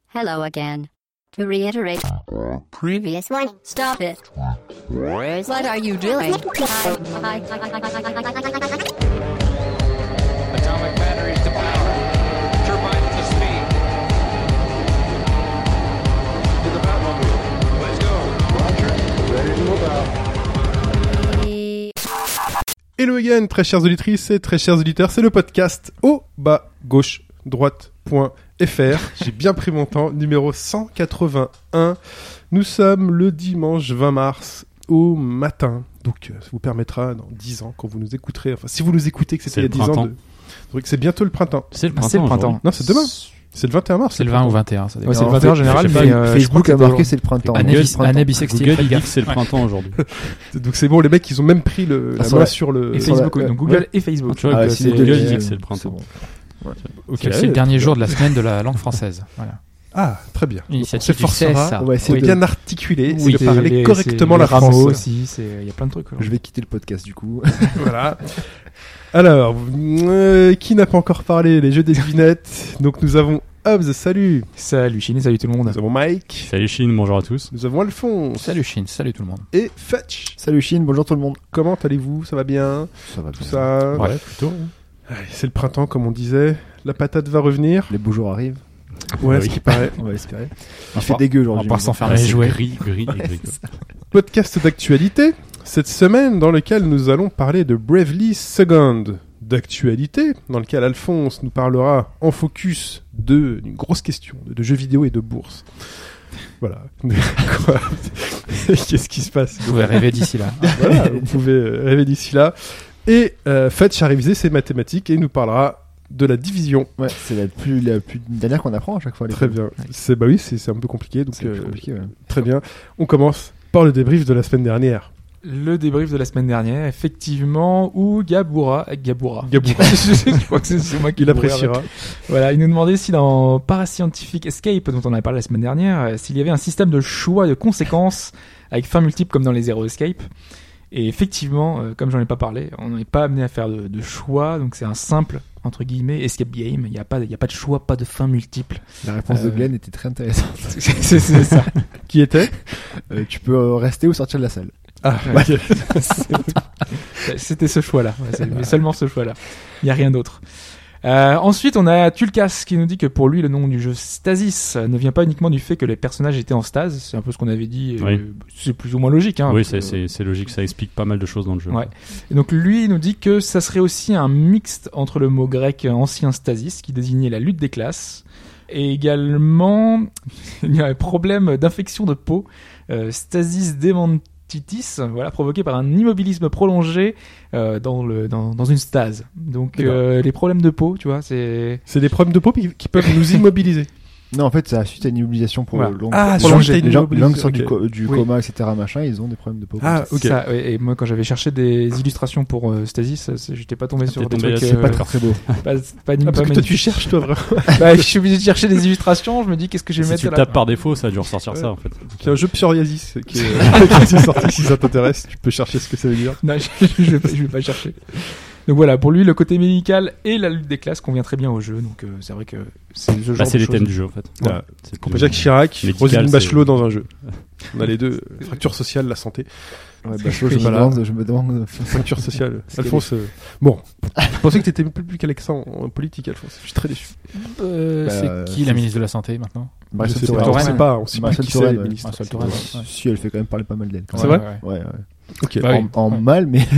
Hello again. To reiterate, previous one, stop it. What are you doing? Atomic batteries to power. Turbines to speed. To the Batmobile. Let's go. Roger. Ready to move out. Hello again, très chères auditrices et très chers auditeurs, c'est le podcast au bas gauche droite.fr. J'ai bien pris mon temps, numéro 181. Nous sommes le dimanche 20 mars au matin. Donc ça vous permettra dans 10 ans, quand vous nous écouterez, enfin si vous nous écoutez que c'était il y a 10 ans, donc c'est bientôt le printemps. C'est le printemps. Non, c'est demain. C'est le 21 mars. C'est le 20 ou 21, ça dépend. Ouais, c'est le 21 en général, mais Facebook a marqué c'est le printemps. Anna Bissextile, Google dit que c'est le printemps aujourd'hui. Donc c'est bon, les mecs, ils ont même pris la main sur le... Et Facebook, donc Google et Facebook. Tu vois, c'est Google dit que c'est le printemps. Okay, c'est le dernier jour de la semaine de la langue française. Voilà. Ah, très bien. Initiative Donc, on s'efforcera, du on va essayer de bien articuler et de parler correctement la la française. aussi, il y a plein de trucs. Je vais quitter le podcast du coup. Voilà. Alors, qui n'a pas encore parlé les jeux des devinettes? Donc nous avons Hobbs, salut. Salut Chine, salut tout le monde. Nous avons Mike. Salut Chine, bonjour à tous. Nous avons Alphonse. Salut Chine, salut tout le monde. Et Fetch. Salut Chine, bonjour tout le monde. Comment allez-vous? Ça va bien? Ça va Tout bien. ça. Ouais, plutôt. Allez, c'est le printemps, comme on disait. La patate va revenir. Les beaux jours arrivent. Ouais, Oui. ce qui paraît. On va l'espérer. On Il fait va- dégueu On aujourd'hui. va pas s'enfermer C'est les jouets. gris. Podcast d'actualité. Cette semaine, dans lequel nous allons parler de Bravely Second. D'actualité, dans lequel Alphonse nous parlera en focus d'une grosse question, de jeux vidéo et de bourse. Voilà. Quoi Qu'est-ce qui se passe? Vous pouvez rêver d'ici là. Voilà, vous pouvez rêver d'ici là. Et Fetch a révisé ses mathématiques et il nous parlera de la division. Ouais, c'est la plus dernière qu'on apprend à chaque fois. Très bien. C'est un peu compliqué, donc C'est compliqué, ouais. très bien. On commence par le débrief de la semaine dernière. Le débrief de la semaine dernière, effectivement, où Gaboura. Gaboura. Je crois que c'est moi qui Il le appréciera. Voilà, il nous demandait si dans Parascientific Escape, dont on avait parlé la semaine dernière, s'il y avait un système de choix et de conséquences avec fin multiple comme dans les Zero Escape. Et effectivement, comme j'en ai pas parlé, on n'est pas amené à faire de choix, donc c'est un simple, entre guillemets, escape game. Il n'y a pas de choix, pas de fin multiple. La réponse de Glenn était très intéressante. c'est ça. Qui était? Tu peux rester ou sortir de la salle. Ah, Ouais. ok. C'était ce choix-là, mais seulement ce choix-là. Il n'y a rien d'autre. Ensuite, on a Tulkas qui nous dit que pour lui, le nom du jeu Stasis ne vient pas uniquement du fait que les personnages étaient en stase. C'est un peu ce qu'on avait dit. Oui. C'est plus ou moins logique. Hein, Oui, parce que- c'est logique, ça explique pas mal de choses dans le jeu. Ouais. Et donc lui, il nous dit que ça serait aussi un mixte entre le mot grec ancien Stasis, qui désignait la lutte des classes, et également il y a un problème d'infection de peau, Stasis demantitis, voilà, provoqué par un immobilisme prolongé dans une stase. Donc les problèmes de peau, tu vois, c'est C'est des problèmes de peau qui peuvent nous immobiliser. Non, en fait, c'est suite à une immobilisation pour Voilà. longue. Ah, prolongée. suite à une Les gens qui sortent immobilisation, du Oui. coma, etc., machin, ils ont des problèmes de peau. Ah, ok. ça. Et moi, quand j'avais cherché des illustrations pour Stasis, j'étais pas tombé sur t'es des tombé trucs. là-dessus, Pas très beau. pas Ah, parce que toi, tu magnifiques. cherches, toi, vraiment. Bah, je suis obligé de chercher des illustrations. Je me dis qu'est-ce que je vais Si mettre tu le là. tapes par défaut, ça a dû ressortir ça en fait. C'est un jeu psoriasis qui est sorti. Si ça t'intéresse, tu peux chercher ce que ça veut dire. Non, je vais pas chercher. Donc voilà, pour lui, le côté médical et la lutte des classes convient très bien au jeu. Donc c'est vrai que c'est ce genre Bah, c'est de les choses. thèmes du jeu en fait. Voilà. C'est plus- Jacques Chirac, Médical, Roselyne c'est- Bachelot dans un jeu. On a les deux. Fracture sociale, la santé. Ouais, bah, je me Voilà. demande. Fracture sociale. Alphonse, bon. Je pensais que t'étais plus qu'Alexandre en politique, Alphonse. Je suis très déçu. C'est qui la ministre de la Santé maintenant? Je sais Touraine. pas, on sait pas. On sait pas Marcel qui c'est, Touraine, les ouais. ministres. Marcel Touraine, ouais. Si, elle fait quand même parler pas mal d'elle. C'est vrai Ouais. Ok. Bah oui. En Ouais. mal, mais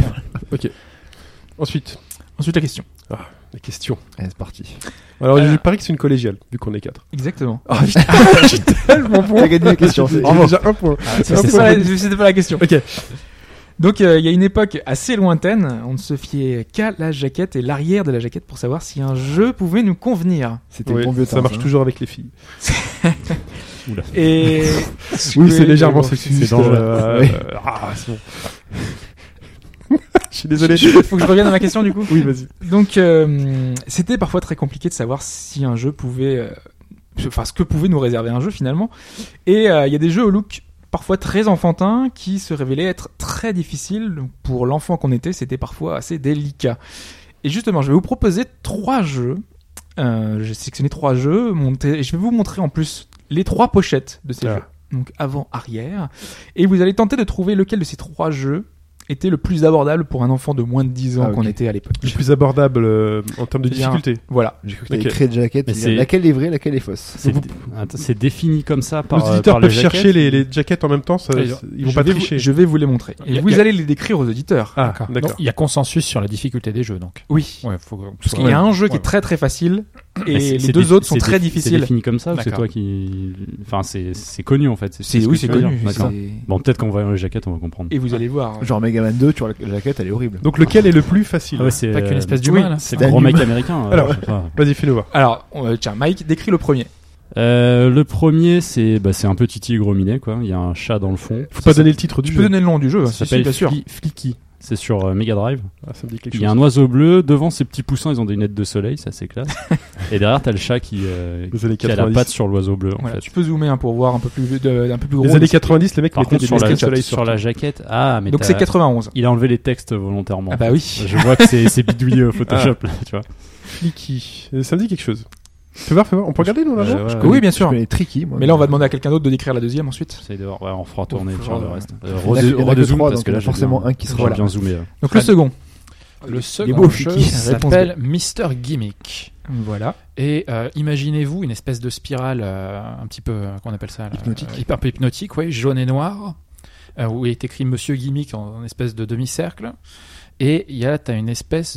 Ensuite, Ensuite, la question. la question. allez, c'est parti. Alors, je parie que c'est une collégiale, vu qu'on est 4. Exactement. Ah, j'ai tellement bon. T'as gagné la question. J'ai Bravo. déjà un point. C'était pas la question. Ok. Donc il y a une époque assez lointaine, on ne se fiait qu'à la jaquette et l'arrière de la jaquette pour savoir si un jeu pouvait nous convenir. C'était Oui, le bon vieux ça temps. marche toujours avec les filles. Et Oui, c'est légèrement bon, sexiste. c'est dangereux. Oui. C'est bon. Je suis désolé. Faut que je revienne à ma question du coup. Oui, vas-y. Donc c'était parfois très compliqué de savoir si un jeu pouvait, enfin ce que pouvait nous réserver un jeu finalement. Et il y a des jeux au look parfois très enfantin qui se révélaient être très difficiles. Donc, pour l'enfant qu'on était, c'était parfois assez délicat. Et justement, je vais vous proposer 3 jeux. J'ai sélectionné 3 jeux. Et je vais vous montrer en plus les 3 pochettes de ces Ah. jeux. Donc avant, arrière. Et vous allez tenter de trouver lequel de ces 3 jeux était le plus abordable pour un enfant de moins de 10 ans Ah, ok. qu'on était à l'époque. Le plus abordable en termes de C'est-à-dire- difficulté. Voilà. J'ai cru que t'avais Ok. créé de jaquette. Mais c'est- Laquelle est vraie, laquelle est fausse. C'est défini comme ça par Nos auditeurs par peuvent les chercher jaquettes. les jaquettes en même temps, ça, Oui, ils vont pas tricher. Je vais vous les montrer. Il y Et a- vous il y a- allez les décrire aux auditeurs. Ah, Donc, d'accord. il y a consensus sur la difficulté des jeux, donc. Oui. Ouais, faut. Parce qu'il y a un jeu qui est Ouais. très très facile et Mais les c'est 2 autres sont c'est très C'est difficiles. défini comme ça ou c'est D'accord. toi qui. Enfin, c'est connu en fait. C'est ce oui, que c'est tu veux connu. dire. D'accord. C'est- Bon, peut-être qu'en voyant les jaquettes, on va comprendre. Et vous allez voir. Genre Mega Man 2, tu vois, la jaquette, elle est horrible. Donc lequel est le plus facile? Ah ouais, c'est Pas qu'une espèce oui, d'humain, là. c'est d'un le gros mec humain. américain. Alors, je sais pas. Vas-y, fais-nous voir. Alors, tiens, Mike, décris le premier. Le premier, c'est un petit tigre minet, quoi. Il y a un chat dans le fond. Faut pas donner le titre du Tu peux jeu. donner le nom du jeu, Ça si, s'appelle bien sûr. Flicky. C'est sur Mega Drive. Ah, ça me dit quelque Il chose. y a un oiseau bleu. Devant, ces petits poussins, ils ont des lunettes de soleil. Ça, c'est classe. Et derrière, t'as le chat qui Les années a la 90. patte sur l'oiseau bleu, en Voilà, fait. tu peux zoomer pour voir un peu plus gros. Les années 90, les mecs Par mettaient contre, des sur la, lunettes de soleil sur la jaquette, mais Donc c'est 91. il a enlevé les textes volontairement. Ah bah oui. Je vois que c'est bidouillé au Photoshop, là, tu vois. Flicky. Ça me dit quelque chose. Fais voir. On peut regarder, nous, là Ouais, ouais. Oui, bien sûr. Je connais Tricky, moi. Mais là, on va demander à quelqu'un d'autre de décrire la deuxième ensuite. J'essaye de voir. Ouais, on fera tourner On sur le fera- reste. Il y en a que Redezoom, trois, parce donc que il y en là, a j'ai forcément bien- un qui sera j'ai Voilà. bien zoomé. Donc le second. Le beau, second jeu Flicky. s'appelle Mr. Gimmick. Voilà. Et imaginez-vous une espèce de spirale un petit peu, qu'on appelle ça là, Hypnotique. un peu hypnotique, oui, jaune et noir, où il est écrit Monsieur Gimmick en espèce de demi-cercle. Et t'as une espèce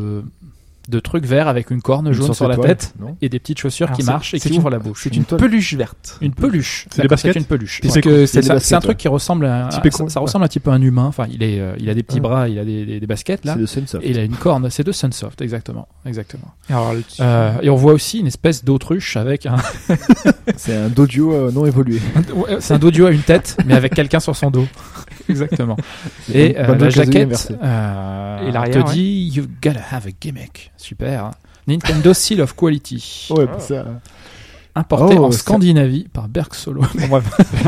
de truc vert avec une corne Une jaune sorte sur la d'étoile, tête non et des petites chaussures Alors, qui c'est- marchent et c'est qui une- ouvrent la bouche. C'est une étoile. peluche verte. Une peluche. C'est des D'accord, baskets C'est une peluche. Type Parce éco- que c'est des c'est baskets, un truc qui ressemble à Type éco- ça ressemble un petit peu à un humain. Enfin, il a des petits Ouais. bras, il a des baskets là. C'est de Sunsoft. Et il a une corne, c'est de Sunsoft, exactement. Alors, Et on voit aussi une espèce d'autruche avec un. C'est un dojo non évolué. Ouais, c'est un dodio à une tête, mais avec quelqu'un sur son dos. Exactement. Et Banjo la Kazooie jaquette inversé. et l'arrière, te dit You gotta have a gimmick. Super. Nintendo Seal of Quality. Ouais, bah ça. Importé Oh, en ça- Scandinavie par Berg Solo. Bon, bref.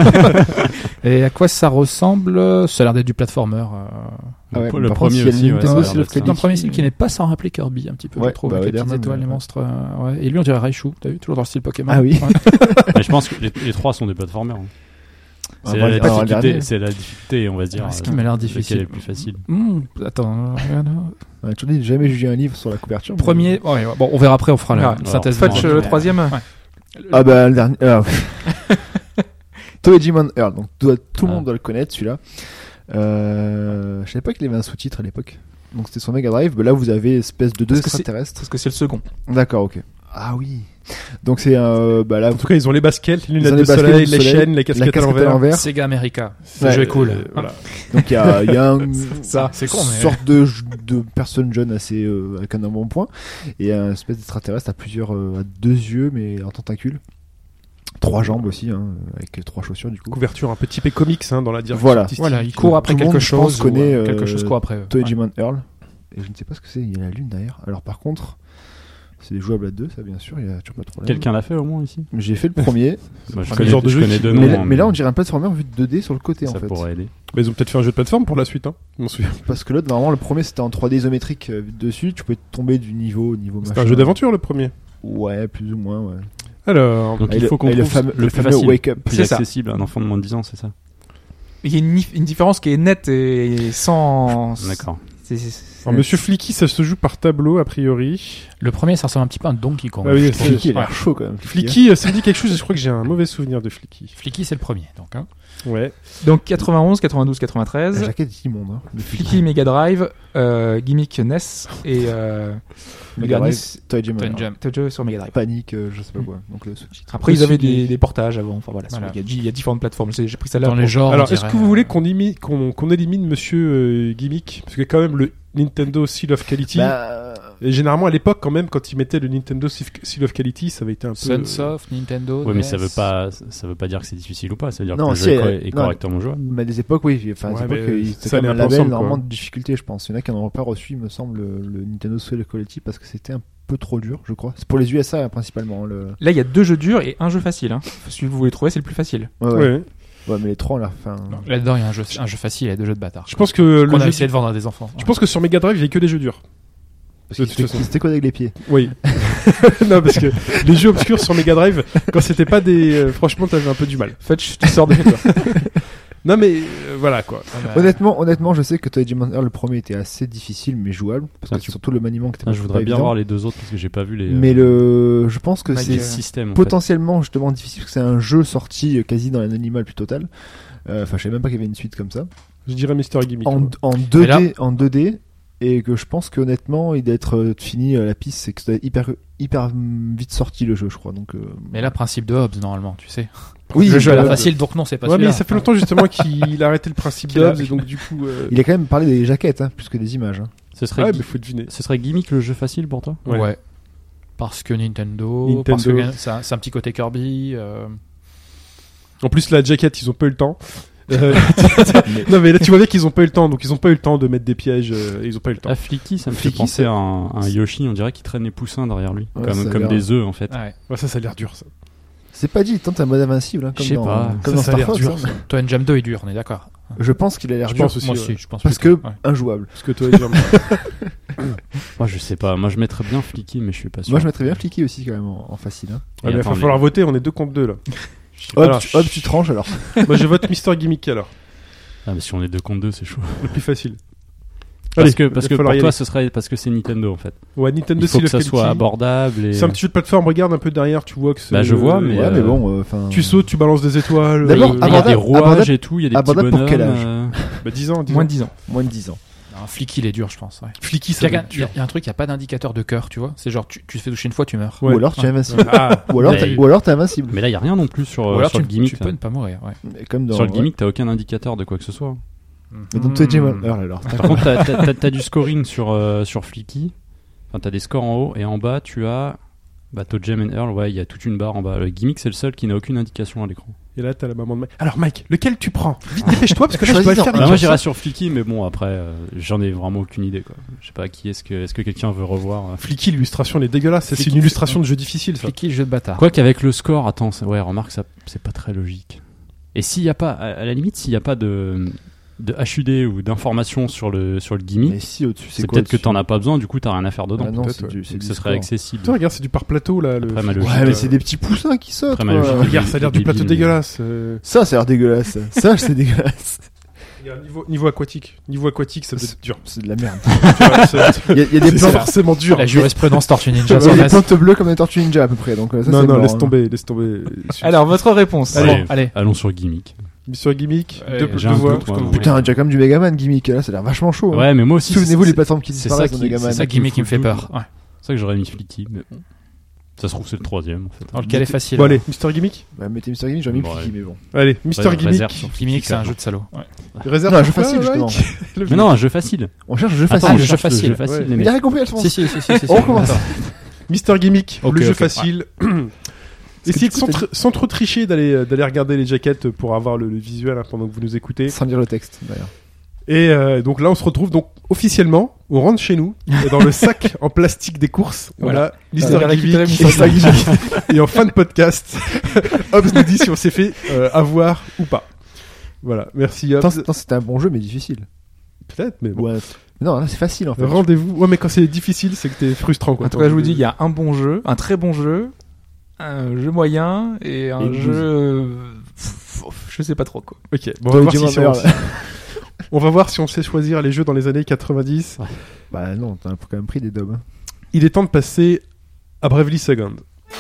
Et à quoi ça ressemble? Ça a l'air d'être du platformer. Ah ouais, Le par contre, premier s'il y a aussi, ouais, Nintendo ça a l'air Seal of d'être ça. C'est un premier style qui n'est pas sans rappeler Kirby un petit peu, Ouais, je trouve, bah avec ouais, les petites Derman, étoiles, les ouais. monstres. Ouais. Et lui, on dirait Raichu. T'as vu? Toujours dans le style Pokémon. Ah oui. Ouais. Mais je pense que les trois sont des platformers. hein. Ah, C'est bah, la alors, le difficulté, dernier. c'est la difficulté, on va se dire. Ce qui m'a l'air lequel difficile. est le plus facile. Attends, regarde. On a toujours dit, jamais jugé un livre sur la couverture. Premier, ouais, bon, on verra après, on fera la Ouais. synthèse. Fudge, vraiment. le troisième. Ah bah le dernier. Toedimon Earl. Donc tout le monde doit le connaître celui-là. Je savais pas qu'il avait un sous-titre à l'époque. Donc c'était sur Mega Drive. Là vous avez espèce de deux Parce que c'est- extraterrestres. Parce que c'est le second. D'accord, ok. Ah oui. Donc c'est là. En tout cas, ils ont les baskets, les Ils ont lunettes les de baskets, soleil, le les soleil, chaînes, les la casquettes à casquette à l'envers. l'envers. Sega America. Ce Ouais, jeu est cool. Voilà. Donc il y a un, Ça, c'est con, une mais. sorte de personne jeune assez avec un embonpoint et un espèce d'extraterrestre à plusieurs à deux yeux mais en tentacule. 3 jambes aussi avec 3 chaussures du coup. Couverture un peu typé comics dans la direction Voilà. artistique. Voilà, il court après Tout le quelque monde, je pense, chose. connaît, ou, quelque chose court après. eux. Toedimon Earl. Et je ne sais pas ce que c'est, il y a la lune derrière. Alors par contre, c'est jouable à 2, ça bien sûr, il y a toujours pas de problème. Quelqu'un l'a fait au moins ici? J'ai fait le premier, Moi, je Le connais, genre de je jeu connais qui- deux mais, noms. là, hein, mais là on dirait un platformer vu de 2D sur le côté ça en fait. pourrait aider. Mais ils ont peut-être fait un jeu de plateforme pour la suite, hein. Je m'en souviens. Parce que l'autre, normalement, le premier c'était en 3D isométrique vu de dessus, tu pouvais tomber du niveau au niveau C'était machin. un jeu d'aventure, le premier. Ouais, plus ou moins, ouais. Alors, Donc Et il faut qu'on et le trouve fameux, le plus fameux facile, Wake Up. plus C'est ça. accessible à un enfant de moins de 10 ans, c'est ça? Il y a une différence qui est nette et sans. D'accord. alors, Monsieur Flicky, ça se joue par tableau, a priori. Le premier, ça ressemble un petit peu à un Donkey Kong. Ah oui, je trouve. Flicky, il a Ouais. l'air chaud quand même. Flicky, ça me dit quelque chose, et je crois que j'ai un mauvais souvenir de Flicky. Flicky, c'est le premier. Donc, hein. Ouais. Donc 91, 92, La 93. jaquette est immonde. Hein. Le Flicky Mega Drive, Gimmick NES et le Mega dernier Drive, Toedimon Twin Earl. Jam. Tojo sur Mega Drive. Panique, je sais pas quoi. Donc le sous-titre. Après, ils avaient Aussi, des portages avant. Enfin voilà, Voilà. il y a différentes plateformes. J'ai pris celle-là. Dans les pour- genres. Alors, on est-ce dirait, que vous voulez qu'on élimine Monsieur Gimmick? Parce que quand même, le Nintendo Seal of Quality. Et généralement, à l'époque, quand même, quand ils mettaient le Nintendo Seal of Quality, ça avait été un peu. Sunsoft, Nintendo. Oui, mais NES. ça veut pas dire que c'est difficile ou pas. Ça veut dire Non, que le si, jeu est non. correctement jouable. Mais à des époques, oui. Enfin, Ouais, à des époques, mais c'était ça quand même un allait un peu label ensemble, normalement quoi. de difficulté, je pense. Il y en a qui n'en ont pas reçu, il me semble, le Nintendo Seal of Quality parce que c'était un peu trop dur, je crois. C'est pour les USA principalement. Là, il y a 2 jeux durs et un jeu facile. Hein. Celui que vous voulez trouver, c'est le plus facile. Ouais, Ouais. ouais. Ouais, mais les 3 on l'a fait. Non, Là-dedans, il y a un jeu facile et 2 jeux de bâtard. Je pense que Qu'on le a jeu. essayé de vendre à des enfants. Je pense que sur Mega Drive, il y avait que des jeux durs. Parce que de toute façon. c'était quoi avec les pieds? Oui. Non, parce que les jeux obscurs sur Mega Drive, quand c'était pas des, franchement, t'avais un peu du mal. Fetch, tu sors de chez toi. Non, mais voilà quoi. Honnêtement, je sais que Toy Jam Earl, le premier était assez difficile, mais jouable. Parce que Ah, c'est surtout le maniement qui était Je voudrais pas bien évident. voir les deux autres parce que j'ai pas vu les. Mais je pense que les c'est systèmes. en potentiellement justement difficile parce que c'est un jeu sorti quasi dans l'anonymat le plus total. Enfin, je savais même pas qu'il y avait une suite comme ça. Je dirais Mister Gimmick. En Mais là- 2D, et que je pense qu'honnêtement, il doit être fini la piste, c'est que ça doit être hyper vite sorti le jeu, je crois. Donc, Mais là, principe de Hobbes, normalement, tu sais. oui, Le jeu à la euh, facile, donc non, c'est pas Ouais, mais celui-là. ça fait longtemps justement qu'il a arrêté le principe Qu'il a- d'Hobbs, et donc du coup. Il a quand même parlé des jaquettes, hein, plus que des images. Hein. Ce serait, Ouais, mais faut deviner. ce serait Gimmick le jeu facile pour toi Ouais. Parce que Nintendo. Parce que c'est un petit côté Kirby. En plus, la jaquette, ils ont pas eu le temps. Non, mais là, tu vois bien qu'ils ont pas eu le temps, donc ils ont pas eu le temps de mettre des pièges, ils ont pas eu le temps. Ah, Flicky, ça me fait Flicky, penser c'est- à un Yoshi, on dirait qu'il traîne les poussins derrière lui. Ouais, ça a comme l'air- des œufs en fait. Ouais. Ouais, ça a l'air dur, ça. C'est pas dit, il tente un mode invincible, hein, comme Je sais dans, pas. comme dans Ça a Star l'air Fox. dur, hein. ça. Toi, Jam 2 est dur, on est d'accord. Je pense qu'il a l'air Je dur. pense aussi. Moi ouais. aussi, je pense. Parce plutôt, que ouais. injouable. Parce que toi, Jam. Moi, je sais pas. Moi, je mettrais bien Flicky, mais je suis pas sûr. Moi, je mettrais bien Flicky aussi, quand même, en facile. Hein. Ouais, mais il va attends, falloir voter, on est 2 contre 2 là. Hop, Alors, tu tranches alors. Moi, je vote Mister Gimmick alors. Ah, mais si on est 2 contre 2, c'est chaud. Le plus facile. Parce Allez, que il va pour falloir y toi, aller. ce serait parce que c'est Nintendo en fait. Ouais, Nintendo, Il faut c'est que ça soit abordable. Et... C'est un petit jeu de plateforme, regarde un peu derrière, tu vois que c'est. Bah, je vois, mais, Ouais, mais bon, enfin. Tu sautes, tu balances des étoiles. D'abord, il y a des abordable- rouages abordable- et tout, il y a des petits abordable bonhommes. pour quel âge Bah, 10 ans, 10 Moins ans. de 10 ans. Moins de 10 ans. Un flic, il est dur, je pense. Ouais. Flicky, ça Il y, va a, être il y a- dur. il y a un truc, il n'y a pas d'indicateur de cœur, tu vois. C'est genre, tu te fais toucher une fois, tu meurs. Ouais. Ou alors tu es invincible. Ah, Ou alors Mais- t'es invincible. Mais là, il y a rien non plus sur, Ou alors sur tu, le gimmick. tu peux ne pas mourir. Ouais. Comme dans, Sur le gimmick, t'as aucun indicateur de quoi que ce soit. Mais dans Toy Jam Earl, alors. Par contre, t'as du scoring sur Flicky. Enfin, t'as des scores en haut et en bas, tu as Toy Jam Earl. Ouais, il y a toute une barre en bas. Le gimmick, c'est le seul qui n'a aucune indication à l'écran. Et là, t'as la maman de Mike. Alors, Mike, lequel tu prends? Vite, dépêche-toi, parce que là, je Choisis dois le en- faire. Bah, avec moi, toi. j'irai sur Flicky, mais bon, après, j'en ai vraiment aucune idée, quoi. Je sais pas qui est-ce que quelqu'un veut revoir. Flicky, l'illustration, elle est dégueulasse. C'est Flicky, une illustration de jeu difficile, ça. Flicky, le jeu de bâtard. Quoi qu'avec le score, attends, ouais, remarque, ça, c'est pas très logique. Et s'il y a pas, à la limite, s'il y a pas de HUD ou d'informations sur le gimmick, Mais si au-dessus, c'est quoi peut-être que au-dessus t'en as pas besoin, du coup, t'as rien à faire dedans. Ah non, peut-être, c'est ouais. du- c'est Donc du ce serait score. accessible. Putain, regarde, c'est du par plateau, là. Après, ma le- logique, Ouais, mais c'est des petits poussins qui sautent. Après, ma quoi. logique, Regarde, ça a l'air du plateau débile, dégueulasse. Ça a l'air dégueulasse. Ça, c'est dégueulasse. Regarde, niveau aquatique. Niveau aquatique, ça doit être dur. C'est de la merde. Tu vois, c'est- Il y a des c'est plantes. forcément dur. La jurisprudence Tortue Ninja Il y a sur des NES. plantes bleues comme les tortues ninja à peu près. Donc ça, Non, c'est non, mort, laisse hein. tomber, laisse tomber. Alors, votre réponse. Allez, Bon, allez. allons sur gimmick. Sur Gimmick, Ouais, deux j'ai deux un voix. doute, moi, non. Putain, déjà comme du Megaman gimmick. Là, ça a l'air vachement chaud. hein. Ouais, mais moi aussi. Souvenez-vous c'est- les plateformes qui c'est disparaissent ça dans qui- Megaman. C'est ça, gimmick qui me fait peur. Ouais. C'est ça que j'aurais mis Flicky, mais bon. Ça se trouve, c'est le troisième, en fait. Dans lequel est facile. Bon, allez, Mister Gimmick. Bah, mettez Mr. Gimmick, j'aurais mis Bon, Flicky, allez. mais bon. Allez, Mister Ouais, Gimmick. réserve sur Gimmick, c'est un clairement. jeu de salaud. Ouais. Réserve Non, un sur jeu quoi, facile, Mike justement. Mais non, un jeu facile. On cherche un jeu Attends, facile. on jeu cherche le facile. jeu facile, Ouais. les Il mecs. a rien compris, elles sont. Si, si. On recommence. Mister Gimmick, Ok, le jeu ok. facile. Essayez de sans trop tricher d'aller regarder les jaquettes pour avoir le visuel hein, pendant que vous nous écoutez. Sans lire le texte, d'ailleurs. Et donc là, on se retrouve donc officiellement, on rentre chez nous et dans le sac en plastique des courses. Voilà. Mister Vous avez récupéré Gimmick. Mister Gimmick. Et en fin de podcast, Hobbs nous dit si on s'est fait avoir ou pas. Voilà, merci Hobbs. Attends, c'était un bon jeu, mais difficile. Peut-être, mais bon. Ouais. Non, là, c'est facile en fait. Rendez-vous. Ouais, mais quand c'est difficile, c'est que t'es frustrant quoi. En tout cas, je vous dis, il y a un bon jeu, un très bon jeu, un jeu moyen et un Et jeu. Je sais pas trop quoi. Ok, bon, on va, Toy voir Jam si on, Earl. on va voir si on sait choisir les jeux dans les années 90. Bah non, t'as quand même pris des dobs. Il est temps de passer à Bravely Second.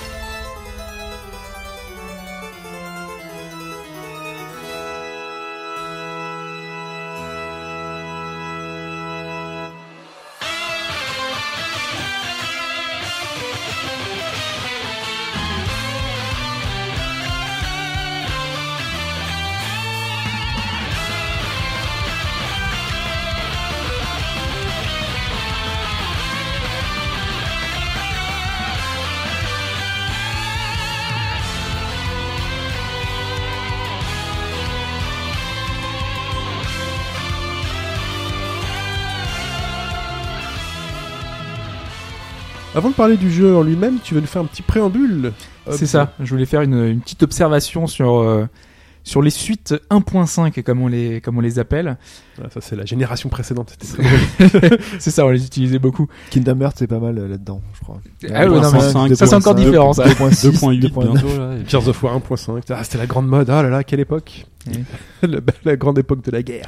Avant de parler du jeu en lui-même, tu veux nous faire un petit préambule. C'est ça. Je voulais faire une petite observation sur sur les suites 1.5 comme on les appelle. Ah, ça, c'est la génération précédente. C'était très drôle. C'est ça, on les utilisait beaucoup. Kingdom Hearts, c'est pas mal là-dedans, je crois. Ah ouais, non, mais ça c'est encore différent, ça. 2.8 bientôt là. Gears of War 1.5. Ah, c'était la grande mode. Ah là là, quelle époque. La grande époque de la guerre.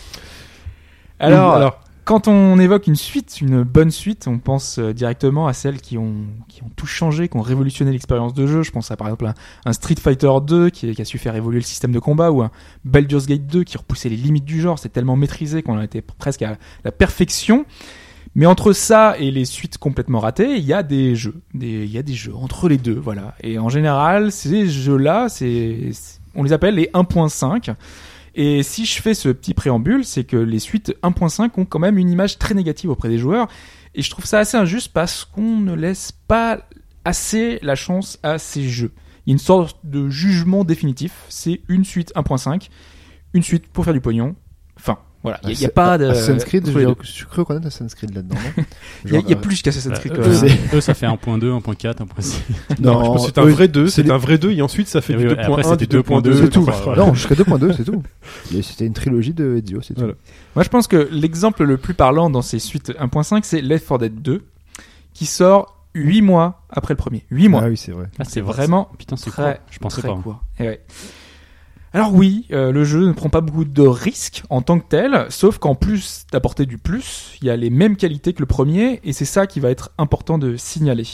Alors, quand on évoque une bonne suite, on pense directement à celles qui ont tout changé, qui ont révolutionné l'expérience de jeu. Je pense à par exemple un Street Fighter 2 qui a su faire évoluer le système de combat, ou un Baldur's Gate 2 qui repoussait les limites du genre. C'est tellement maîtrisé qu'on a été presque à la perfection. Mais entre ça et les suites complètement ratées, il y a des jeux. Il y a des jeux entre les deux, voilà. Et en général, ces jeux-là, on les appelle les 1.5. Et si je fais ce petit préambule, c'est que les suites 1.5 ont quand même une image très négative auprès des joueurs. Et je trouve ça assez injuste parce qu'on ne laisse pas assez la chance à ces jeux. Il y a une sorte de jugement définitif. C'est une suite 1.5, une suite pour faire du pognon. Enfin, voilà. Il n'y a pas de... Assassin's Creed, je crois reconnaître Assassin's Creed là-dedans, non? Il y a plus qu'Assassin's Creed. Eux, ça fait 1.2, 1.4, 1.6. Non, je pense que c'est un vrai 2, c'est un vrai 2, et ensuite ça fait du 2.1, du 2.2, c'est tout. Non, jusqu'à 2.2, c'est tout. C'était une trilogie de Ezio, c'est tout. Voilà. Moi, je pense que l'exemple le plus parlant dans ces suites 1.5, c'est Left 4 Dead 2, qui sort 8 mois après le premier. 8 mois. Ah oui, c'est vrai. Ah, C'est vraiment Putain, c'est très, quoi Je pensais très pas. court. Et ouais. Alors oui, le jeu ne prend pas beaucoup de risques en tant que tel, sauf qu'en plus d'apporter du plus, il y a les mêmes qualités que le premier, et c'est ça qui va être important de signaler.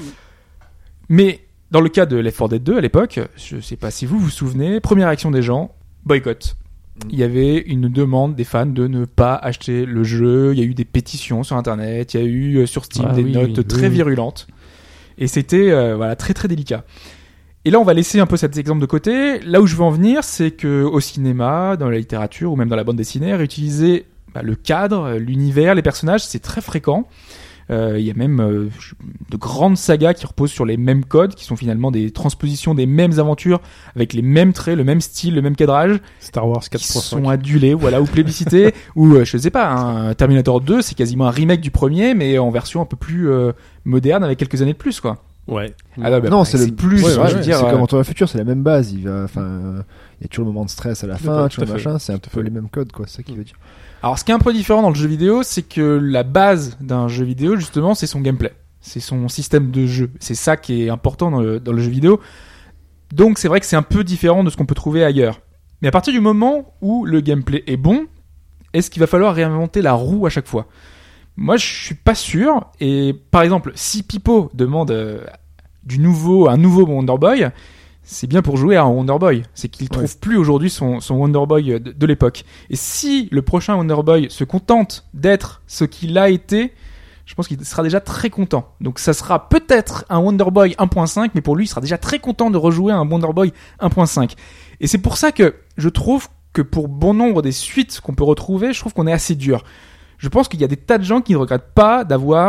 Mais dans le cas de Left 4 Dead 2 à l'époque, je sais pas si vous vous souvenez, première réaction des gens, boycott. Il y avait une demande des fans de ne pas acheter le jeu, il y a eu des pétitions sur internet, il y a eu sur Steam des notes très virulentes, et c'était très très délicat. Et là, on va laisser un peu cet exemple de côté. Là où je veux en venir, c'est que au cinéma, dans la littérature ou même dans la bande dessinée, réutiliser le cadre, l'univers, les personnages, c'est très fréquent. Il y a même de grandes sagas qui reposent sur les mêmes codes, qui sont finalement des transpositions des mêmes aventures, avec les mêmes traits, le même style, le même cadrage. Star Wars 4.5. Qui sont adulés, ou plébiscités. Ou, je sais pas, un Terminator 2, c'est quasiment un remake du premier, mais en version un peu plus moderne, avec quelques années de plus, quoi. Ouais. Ah non, c'est le plus. Ouais, je veux dire, c'est comme Retour à le futur, c'est la même base. Il y a toujours le moment de stress à la fin, tout à fait. machin. C'est un peu les mêmes codes, quoi. C'est ça qu'il veut dire. Alors, ce qui est un peu différent dans le jeu vidéo, c'est que la base d'un jeu vidéo, justement, c'est son gameplay. C'est son système de jeu. C'est ça qui est important dans le jeu vidéo. Donc, c'est vrai que c'est un peu différent de ce qu'on peut trouver ailleurs. Mais à partir du moment où le gameplay est bon, est-ce qu'il va falloir réinventer la roue à chaque fois ? Moi, je suis pas sûr. Et par exemple, si Pipo demande un nouveau Wonder Boy, c'est bien pour jouer à un Wonder Boy. C'est qu'il trouve plus aujourd'hui son Wonder Boy de l'époque. Et si le prochain Wonder Boy se contente d'être ce qu'il a été, je pense qu'il sera déjà très content. Donc ça sera peut-être un Wonder Boy 1.5, mais pour lui, il sera déjà très content de rejouer à un Wonder Boy 1.5. Et c'est pour ça que je trouve que pour bon nombre des suites qu'on peut retrouver, je trouve qu'on est assez dur. Je pense qu'il y a des tas de gens qui ne regrettent pas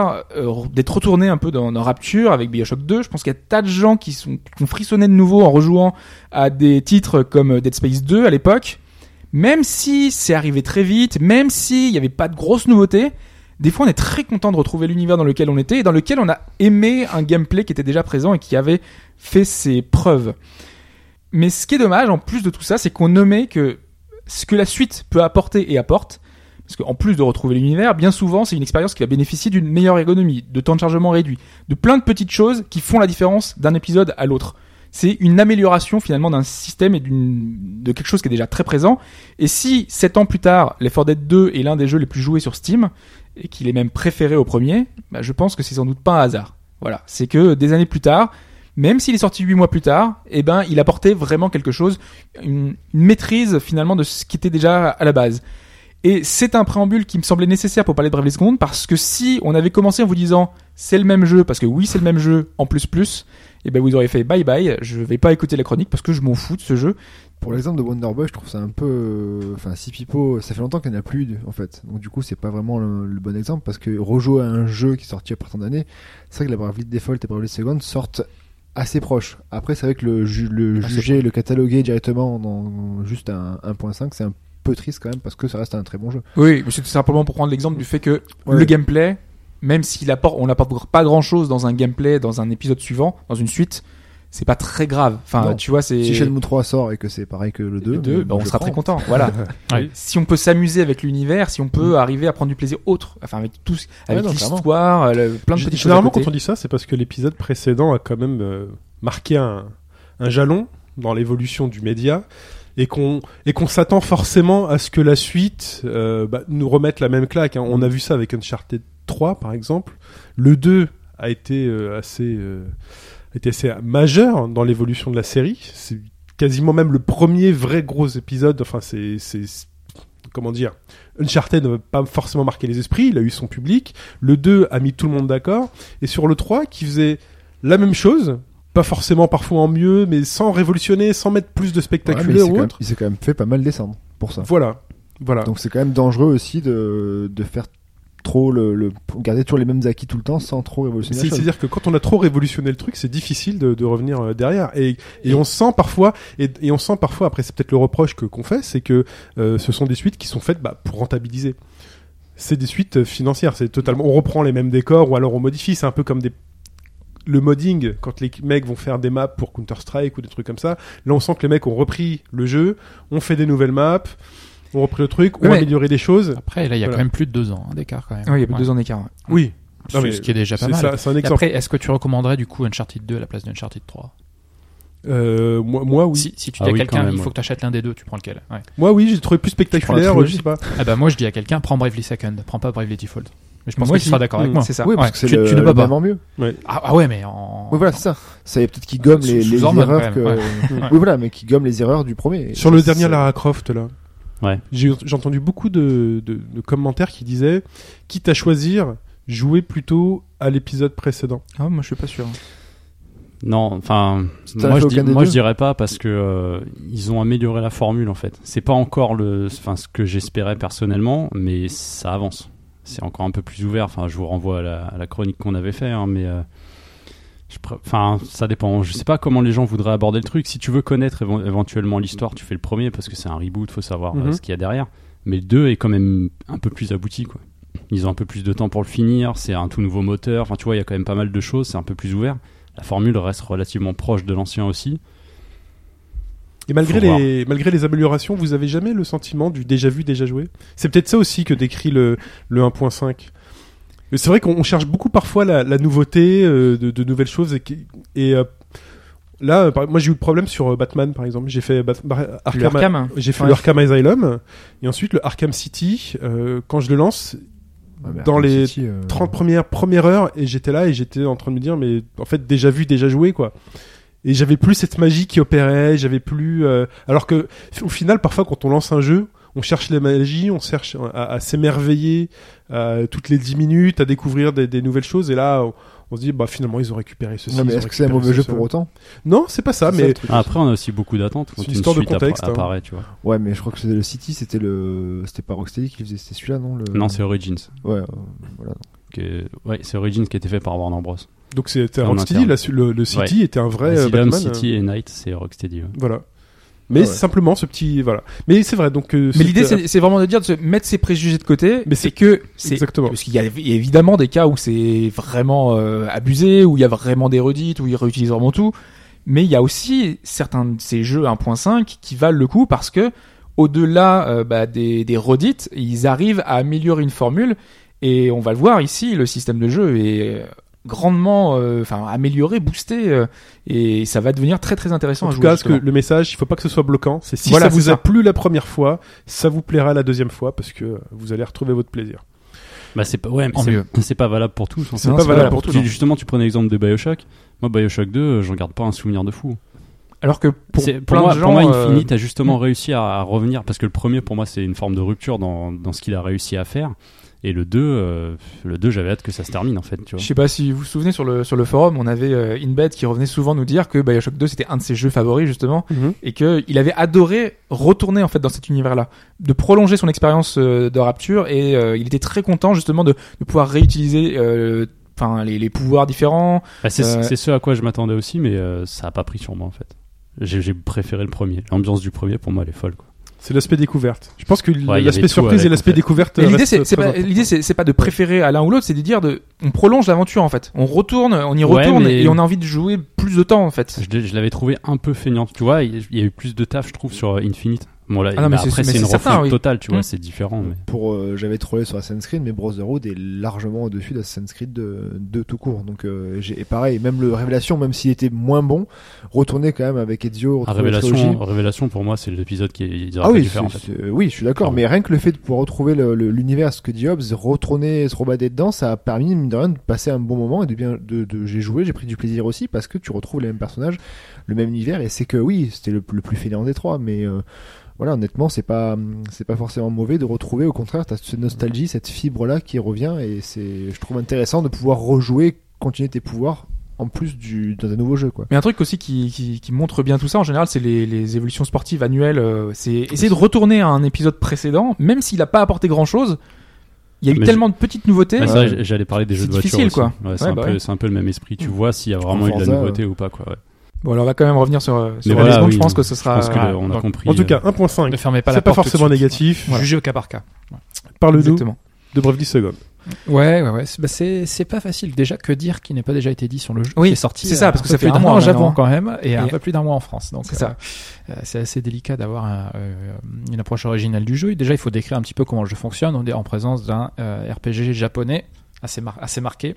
d'être retournés un peu dans Rapture avec BioShock 2. Je pense qu'il y a des tas de gens qui ont frissonné de nouveau en rejouant à des titres comme Dead Space 2 à l'époque. Même si c'est arrivé très vite, même s'il n'y avait pas de grosses nouveautés, des fois on est très content de retrouver l'univers dans lequel on était et dans lequel on a aimé un gameplay qui était déjà présent et qui avait fait ses preuves. Mais ce qui est dommage, en plus de tout ça, c'est qu'on nommait que ce que la suite peut apporter et apporte, parce qu'en plus de retrouver l'univers, bien souvent, c'est une expérience qui va bénéficier d'une meilleure ergonomie, de temps de chargement réduit, de plein de petites choses qui font la différence d'un épisode à l'autre. C'est une amélioration finalement d'un système et de quelque chose qui est déjà très présent. Et si 7 ans plus tard, Left 4 Dead 2 est l'un des jeux les plus joués sur Steam, et qu'il est même préféré au premier, je pense que c'est sans doute pas un hasard. Voilà, c'est que des années plus tard, même s'il est sorti 8 mois plus tard, il apportait vraiment quelque chose, une maîtrise finalement de ce qui était déjà à la base. Et c'est un préambule qui me semblait nécessaire pour parler de Bravely Second, parce que si on avait commencé en vous disant c'est le même jeu, parce que oui c'est le même jeu en plus, vous auriez fait bye bye, je vais pas écouter la chronique parce que je m'en fous de ce jeu. Pour l'exemple de Wonder Boy, je trouve ça un peu... si Pipo, ça fait longtemps qu'il n'y en a plus, en fait. Donc du coup, c'est pas vraiment le bon exemple, parce que rejouer à un jeu qui est sorti après tant d'années, c'est vrai que la Bravely Default et Bravely Second sortent assez proches. Après, c'est vrai que le juger, le cataloguer directement dans juste un 1.5, c'est un peu triste quand même, parce que ça reste un très bon jeu. Oui, mais c'est simplement pour prendre l'exemple du fait que le gameplay, même s'il on n'apporte pas grand chose dans un gameplay, dans un épisode suivant, dans une suite, c'est pas très grave. Enfin, Non. tu vois, c'est Si Shenmue 3 sort et que c'est pareil que le 2, on je sera prends. très content. Voilà. Ouais. Si on peut s'amuser avec l'univers, si on peut arriver à prendre du plaisir autre, enfin avec tout, avec non, clairement. l'histoire, plein de petites choses. Généralement, à côté. quand on dit ça, c'est parce que l'épisode précédent a quand même marqué un jalon dans l'évolution du média et qu'on s'attend forcément à ce que la suite nous remette la même claque. Hein. On a vu ça avec Uncharted 3, par exemple. Le 2 a été assez majeur dans l'évolution de la série. C'est quasiment même le premier vrai gros épisode. Enfin, c'est comment dire, Uncharted n'a pas forcément marqué les esprits, il a eu son public. Le 2 a mis tout le monde d'accord. Et sur le 3, qui faisait la même chose, pas forcément parfois en mieux, mais sans révolutionner, sans mettre plus de Ouais, mais spectaculaire ou autre. il s'est quand même fait pas mal descendre pour ça. Voilà. Donc c'est quand même dangereux aussi de faire trop garder toujours les mêmes acquis tout le temps sans trop révolutionner la chose. C'est-à-dire que quand on a trop révolutionné le truc, c'est difficile de revenir derrière. Et on sent parfois, et on sent parfois, après c'est peut-être le reproche qu'on fait, c'est que ce sont des suites qui sont faites pour rentabiliser. C'est des suites financières, c'est totalement, on reprend les mêmes décors ou alors on modifie, c'est un peu comme le modding, quand les mecs vont faire des maps pour Counter-Strike ou des trucs comme ça. Là on sent que les mecs ont repris le jeu, ont fait des nouvelles maps, ont repris le truc, ont amélioré des choses. Après, là, il y a Voilà. quand même plus de 2 ans d'écart quand même. Oui, il y a plus de 2 ans d'écart. Ouais. Oui. Ce Non, mais ce qui est déjà pas c'est mal. ça, c'est un Et exemple. après, est-ce que tu recommanderais du coup Uncharted 2 à la place d'Uncharted 3 Moi oui. Si tu Ah dis à oui, quelqu'un, quand même, il faut ouais. que tu achètes l'un des deux, tu prends lequel? Ouais. Moi oui, j'ai trouvé plus spectaculaire, je sais pas. Ah bah moi je dis à quelqu'un, prends Bravely Second, prends pas Bravely Default. Mais je pense Moi, que tu seras d'accord avec moi. C'est ça. Oui, parce Ouais. que c'est Tu le ne peux pas. même en mieux. Ah ouais, mais en. Oui, voilà, c'est ça. Ça y est peut-être qu'il gomme Sous- les sous hormones, erreurs quand même, que. Oui, voilà, mais qui gomme les erreurs du premier. Sur le Ça, dernier c'est- Lara Croft là. Ouais. J'ai entendu beaucoup de commentaires qui disaient, quitte à choisir, jouer plutôt à l'épisode précédent. Ah, moi, je suis pas sûr. Non, enfin, T'as moi fait je aucun des moi deux je dirais pas parce que ils ont amélioré la formule en fait. C'est pas encore ce que j'espérais personnellement, mais ça avance. C'est encore un peu plus ouvert. Enfin, je vous renvoie à la chronique qu'on avait fait, hein, mais enfin, ça dépend. Je sais pas comment les gens voudraient aborder le truc. Si tu veux connaître éventuellement l'histoire, tu fais le premier parce que c'est un reboot, faut savoir Mhm. ce qu'il y a derrière. Mais le 2 est quand même un peu plus abouti, quoi. Ils ont un peu plus de temps pour le finir. C'est un tout nouveau moteur. Enfin, tu vois, il y a quand même pas mal de choses. C'est un peu plus ouvert. La formule reste relativement proche de l'ancien aussi. Et malgré Faut malgré les améliorations, vous avez jamais le sentiment du déjà vu, déjà joué? C'est peut-être ça aussi que décrit le 1.5. C'est vrai qu'on cherche beaucoup parfois la nouveauté, de nouvelles choses là, moi j'ai eu le problème sur Batman par exemple. J'ai fait Arkham. j'ai fait Ouais. le Arkham Asylum et ensuite le Arkham City. Quand je le lance, Ouais, mais dans Arkham les City, 30 premières heures, et j'étais là et j'étais en train de me dire mais en fait déjà vu, déjà joué quoi. Et j'avais plus cette magie qui opérait, j'avais plus alors que au final parfois quand on lance un jeu, on cherche les magies, on cherche à s'émerveiller toutes les 10 minutes, à découvrir des nouvelles choses et là on se dit bah finalement ils ont récupéré ceci. Non, mais ils ont est-ce que c'est un récupéré mauvais jeu ceci. pour autant? Non, c'est pas ça C'est mais le truc. Après, on a aussi beaucoup d'attentes quand C'est une une histoire de suite contexte, hein. apparaît, tu vois. Ouais, mais je crois que c'était le City, c'était pas Rocksteady qui faisait, c'était celui-là, non? Non, c'est Origins. Ouais, voilà. Ouais, c'est Origins qui a été fait par Warner Bros. donc c'était En Rocksteady, interne. le City était un vrai Asylum, Batman. City et Night, c'est Rocksteady. Ouais. Voilà. Mais Ah ouais. simplement ce petit voilà. Mais c'est vrai donc Mais l'idée, c'est vraiment de dire de se mettre ses préjugés de côté. Mais c'est que c'est exactement. parce qu'il y a évidemment des cas où c'est vraiment abusé, où il y a vraiment des redites, où ils réutilisent vraiment tout. Mais il y a aussi certains de ces jeux 1.5 qui valent le coup parce que au-delà des redites, ils arrivent à améliorer une formule. Et on va le voir ici, le système de jeu est grandement amélioré, boosté, et ça va devenir très très intéressant En à tout jouer. cas, justement. le message, il faut pas que ce soit bloquant. C'est si Voilà, ça vous c'est a ça. plu la première fois, ça vous plaira la deuxième fois parce que vous allez retrouver votre plaisir. Bah, c'est pas, ouais, mais En mieux. c'est pas valable pour tous. en C'est fait. pas valable pour tout. tous. Justement, tu prenais l'exemple de Bioshock. Moi, Bioshock 2, j'en garde pas un souvenir de fou. Alors que pour Pour plein moi, de gens, Infinite a justement réussi à revenir parce que le premier, pour moi, c'est une forme de rupture dans ce qu'il a réussi à faire. Et le 2, j'avais hâte que ça se termine en fait. Tu vois. je sais pas si vous vous souvenez sur le forum, on avait Inbed qui revenait souvent nous dire que Bioshock 2 c'était un de ses jeux favoris justement, et que il avait adoré retourner en fait dans cet univers-là, de prolonger son expérience de Rapture, et il était très content justement de pouvoir réutiliser les pouvoirs différents. Bah, c'est ce à quoi je m'attendais aussi, mais ça a pas pris sur moi en fait. J'ai préféré le premier. L'ambiance du premier pour moi elle est folle. Quoi. C'est l'aspect découverte. Je pense que il y avait l'aspect tout surprise avec, et l'aspect en fait. découverte. Mais l'idée, restent c'est très pas, importants. l'idée, c'est pas de préférer à l'un ou l'autre, c'est de dire on prolonge l'aventure en fait. On y Ouais, retourne mais- et on a envie de jouer plus de temps en fait. Je l'avais trouvé un peu feignant. Tu vois, il y a eu plus de taf, je trouve, sur Infinite. Bon, là, Ah non, mais après, c'est c'est une certain, refonte oui. totale, tu vois, Mm. c'est différent. Mais... J'avais trollé sur Assassin's Creed, mais Brotherhood est largement au-dessus d'Assassin's Creed 2 tout court. Donc, et pareil, même le Révélation, même s'il était moins bon, retourner quand même avec Ezio, Ah, retrouver la trilogie. Révélation, pour moi, c'est l'épisode qu'ils auraient Ah pas oui, dû faire, en fait. oui, je suis d'accord. Pardon. Mais rien que le fait de pouvoir retrouver l'univers, ce que dit Hobbes, retourner, se rebader dedans, ça a permis, mine de rien, de passer un bon moment et j'ai joué, j'ai pris du plaisir aussi parce que tu retrouves les mêmes personnages, le même univers, et c'est que oui, c'était le plus fainéant des trois, mais voilà, honnêtement, c'est pas forcément mauvais de retrouver, au contraire, t'as cette nostalgie, cette fibre-là qui revient, et je trouve intéressant de pouvoir rejouer, continuer tes pouvoirs, en plus dans un nouveau jeu, quoi. Mais un truc aussi qui montre bien tout ça en général, c'est les évolutions sportives annuelles. C'est essayer de retourner à un épisode précédent, même s'il a pas apporté grand chose. Il y a eu Mais tellement de petites nouveautés. Ouais, c'est vrai, j'allais parler des c'est jeux de voiture difficile, aussi. quoi. Ouais, c'est Ouais, un bah peu, ouais. c'est un peu le même esprit. Tu vois s'il y a vraiment eu de la Forza, nouveauté ou pas, quoi. Ouais. Bon, alors on va quand même revenir sur Mais la seconde. oui, Je pense que ce sera. Je pense qu'on a donc, compris. En tout cas, 1.5. Ne fermez pas C'est la pas porte tout de forcément suite. négatif. Voilà. Jugez au cas par cas. Parle-nous Exactement. de Bravely Second. Ouais. C'est pas facile. Déjà, que dire qui n'est pas déjà été dit sur le jeu Oui, qui est sorti. c'est ça, parce que un peu ça fait plus un d'un mois au Japon maintenant. quand même, et un Et- peu plus d'un mois en France. Donc C'est ça. c'est assez délicat d'avoir une approche originale du jeu. Déjà, il faut décrire un petit peu comment le jeu fonctionne. On est en présence d'un RPG japonais assez marqué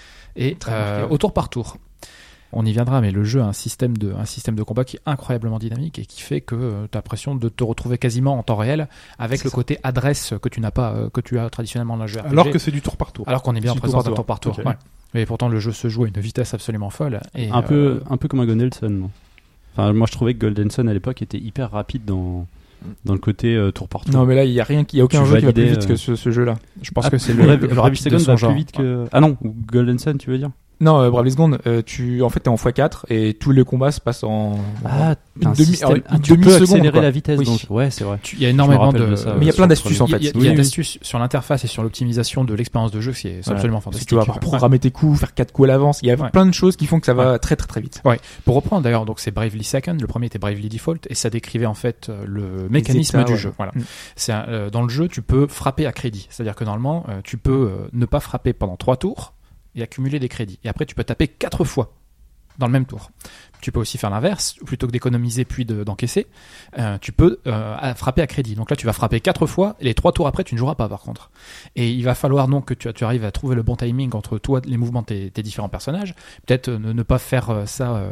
et Très marqué, ouais. au tour par tour. On y viendra, mais le jeu a un système de combat qui est incroyablement dynamique et qui fait que tu as l'impression de te retrouver quasiment en temps réel avec C'est le ça. côté adresse que tu n'as pas, que tu as traditionnellement dans un jeu RPG. Alors que c'est du tour par tour. Alors qu'on est bien en C'est présence tour d'un par tour par tour. Ok. Ouais. Mais pourtant, le jeu se joue à une vitesse absolument folle. Et, Un peu comme un Golden Sun. Moi. Enfin, moi, je trouvais que Golden Sun à l'époque était hyper rapide dans le côté tour par tour. Non, mais là, il y a aucun Tu jeu qui va plus validais, vite que ce jeu-là. je pense Ah, que c'est le le Bravely rapide Second de son va genre. plus vite que. Ah non, ou Golden Sun, tu veux dire? Non, Bravely Second, en fait, t'es en x4 et tous les combats se passent en. Ah, une un demi- système- alors, une tu peux demi-seconde, accélérer quoi. la vitesse. Oui. Donc, ouais, c'est vrai. Il y a énormément rappelle de. de ça, Mais il y a sur plein le d'astuces en premier. fait. Il y a Oui, d'astuces sur l'interface et sur l'optimisation de l'expérience de jeu, c'est Voilà. absolument Parce que fantastique. tu vas pouvoir programmer tes coups, faire 4 coups à l'avance. Il y a Ouais. plein de choses qui font que ça va très très très vite. Pour reprendre d'ailleurs, donc c'est Bravely Second, le premier était Bravely Default et ça décrivait en fait le mécanisme états, du ouais. jeu. Voilà. Mm. C'est dans le jeu, tu peux frapper à crédit, c'est-à-dire que normalement, tu peux ne pas frapper pendant 3 tours et accumuler des crédits. Et après, tu peux taper 4 fois dans le même tour. Tu peux aussi faire l'inverse, plutôt que d'économiser puis d'encaisser, tu peux frapper à crédit. Donc là, tu vas frapper 4 fois, et les 3 tours après, tu ne joueras pas par contre. Et il va falloir donc que tu arrives à trouver le bon timing entre toi, les mouvements de tes différents personnages. Peut-être ne pas faire ça,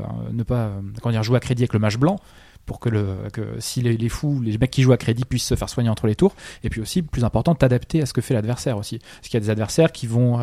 jouer à crédit avec le mage blanc, pour que si les fous, les mecs qui jouent à crédit puissent se faire soigner entre les tours. Et puis aussi, plus important, t'adapter à ce que fait l'adversaire aussi. Parce qu'il y a des adversaires qui vont,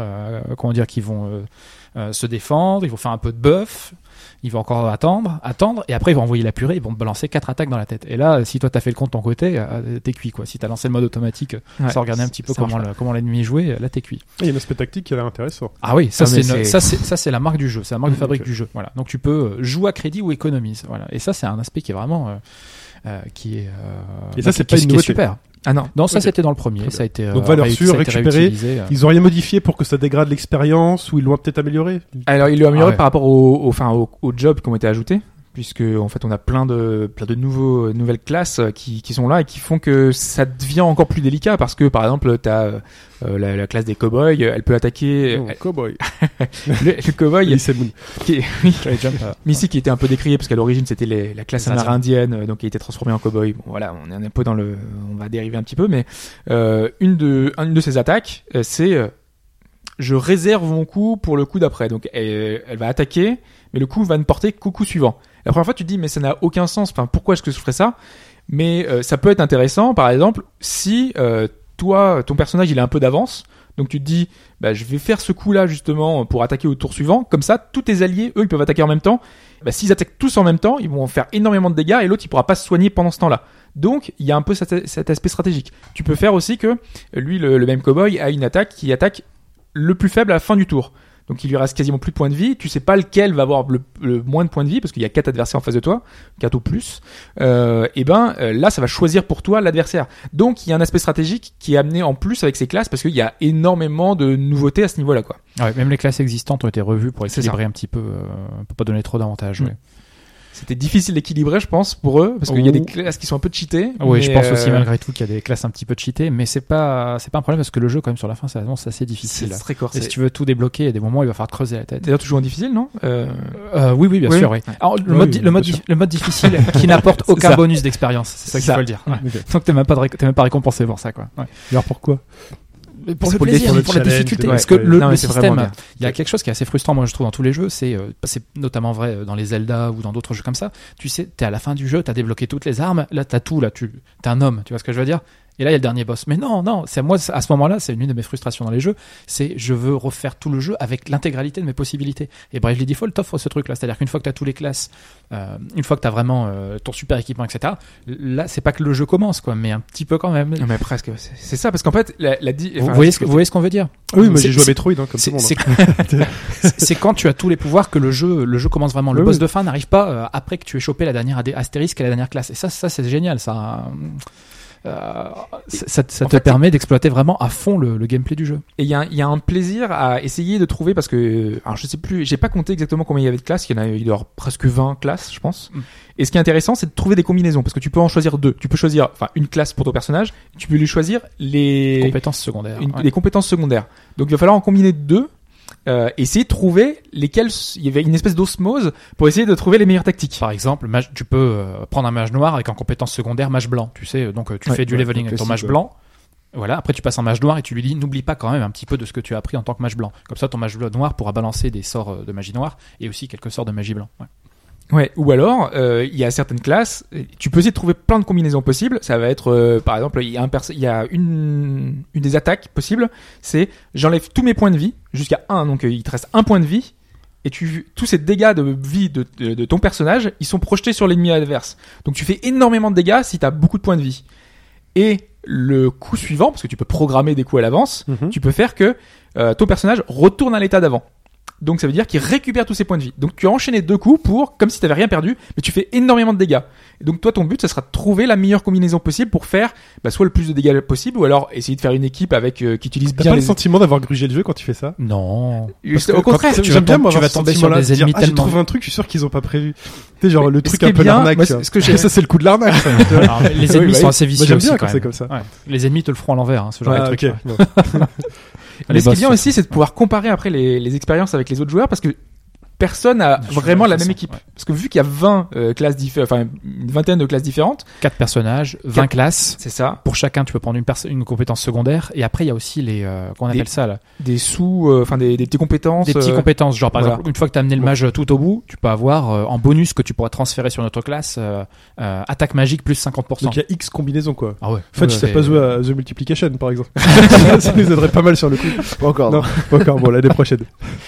se défendre, ils vont faire un peu de buff, ils vont encore attendre, et après ils vont envoyer la purée, ils vont te balancer 4 attaques dans la tête. Et là, si toi t'as fait le compte de ton côté, t'es cuit quoi. Si t'as lancé le mode automatique, Ouais, sans regarder un petit peu ça marche comment l'ennemi jouait, là t'es cuit. Il y a un aspect tactique qui a l'air intéressant. Ah oui, ça Ah, mais c'est la marque du jeu, c'est la marque de fabrique Ok. du jeu. Voilà. Donc tu peux jouer à crédit ou économise. Voilà. Et ça c'est un aspect qui est vraiment qui est Et ça, c'est qui pas une est nouveauté. super. Ah non. Non, ça Ok. c'était dans le premier, Très ça a été Donc, valeur ça a sûre, été récupérée. réutilisé, Ils ont rien modifié pour que ça dégrade l'expérience ou ils l'ont peut-être amélioré. Alors, il l'a amélioré Ah ouais. par rapport aux jobs qui ont été ajoutés, puisque en fait, on a plein de nouvelles classes qui sont là et qui font que ça devient encore plus délicat parce que, par exemple, t'as la classe des cowboys, elle peut attaquer Oh, cowboy. le cowboy Elise Moon. qui est, oui, mais ici qui était un peu décrié parce qu'à l'origine c'était la classe Les Indiens. amérindienne, donc qui a été transformée en cowboy. Bon voilà, on est un peu on va dériver un petit peu, mais une de ses attaques, c'est je réserve mon coup pour le coup d'après. Donc elle va attaquer, mais le coup va ne porter qu'au coup suivant. La première fois tu te dis mais ça n'a aucun sens. Enfin pourquoi est-ce que je ferais ça? Mais ça peut être intéressant, par exemple, si toi ton personnage il a un peu d'avance. Donc tu te dis, bah, je vais faire ce coup-là justement pour attaquer au tour suivant. Comme ça, tous tes alliés, eux, ils peuvent attaquer en même temps. Bah, s'ils attaquent tous en même temps, ils vont faire énormément de dégâts et l'autre, il pourra pas se soigner pendant ce temps-là. Donc, il y a un peu cet aspect stratégique. Tu peux faire aussi que lui, le même cowboy, a une attaque qui attaque le plus faible à la fin du tour. Donc il lui reste quasiment plus de points de vie. Tu sais pas lequel va avoir le moins de points de vie parce qu'il y a 4 adversaires en face de toi, 4 ou plus. Là, ça va choisir pour toi l'adversaire. Donc il y a un aspect stratégique qui est amené en plus avec ces classes parce qu'il y a énormément de nouveautés à ce niveau-là, quoi. Ouais, même les classes existantes ont été revues pour C'est équilibrer un petit peu, pour pas donner trop d'avantages. Mm. Ouais. C'était difficile d'équilibrer, je pense, pour eux, parce qu'il y a des classes qui sont un peu cheatées. Oui, mais, je pense aussi malgré tout qu'il y a des classes un petit peu cheatées, mais c'est pas un problème parce que le jeu quand même sur la fin ça annonce assez difficile. c'est très corsé. Et si tu veux tout débloquer, il y a des moments où il va falloir te creuser la tête. D'ailleurs, tu joues en difficile, non Oui, bien Oui. sûr, oui. Alors, le mode difficile qui n'apporte C'est aucun ça. bonus d'expérience, c'est ça qu'il Ça. faut le dire. Ouais. Ok. Donc t'es même pas récompensé pour ça, quoi. Ouais. Alors pourquoi? Pour C'est le pour le plaisir, défi, pour le la challenge, difficulté, ouais, parce que ouais. le Non, mais c'est vraiment système, bien. il y a quelque chose qui est assez frustrant, moi je trouve dans tous les jeux, c'est notamment vrai dans les Zelda ou dans d'autres jeux comme ça. Tu sais, t'es à la fin du jeu, t'as débloqué toutes les armes, là t'as tout, là t'es un homme, tu vois ce que je veux dire? Et là il y a le dernier boss. Mais non, c'est moi à ce moment-là, c'est une de mes frustrations dans les jeux, c'est je veux refaire tout le jeu avec l'intégralité de mes possibilités. Et Bravely Default t'offre ce truc-là, c'est-à-dire qu'une fois que t'as tous les classes, une fois que t'as vraiment ton super équipement, etc. Là c'est pas que le jeu commence, quoi, mais un petit peu quand même. Non, mais presque. C'est ça, parce qu'en fait, Vous voyez ce qu'on veut dire? Oui, moi C'est- j'ai joué à c'est- Metroid, hein, comme tout le monde. C'est quand tu as tous les pouvoirs que le jeu commence vraiment. Le Oui, boss oui. de fin n'arrive pas après que tu aies chopé la dernière astérisque et la dernière classe. Et ça c'est génial. Ça te permet d'exploiter vraiment à fond le gameplay du jeu. Et il y a un plaisir à essayer de trouver, parce que, alors je sais plus, j'ai pas compté exactement combien il y avait de classes, il doit y avoir presque 20 classes, je pense. Et ce qui est intéressant, c'est de trouver des combinaisons, parce que tu peux en choisir deux. Tu peux choisir, une classe pour ton personnage, tu peux lui choisir les Compétences secondaires. Ouais. les compétences secondaires. Donc il va falloir en combiner deux, essayer de trouver lesquelles, il y avait une espèce d'osmose pour essayer de trouver les meilleures tactiques. Par exemple, tu peux prendre un mage noir avec en compétence secondaire mage blanc. Tu sais, donc tu fais du leveling avec ton mage classique, blanc. Voilà, après tu passes en mage noir et tu lui dis n'oublie pas quand même un petit peu de ce que tu as appris en tant que mage blanc. Comme ça ton mage noir pourra balancer des sorts de magie noire et aussi quelques sorts de magie blanc. Ouais. Ouais, ou alors, il y a certaines classes, tu peux essayer de trouver plein de combinaisons possibles. Ça va être, par exemple, il y a une des attaques possibles, c'est j'enlève tous mes points de vie jusqu'à 1, donc il te reste 1 point de vie, et tous ces dégâts de vie de ton personnage, ils sont projetés sur l'ennemi adverse. Donc tu fais énormément de dégâts si t'as beaucoup de points de vie. Et le coup suivant, parce que tu peux programmer des coups à l'avance, tu peux faire que ton personnage retourne à l'état d'avant. Donc ça veut dire qu'il récupère tous ses points de vie. Donc tu as enchaîné 2 coups comme si tu n'avais rien perdu, mais tu fais énormément de dégâts. Et donc toi ton but, ça sera de trouver la meilleure combinaison possible pour faire soit le plus de dégâts possible, ou alors essayer de faire une équipe avec qui utilise T'as bien pas le les... sentiment d'avoir grugé le jeu quand tu fais ça? Non. Au contraire, tu J'aime vas bien moi tu avoir vas ce tomber sur sentiment-là, des de dire, ennemis ah, j'ai tellement. trouvé un truc, je suis sûr qu'ils ont pas prévu. Tu sais, genre le Mais truc ce qui un est peu bien, l'arnaque. moi, ça. ce que j'ai- Ça c'est le coup de l'arnaque. ça. Alors, les ennemis Oui, sont oui. assez Moi vicieux j'aime aussi bien quand quand c'est même. comme ça. Ouais. Les ennemis te le feront à l'envers, ce genre Ah, de ok. truc. Bon. Mais Les ce qui est boss bien sont- aussi, c'est de pouvoir comparer après les expériences avec les autres joueurs, parce que personne a vraiment la même façon, équipe. ouais. Parce que vu qu'il y a 20 classes une vingtaine de classes différentes, 4 personnages, 20 classes. c'est ça, Pour chacun, tu peux prendre une compétence secondaire. Et après, il y a aussi les, comment on appelle ça, là? des des petites compétences. Des petites compétences. Genre, par voilà. exemple, une fois que tu as amené le mage tout au bout, tu peux avoir, en bonus que tu pourras transférer sur notre classe, attaque magique plus 50%. Donc il y a X combinaisons quoi. Ah ouais. En fait, je sais C'est- pas jouer à The Multiplication par exemple. Ça nous aiderait pas mal sur le coup. Pas encore. Non, pas encore. Bon, l'année prochaine.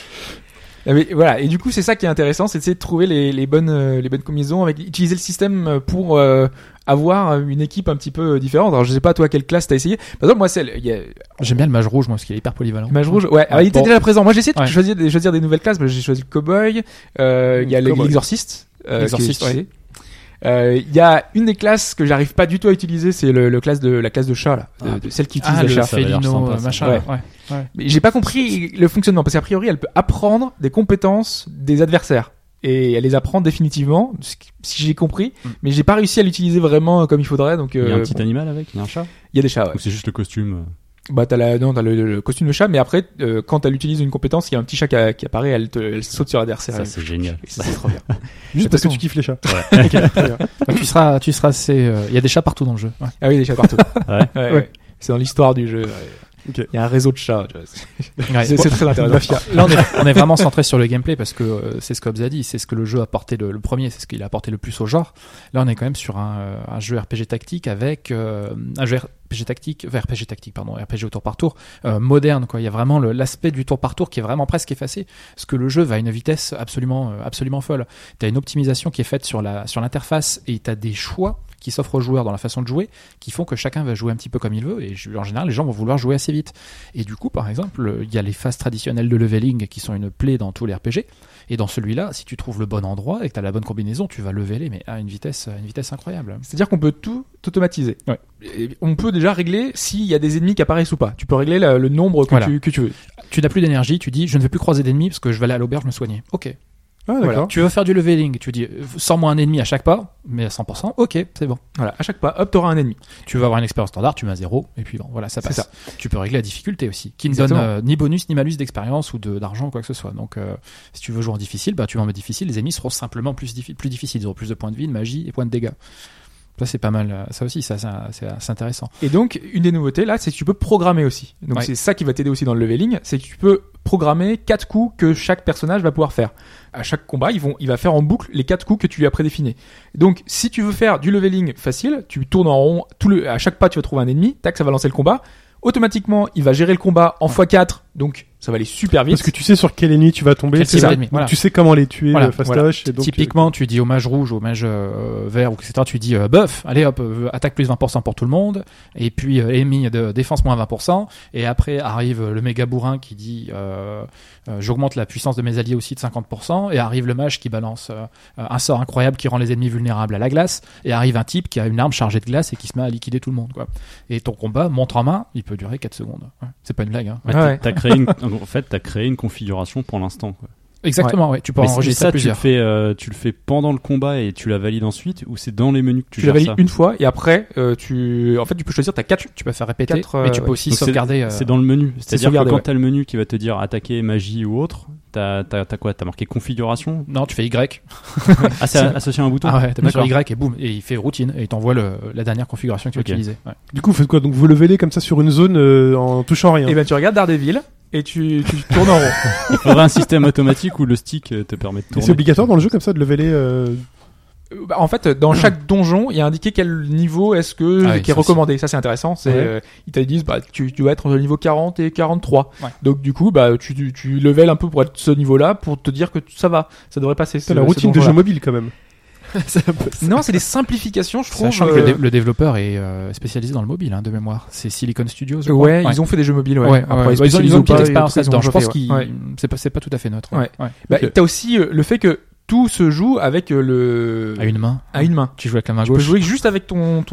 Mais voilà, et du coup c'est ça qui est intéressant, c'est d'essayer de trouver les bonnes combinaisons, avec utiliser le système pour avoir une équipe un petit peu différente. Alors je sais pas toi quelle classe t'as essayé. Par exemple moi J'aime bien le mage rouge, moi, parce qu'il est hyper polyvalent. le mage rouge, ouais, il était bon. déjà présent. Moi j'ai essayé de Ouais. choisir des nouvelles classes, mais j'ai choisi le cowboy, il y a Cowboy. l'exorciste, L'exorciste, qui est- il y a une des classes que j'arrive pas du tout à utiliser, c'est la classe de chat là, de celle qui utilise Ah, le le chat. ça va l'air félino, sympa, ça. machin. Ouais. Ouais. Mais j'ai pas compris le fonctionnement, parce qu'a priori elle peut apprendre des compétences des adversaires. Et elle les apprend définitivement, si j'ai compris, mais j'ai pas réussi à l'utiliser vraiment comme il faudrait. Donc Il y a un petit bon, animal avec, il y a un chat. il y a des chats. Ouais. Ou c'est juste le costume. Bah t'as le costume de chat, mais après quand elle utilise une compétence, il y a un petit chat qui apparaît, elle saute sur l'adversaire. Ça, c'est génial. Et c'est trop bien. Juste parce que façon- tu kiffes les chats. Ouais. Ok, très bien. Bah, tu seras assez, il y a des chats partout dans le jeu. Ouais. Ah oui, des chats partout. Ouais. Ouais. C'est dans l'histoire du jeu. Ouais. Ok. Il y a un réseau de chats. Tu vois. Ouais. C'est très intéressant. Là, on est vraiment centré sur le gameplay parce que c'est ce que Hobbs a dit, c'est ce que le jeu a apporté le premier, c'est ce qu'il a apporté le plus au genre. Là, on est quand même sur un jeu RPG tactique avec un jeu RPG tactique, RPG au tour par tour moderne quoi. Il y a vraiment l'aspect du tour par tour qui est vraiment presque effacé, parce que le jeu va à une vitesse absolument folle. T'as une optimisation qui est faite sur l'interface et t'as des choix qui s'offrent aux joueurs dans la façon de jouer, qui font que chacun va jouer un petit peu comme il veut, et en général les gens vont vouloir jouer assez vite. Et du coup, par exemple, il y a les phases traditionnelles de leveling qui sont une plaie dans tous les RPG, et dans celui-là, si tu trouves le bon endroit et que tu as la bonne combinaison, tu vas leveler mais à une vitesse incroyable. C'est-à-dire qu'on peut tout automatiser. Ouais. Et on peut déjà régler s'il y a des ennemis qui apparaissent ou pas. Tu peux régler le nombre que Voilà. tu veux. Tu n'as plus d'énergie, tu dis je ne veux plus croiser d'ennemis parce que je vais aller à l'auberge me soigner. Ok. Ah, d'accord. Tu veux faire du leveling, tu dis sors-moi un ennemi à chaque pas, mais à 100%, ok, c'est bon. Voilà, à chaque pas, hop, t'auras un ennemi. Tu veux avoir une expérience standard, tu mets à 0, et puis bon, voilà, ça passe. C'est ça. Tu peux régler la difficulté aussi, qui ne Exactement. donne ni bonus ni malus d'expérience ou d'argent ou quoi que ce soit. Donc, si tu veux jouer en difficile, bah tu vas en mode difficile, les ennemis seront simplement plus difficiles, ils auront plus de points de vie, de magie et points de dégâts. Ça, c'est pas mal. Ça aussi, c'est intéressant. Et donc, une des nouveautés là, c'est que tu peux programmer aussi. Donc, Ouais. c'est ça qui va t'aider aussi dans le leveling, c'est que tu peux programmer 4 coups que chaque personnage va pouvoir faire. À chaque combat, il va faire en boucle les 4 coups que tu lui as prédéfinis. Donc, si tu veux faire du leveling facile, tu tournes en rond, à chaque pas, tu vas trouver un ennemi, tac, ça va lancer le combat. Automatiquement, il va gérer le combat en x4, donc ça va aller super vite. Parce que tu sais sur quel ennemi tu vas tomber. Quel c'est type ça. d'ennemi, Donc voilà. tu sais comment les tuer Voilà, fastoche. Et donc, Typiquement, tu dis au mage rouge, au mage vert, ou etc. Tu dis buff, allez hop, attaque plus 20% pour tout le monde, et puis ennemi de défense moins 20%, et après arrive le méga bourrin qui dit j'augmente la puissance de mes alliés aussi de 50%, et arrive le mage qui balance un sort incroyable qui rend les ennemis vulnérables à la glace, et arrive un type qui a une arme chargée de glace et qui se met à liquider tout le monde, quoi. Et ton combat, montre en main, il peut durer 4 secondes. Ouais. C'est pas une blague, hein. Ouais, Ouais. t'as créé une configuration pour l'instant, quoi. Exactement, ouais. Tu peux Mais enregistrer ça, plusieurs. tu le fais pendant le combat et tu la valides ensuite, ou c'est dans les menus que tu Tu la gères valides ça une fois, et après, tu peux choisir, t'as 4, Tu peux faire répéter, Quatre, mais tu peux aussi Donc sauvegarder. c'est dans le menu. C'est-à-dire que sauvegardé, quand ouais. t'as le menu qui va te dire attaquer, magie ou autre, t'as quoi? T'as marqué configuration? Non, tu fais Y. Ah, c'est associé à un bouton? Ah ouais, t'appuies sur D'accord. Y et boum, et il fait routine et il t'envoie la dernière configuration que tu Ok. vas utiliser. Ouais. Du coup, vous faites quoi? Donc vous levelez comme ça sur une zone en touchant rien. et ben tu regardes Daredevil, et tu tournes en rond. Il faudrait un système automatique où le stick te permet de Et tourner. c'est obligatoire dans le jeu comme ça de leveler. Bah, en fait, dans chaque donjon, il y a indiqué quel niveau est-ce que Ah oui, qui est ça recommandé. Ça, c'est intéressant. C'est Ouais. ils te disent bah tu dois être entre le niveau 40 et 43. Ouais. Donc du coup, bah tu level un peu pour être ce niveau-là pour te dire que ça va, ça devrait passer. C'est la routine de jeu mobile quand même. Non, c'est des simplifications, je trouve. Sachant que le développeur est spécialisé dans le mobile, hein, de mémoire. C'est Silicon Studios. Je crois. Ouais, ils ont fait des jeux mobiles. Ouais. Ouais, Après, ouais. Ils ont spécialisent une ou petite pas, expérience ils ont là-dedans. Je déjà pense fait, qu'il ouais. c'est pas tout à fait neutre. Ouais. Ouais. Bah, Ok. t'as aussi le fait que tout se joue avec le À une main. à une main. Tu joues avec la main Tu peux gauche. jouer juste avec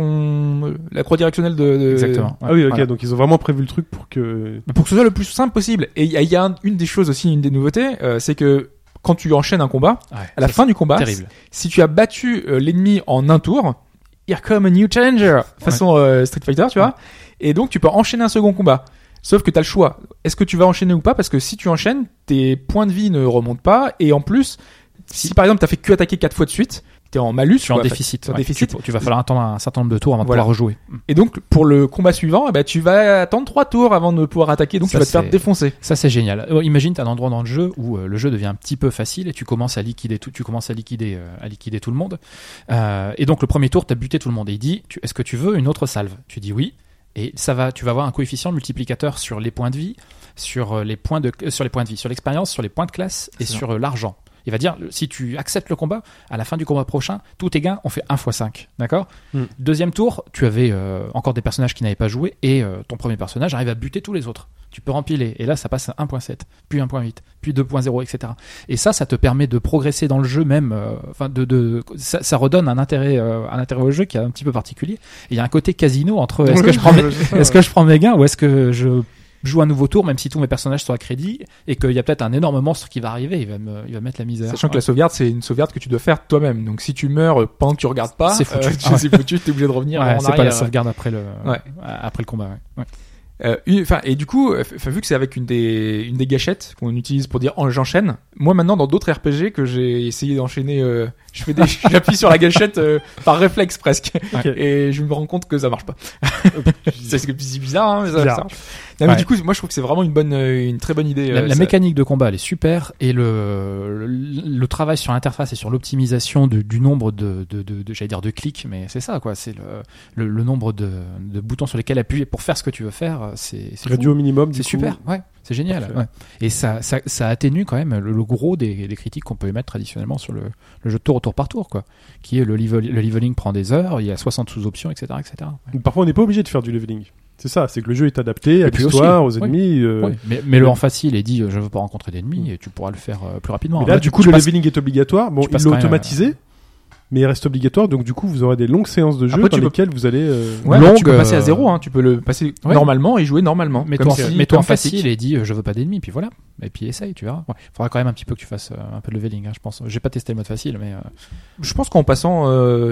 la croix directionnelle de Exactement. Ah oui, ok. Voilà. Donc ils ont vraiment prévu le truc pour que. Mais pour que ce soit le plus simple possible. Et il y a une des choses aussi, une des nouveautés, c'est que quand tu enchaînes un combat, Ouais, à la ça, fin du combat, c'est terrible. si tu as battu l'ennemi en un tour, here come a new challenger, façon Street Fighter, tu vois. Et donc tu peux enchaîner un second combat. Sauf que tu as le choix. Est-ce que tu vas enchaîner ou pas? Parce que si tu enchaînes, tes points de vie ne remontent pas. Et en plus, si par exemple tu as fait que attaquer 4 fois de suite, t'es en malus. Tu es en quoi. déficit. T'es en ouais. déficit. Tu vas falloir attendre un certain nombre de tours avant de Voilà. pouvoir rejouer. Et donc pour le combat suivant, eh ben, tu vas attendre 3 tours avant de pouvoir attaquer. Donc Ça, tu vas te faire c'est- défoncer. Ça, c'est génial. Imagine, t'as un endroit dans le jeu où le jeu devient un petit peu facile et tu commences à liquider tout, tout le monde. Et donc, le premier tour, t'as buté tout le monde. Et il dit, est-ce que tu veux une autre salve? Tu dis oui. Et tu vas avoir un coefficient multiplicateur sur les points de vie, sur les points de vie, sur l'expérience, sur les points de classe et C'est ça. sur l'argent. Il va dire, si tu acceptes le combat, à la fin du combat prochain, tous tes gains ont fait 1 x 5. D'accord? Deuxième tour, tu avais encore des personnages qui n'avaient pas joué et ton premier personnage arrive à buter tous les autres. Tu peux empiler et là ça passe à 1.7, puis 1.8, puis 2.0, etc. Et ça te permet de progresser dans le jeu même. Ça redonne un intérêt au jeu qui est un petit peu particulier. Et il y a un côté casino entre est-ce que je prends mes gains ou est-ce que je joue un nouveau tour même si tous mes personnages sont à crédit et qu'il y a peut-être un énorme monstre qui va arriver, il va me mettre la misère. Sachant que la sauvegarde, c'est une sauvegarde que tu dois faire toi-même. Donc si tu meurs pendant que tu regardes pas, C'est foutu. c'est foutu, t'es obligé de revenir Ouais, en c'est arrière. pas la sauvegarde après le combat. Ouais. Et du coup, vu que c'est avec une des gâchettes qu'on utilise pour dire j'enchaîne, moi maintenant dans d'autres RPG que j'ai essayé d'enchaîner, j'appuie sur la gâchette par réflexe presque, Ok. et je me rends compte que ça marche pas. C'est bizarre, hein, mais ça Bizarre. marche. Non, mais Ouais. du coup, moi je trouve que c'est vraiment une très bonne idée. La ça- mécanique de combat elle est super et le travail sur l'interface et sur l'optimisation du nombre j'allais dire de clics, mais c'est ça quoi, c'est le nombre de boutons sur lesquels appuyer pour faire ce que tu veux faire, c'est fou. Réduit au minimum. C'est du coup. super, ouais, c'est génial. Parfait. Ouais. Et ça atténue quand même le gros des critiques qu'on peut émettre traditionnellement sur le jeu de tour par tour, quoi. Qui est le leveling prend des heures, il y a 60 sous-options, etc., etc. Mais parfois on n'est pas obligé de faire du leveling. C'est ça, c'est que le jeu est adapté à Et puis l'histoire, aux aussi, ennemis. Ouais. Mais le en facile et dit je veux pas rencontrer d'ennemis et tu pourras le faire plus rapidement. Mais là, Ouais, du coup, tu le passes- leveling est obligatoire. Bon, tu ils passes l'ont quand même, automatisé, mais il reste obligatoire. Donc, du coup, vous aurez des longues séances de jeu Après, dans tu peux- lesquelles vous allez. Ouais, longue, tu peux passer à 0, hein. Tu peux le passer Ouais. normalement et jouer normalement. Mets-toi en comme facile classique. et dis je veux pas d'ennemis, puis voilà. Et puis essaye, tu verras. Faudra quand même un petit peu que tu fasses un peu de leveling, hein, je pense. J'ai pas testé le mode facile, mais Je pense qu'en passant,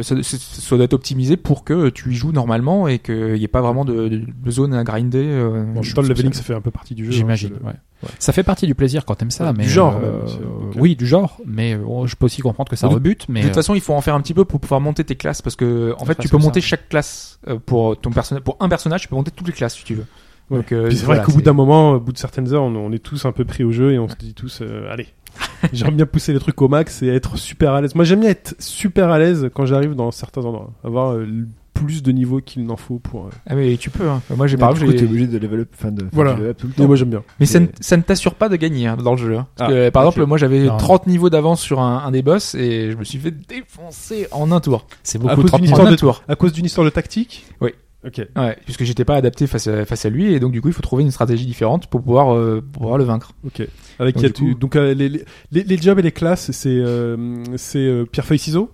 ça doit être optimisé pour que tu y joues normalement et qu'il n'y ait pas vraiment de zone à grinder. Bon, je le pense que leveling, ça fait un peu partie du jeu. j'imagine. hein, Ouais. Ça fait partie du plaisir quand t'aimes ça, Du mais genre, même, aussi, ok. oui, du genre. Mais je peux aussi comprendre que ça De- rebute. Mais De toute façon, il faut en faire un petit peu pour pouvoir monter tes classes parce que en fait, tu presque peux monter ça. chaque classe pour ton personnage. Pour un personnage, tu peux monter toutes les classes si tu veux. Ouais. Donc, Puis c'est voilà, vrai qu'au bout d'un moment, au bout de certaines heures, on est tous un peu pris au jeu et on se dit tous, allez, j'aime bien pousser les trucs au max et être super à l'aise. Moi, j'aime bien être super à l'aise quand j'arrive dans certains endroits, avoir plus de niveaux qu'il n'en faut pour. Ah mais tu peux. Hein. Moi, j'ai Mais par du coup, exemple, t'es obligé de level up, Voilà. level up tout le Et temps. moi, j'aime bien. mais ça Et- ne t'assure pas de gagner hein, dans le jeu. Hein. Parce Ah, que, par ok. exemple, moi j'avais Non. 30 niveaux d'avance sur un des boss et je me suis fait défoncer en un tour. c'est À beaucoup cause trop. d'une En histoire un de tour. À cause d'une histoire de tactique. Oui. Ok. Ouais, puisque j'étais pas adapté face à lui et donc du coup il faut trouver une stratégie différente pour pouvoir le vaincre. Ok. Avec Donc, il y a du coup- donc les jobs et les classes, c'est pierre feuille ciseaux.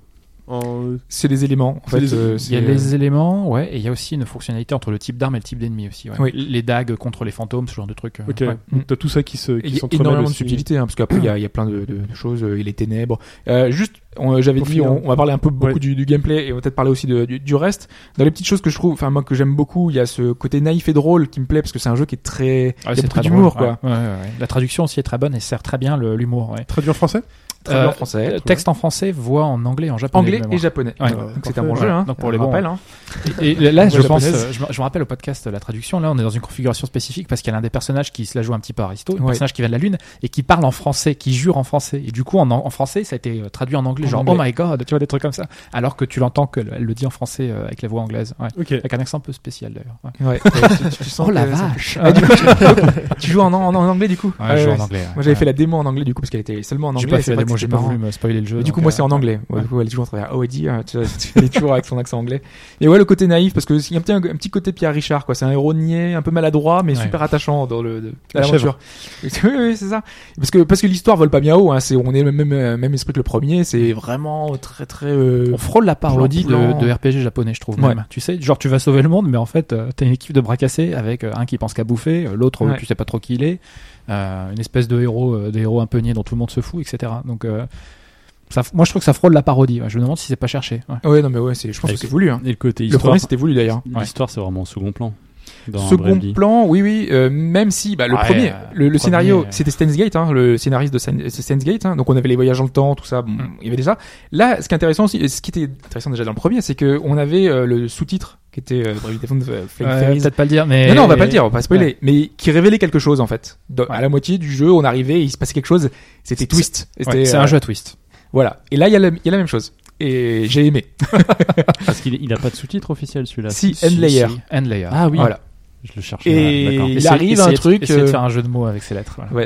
C'est des éléments. En C'est fait, des- Il y a les éléments, ouais, et il y a aussi une fonctionnalité entre le type d'arme et le type d'ennemi aussi. Ouais. Oui. Les dagues contre les fantômes, ce genre de trucs. Ok. Ouais. Donc t'as tout ça qui Et il y a s'entremêle énormément de aussi. subtilité, hein, parce qu'après il y a plein de choses, et les ténèbres. Juste, j'avais Pour dit, finir. on va parler un peu beaucoup Ouais. du gameplay et on va peut-être parler aussi du reste. Dans les petites choses que je trouve, enfin moi que j'aime beaucoup, il y a ce côté naïf et drôle qui me plaît parce que c'est un jeu qui est très, il y a c'est beaucoup très d'humour drôle, quoi. ouais. Ouais. La traduction aussi est très bonne et sert très bien l'humour. Ouais. Traduit en français. Très bien en français, Texte en français, voix en anglais, en japonais. anglais de et mémoire. japonais. Ouais. Donc c'est Parfait. un bon jeu, Ouais. hein. Donc pour on les bons, rappelle, hein. Et là, je Voix pense, japonaise. je me rappelle au podcast la traduction. Là, on est dans une configuration spécifique parce qu'il y a l'un des personnages qui se la joue un petit peu Aristo, un Ouais. personnage qui vient de la lune et qui parle en français, qui jure en français. Et du coup, en français, ça a été traduit en anglais, En genre anglais. oh my god, tu vois des trucs comme ça. Alors que tu l'entends qu'elle le dit en français avec la voix anglaise, ouais. Ok. Avec un accent un peu spécial d'ailleurs. Ouais. Ouais. tu sens Oh la que ça- vache. Ah, du coup, tu joues en anglais du coup. Ouais, je joue en anglais. Moi j'avais fait la démo en anglais du coup parce qu'elle était seulement en J'ai anglais. pas et fait c'est la vrai démo, que j'ai c'était pas marrant. voulu me spoiler le jeu. Et du coup, donc, moi, c'est en anglais. Ouais, du coup, elle est toujours en train de faire, oh, Eddie, tu es toujours avec son accent anglais. Et ouais, le côté naïf, parce que il y a un petit côté Pierre Richard, quoi. C'est un héros niais, un peu maladroit, mais Ouais. super attachant dans La l'aventure. Oui, oui, c'est ça. Parce que l'histoire vole pas bien haut, hein. On est le même esprit que le premier. C'est vraiment très, très, On frôle la parodie plan. de RPG japonais, je trouve. Ouais. Même. Tu sais, genre tu vas sauver le monde, mais en fait, t'as une équipe de bras cassés avec un qui pense qu'à bouffer, l'autre Ouais. tu sais pas trop qui il est, une espèce de héros un peu niais dont tout le monde se fout, etc. Donc, moi je trouve que ça frôle la parodie. Ouais. Je me demande si c'est pas cherché. Ouais. Ouais, non, mais ouais, je pense que c'est voulu, hein. Et le côté Le histoire, premier, c'était voulu d'ailleurs. l'histoire c'est vraiment au second plan. Dans Second Bravely. plan, oui, même si le Ouais, premier, le premier, scénario, c'était Steins Gate, hein, le scénariste de Steins Gate, hein, donc on avait les voyages dans le temps, tout ça, bon, il y avait déjà. Là, ce qui est intéressant aussi, ce qui était intéressant déjà dans le premier, c'est que on avait le sous-titre qui était Bravely Default Flying Fairies. Peut-être pas le dire, mais Non, on va pas le dire, on va pas spoiler, Ouais. mais qui révélait quelque chose en fait. À la moitié du jeu, on arrivait, il se passait quelque chose, c'était twist. Et Ouais, c'était, c'est un jeu à twist. Voilà. Et là, il y a la même chose. Et j'ai aimé. Parce qu'il a pas de sous-titre officiel celui-là. Si, End Layer. End Layer. Ah oui. Voilà. Je le cherchais. Et D'accord. il arrive un truc. Essayer de faire un jeu de mots avec ces lettres. Voilà. Ouais.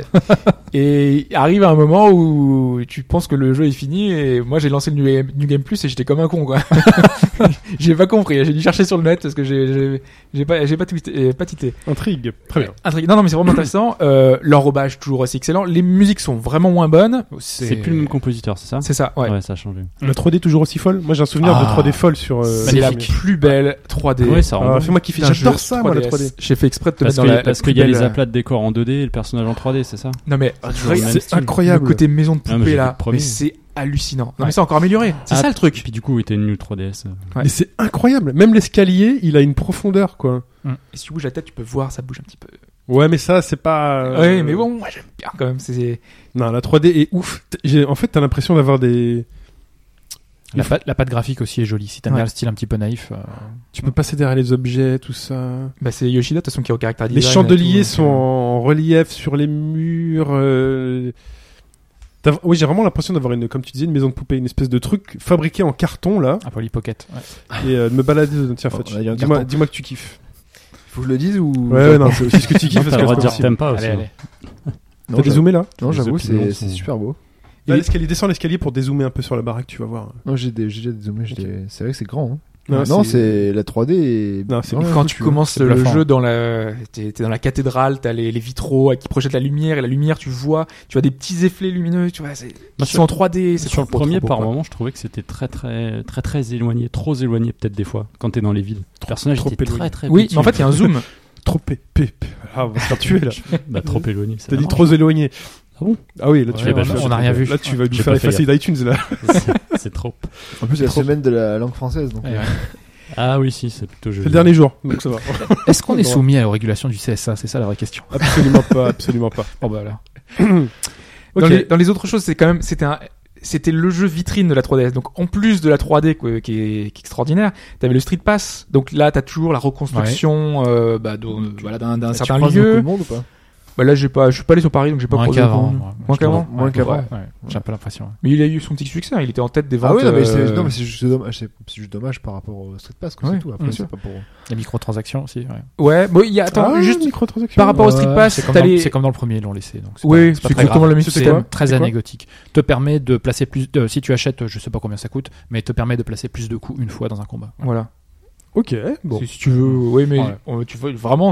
Et arrive un moment où tu penses que le jeu est fini et moi j'ai lancé le New Game Plus et j'étais comme un con quoi. J'ai pas compris, j'ai dû chercher sur le net parce que j'ai pas tité. Intrigue. Très bien. Intrigue. Non mais c'est vraiment intéressant. L'enrobage toujours aussi excellent. Les musiques sont vraiment moins bonnes. C'est plus le même compositeur, c'est ça C'est ça. Ouais. Ouais, ça a changé. La 3D toujours aussi folle. Moi, j'ai un souvenir de 3D folle sur. C'est la magnifique. plus belle 3D. Ouais, ça rend Ah, bon. fais-moi kiffer. d'un J'adore jeu ça, moi, la 3DS. 3D. J'ai fait exprès de te Parce mettre dans la qu'il plus y a les belle- aplats de décor en 2D et le personnage en 3D, c'est ça Non mais Toujours le même C'est style. incroyable. le côté maison de Ah, mais j'ai poupée vu là, le premier. mais c'est hallucinant. Non Ouais. mais c'est encore amélioré. C'est Ah, ça le truc. Puis du coup, il était New 3DS. Ouais. Mais c'est incroyable. Même l'escalier, il a une profondeur, quoi. Et si tu bouges la tête, tu peux voir, ça bouge un petit peu. Ouais, mais ça, c'est pas. Ouais, mais bon, moi j'aime bien quand même. C'est Non, la 3D est ouf. En fait, t'as l'impression d'avoir des. La patte graphique aussi est jolie. Si t'aimes Ouais. bien le style un petit peu naïf. Tu peux passer derrière les objets, tout ça. bah c'est Yoshida de toute façon qui est au caractère Les design. chandeliers et tout, sont en relief sur les murs. Oui, j'ai vraiment l'impression d'avoir comme tu disais, une maison de poupée, une espèce de truc fabriqué en carton là, Un Polly Pocket. Ouais. et de me balader. Tiens, Bon, Fatch, on a dit en dis-moi carton. que tu kiffes. Faut que je le dise ou. Ouais, non, c'est aussi ce que tu kiffes. Non, parce t'as que le droit de c'est dire possible. t'aimes pas aussi. Allez, allez. Non, T'as dézoomé là Non, Les j'avoue, opinions c'est sont- super beau. Là, l'escalier, descends l'escalier pour dézoomer un peu sur la baraque, tu vas voir. Non, j'ai déjà dézoomé. C'est vrai que c'est grand. Hein. Non, Non, c'est la 3D. Est... Non, c'est vraiment Quand foutu, tu hein. commences C'est le bluffant. jeu t'es dans la cathédrale, t'as les vitraux qui projettent la lumière et la lumière tu vois des petits effets lumineux, tu vois, qui sont en 3D. C'est Sur le trop, premier, trop beau, par quoi. moment, je trouvais que c'était très éloigné, trop éloigné peut-être des fois, quand t'es dans les villes. Le personnage trop était éloigné. très Oui, petit. mais en fait il y a un zoom. Trop épais. Ah, on va se faire tuer là. Bah, trop éloigné. T'as dit trop éloigné. Ah bon? Ah oui, là tu Ouais, vas on a rien vu. Là tu vas nous J'ai faire pas effacer fait d'iTunes là. C'est trop. En plus, c'est la semaine de la langue française. Donc, Ouais, ouais. Ah oui, si, c'est plutôt joli. C'est le dernier jour, donc ça va. Est-ce qu'on est soumis à la régulation du CSA? C'est ça la vraie question. Absolument pas, absolument pas. Bon bah alors. Ok. Dans les autres choses, c'était le jeu vitrine de la 3DS. Donc en plus de la 3D qui est extraordinaire, t'avais le Street Pass. Donc là, t'as toujours la reconstruction d'un certain tu croises beaucoup lieu. de monde ou pas? Bah là, je suis pas allé sur Paris, donc j'ai pas Moins croisé qu'avant. beaucoup. moi. Moins qu'avant. Moins qu'avant. Ouais, j'ai un peu l'impression. ouais. Mais il a eu son petit succès. Il était en tête des ventes. Ah oui, non, mais euh, c'est juste dommage. C'est juste dommage par rapport au Street Pass, quoi, Ouais, c'est tout. Après, bien c'est sûr. pas pour. Les microtransactions aussi. Ouais. Ouais, bon, il y a juste microtransactions. par rapport au Street Pass, c'est comme, t'as les- c'est comme dans le premier, ils l'ont laissé. Donc Oui, c'est pas c'est très exactement grave. le même C'est système. très C'est quoi anecdotique. Te permet de placer plus. Si tu achètes, je sais pas combien ça coûte, mais te permet de placer plus de coups une fois dans un combat. Voilà. Ok, bon. Si tu veux, oui, mais Ouais. tu veux vraiment,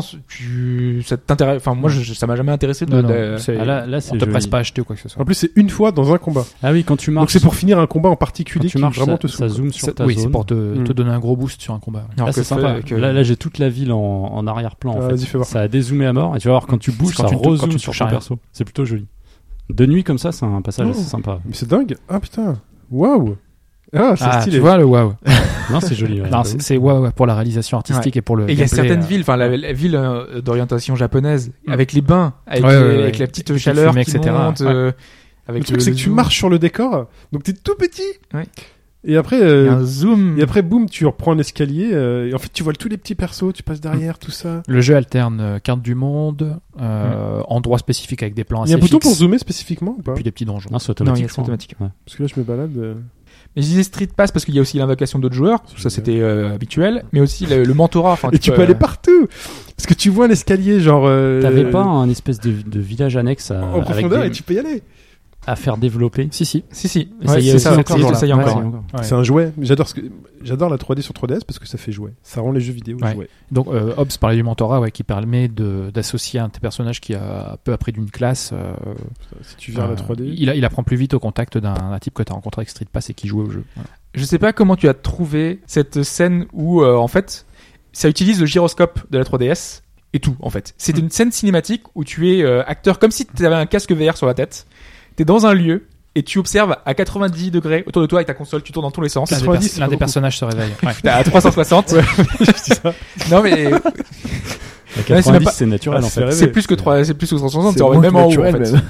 ça t'intéresse. Enfin, moi, ça m'a jamais intéressé de. Non, non, de- c'est- Ah, là, c'est on te joli. presse pas à acheter ou quoi que ce soit. En plus, c'est une fois dans un combat. Ah oui, quand tu Donc marches. c'est pour finir un combat en quand particulier tu qui marches, vraiment te ça saoule. zoome sur ta Oui, zone. c'est pour te Mm. donner un gros boost sur un combat. ouais. Alors Là, que c'est sympa. que- Là, j'ai toute la ville en arrière-plan. En Ah, fait. vas-y, fais voir. Ça a dézoomé à mort. Et tu vas voir, quand tu bouges, C'est ça quand tu- quand rezoome tu sur touches ton à rien. perso. C'est plutôt joli. De nuit, comme ça, c'est un passage Oh. assez sympa. Mais c'est dingue. Ah putain. Waouh. Ah, c'est Ah, stylé. tu vois le waouh. Non, c'est joli. ouais. Non, c'est waouh pour la réalisation artistique et pour le. Et il y a gameplay, certaines euh, villes, enfin la ville d'orientation japonaise, avec les bains, avec, Ouais, ouais, ouais. avec la petite Avec chaleur les qui fumées, etc. monte, Ouais. avec Le truc, c'est que tu zoom. marches sur le décor, donc t'es tout petit. Ouais. Et après, Il y a un zoom. et après, boum, tu reprends un escalier. Et en fait, tu vois tous les petits persos, tu passes derrière, tout ça. Le jeu alterne carte du monde, endroit spécifique avec des plans Il y assez a un bouton fixes, pour zoomer spécifiquement ou pas? puis des petits donjons. Non, c'est Non, automatique. il y a je crois. automatique. Ouais. Parce que là, je me balade. Mais je disais Street Pass parce qu'il y a aussi l'invocation d'autres joueurs, ça génial. c'était habituel, mais aussi le mentorat. Enfin, Et tu peux aller partout. Parce que tu vois l'escalier, genre. T'avais pas un espèce de village annexe en avec profondeur des- et tu peux y aller. à faire développer. Si. Si, si. Et ça Ouais, y est c'est aussi, ça, c'est encore, toujours ça y est là. encore. Ouais, Ouais. C'est un jouet. J'adore la 3D sur 3DS parce que ça fait jouet. Ça rend les jeux vidéo Ouais. jouets. Donc Hobbs parlait du mentorat, qui permet d'associer un de tes personnages qui a peu appris d'une classe. Si tu viens à la 3D. Il apprend plus vite au contact d'un type que tu as rencontré avec Street Pass et qui jouait au jeu. Voilà. Je sais pas comment tu as trouvé cette scène où, en fait, ça utilise le gyroscope de la 3DS et tout, en fait. C'est une scène cinématique où tu es acteur comme si tu avais un casque VR sur la tête. T'es dans un lieu et tu observes à 90 degrés autour de toi avec ta console, tu tournes dans tous les sens. L'un des, 90, c'est l'un pas des beaucoup. personnages se réveille. Ouais. T'es à 360. Je dis ça. Non mais La c'est 90, même pas- c'est naturel Ah, en c'est fait. vrai. c'est plus que 360, C'est c'est moins même que en haut, en naturel, fait. même.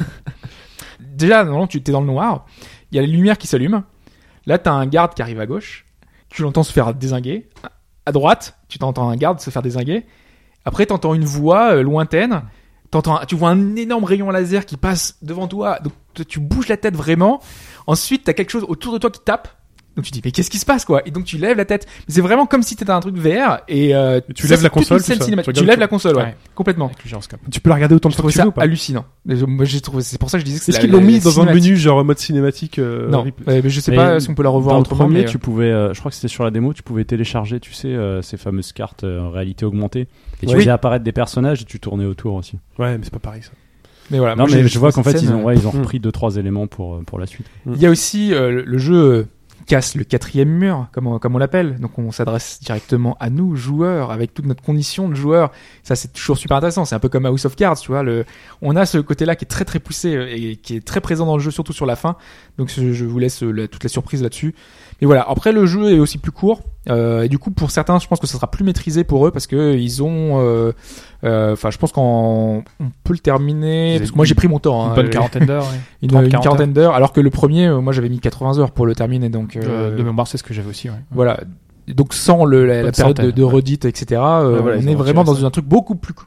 Déjà, non, tu t'es dans le noir. Il y a les lumières qui s'allument. Là, t'as un garde qui arrive à gauche. Tu l'entends se faire dézinguer. À droite, tu t'entends un garde se faire dézinguer. Après, t'entends une voix lointaine. Tu vois un énorme rayon laser qui passe devant toi. Donc, tu bouges la tête vraiment. Ensuite, t'as quelque chose autour de toi qui tape. Donc, tu te dis, mais qu'est-ce qui se passe, quoi? Et donc, tu lèves la tête. Mais c'est vraiment comme si t'étais un truc VR. Et tu ça, lèves c'est la toute console, une scène tout ça. cinématique. Tu Tu regardes lèves la console, ouais. Ouais. Complètement. Avec le gyroscope. Tu peux la regarder autant de Je fois que trouvais tu ça veux ou pas? hallucinant. Moi, j'ai trouvé, c'est pour ça que je disais que c'est Est-ce qu'ils l'ont mis dans un menu genre mode cinématique Non, replay mais je sais Mais pas si on peut la revoir Dans le autrement. premier, mais, tu pouvais, je crois que c'était sur la démo, tu pouvais télécharger, tu sais, ces fameuses cartes en réalité augmentée. Et tu Oui. faisais apparaître des personnages et tu tournais autour aussi. Ouais, mais c'est pas pareil ça. mais voilà. Non, moi, mais j'ai je vois qu'en trouvé fait, cette ils ont scène, repris 2-3 éléments pour la suite. Il y a aussi le jeu casse le quatrième mur, comme on l'appelle. Donc on s'adresse directement à nous, joueurs, avec toute notre condition de joueur. Ça, c'est toujours super intéressant. C'est un peu comme House of Cards, tu vois. On a ce côté-là qui est très très poussé et qui est très présent dans le jeu, surtout sur la fin. Donc je vous laisse toute la surprise là-dessus. Mais voilà. Après, le jeu est aussi plus court. Et du coup, pour certains, je pense que ça sera plus maîtrisé pour eux parce que ils ont. Enfin, je pense qu'on peut le terminer. Parce que moi, j'ai pris mon temps. Une hein. bonne quarantaine d'heures. Ouais. Une 30, 40 quarantaine d'heures. Alors que le premier, moi, j'avais mis 80 heures pour le terminer. Donc De mémoire, c'est ce que j'avais aussi. Ouais. voilà. Donc sans la Bonne période centaine, de ouais. redite, etc. voilà, on ils est ont vraiment retiré dans un truc beaucoup plus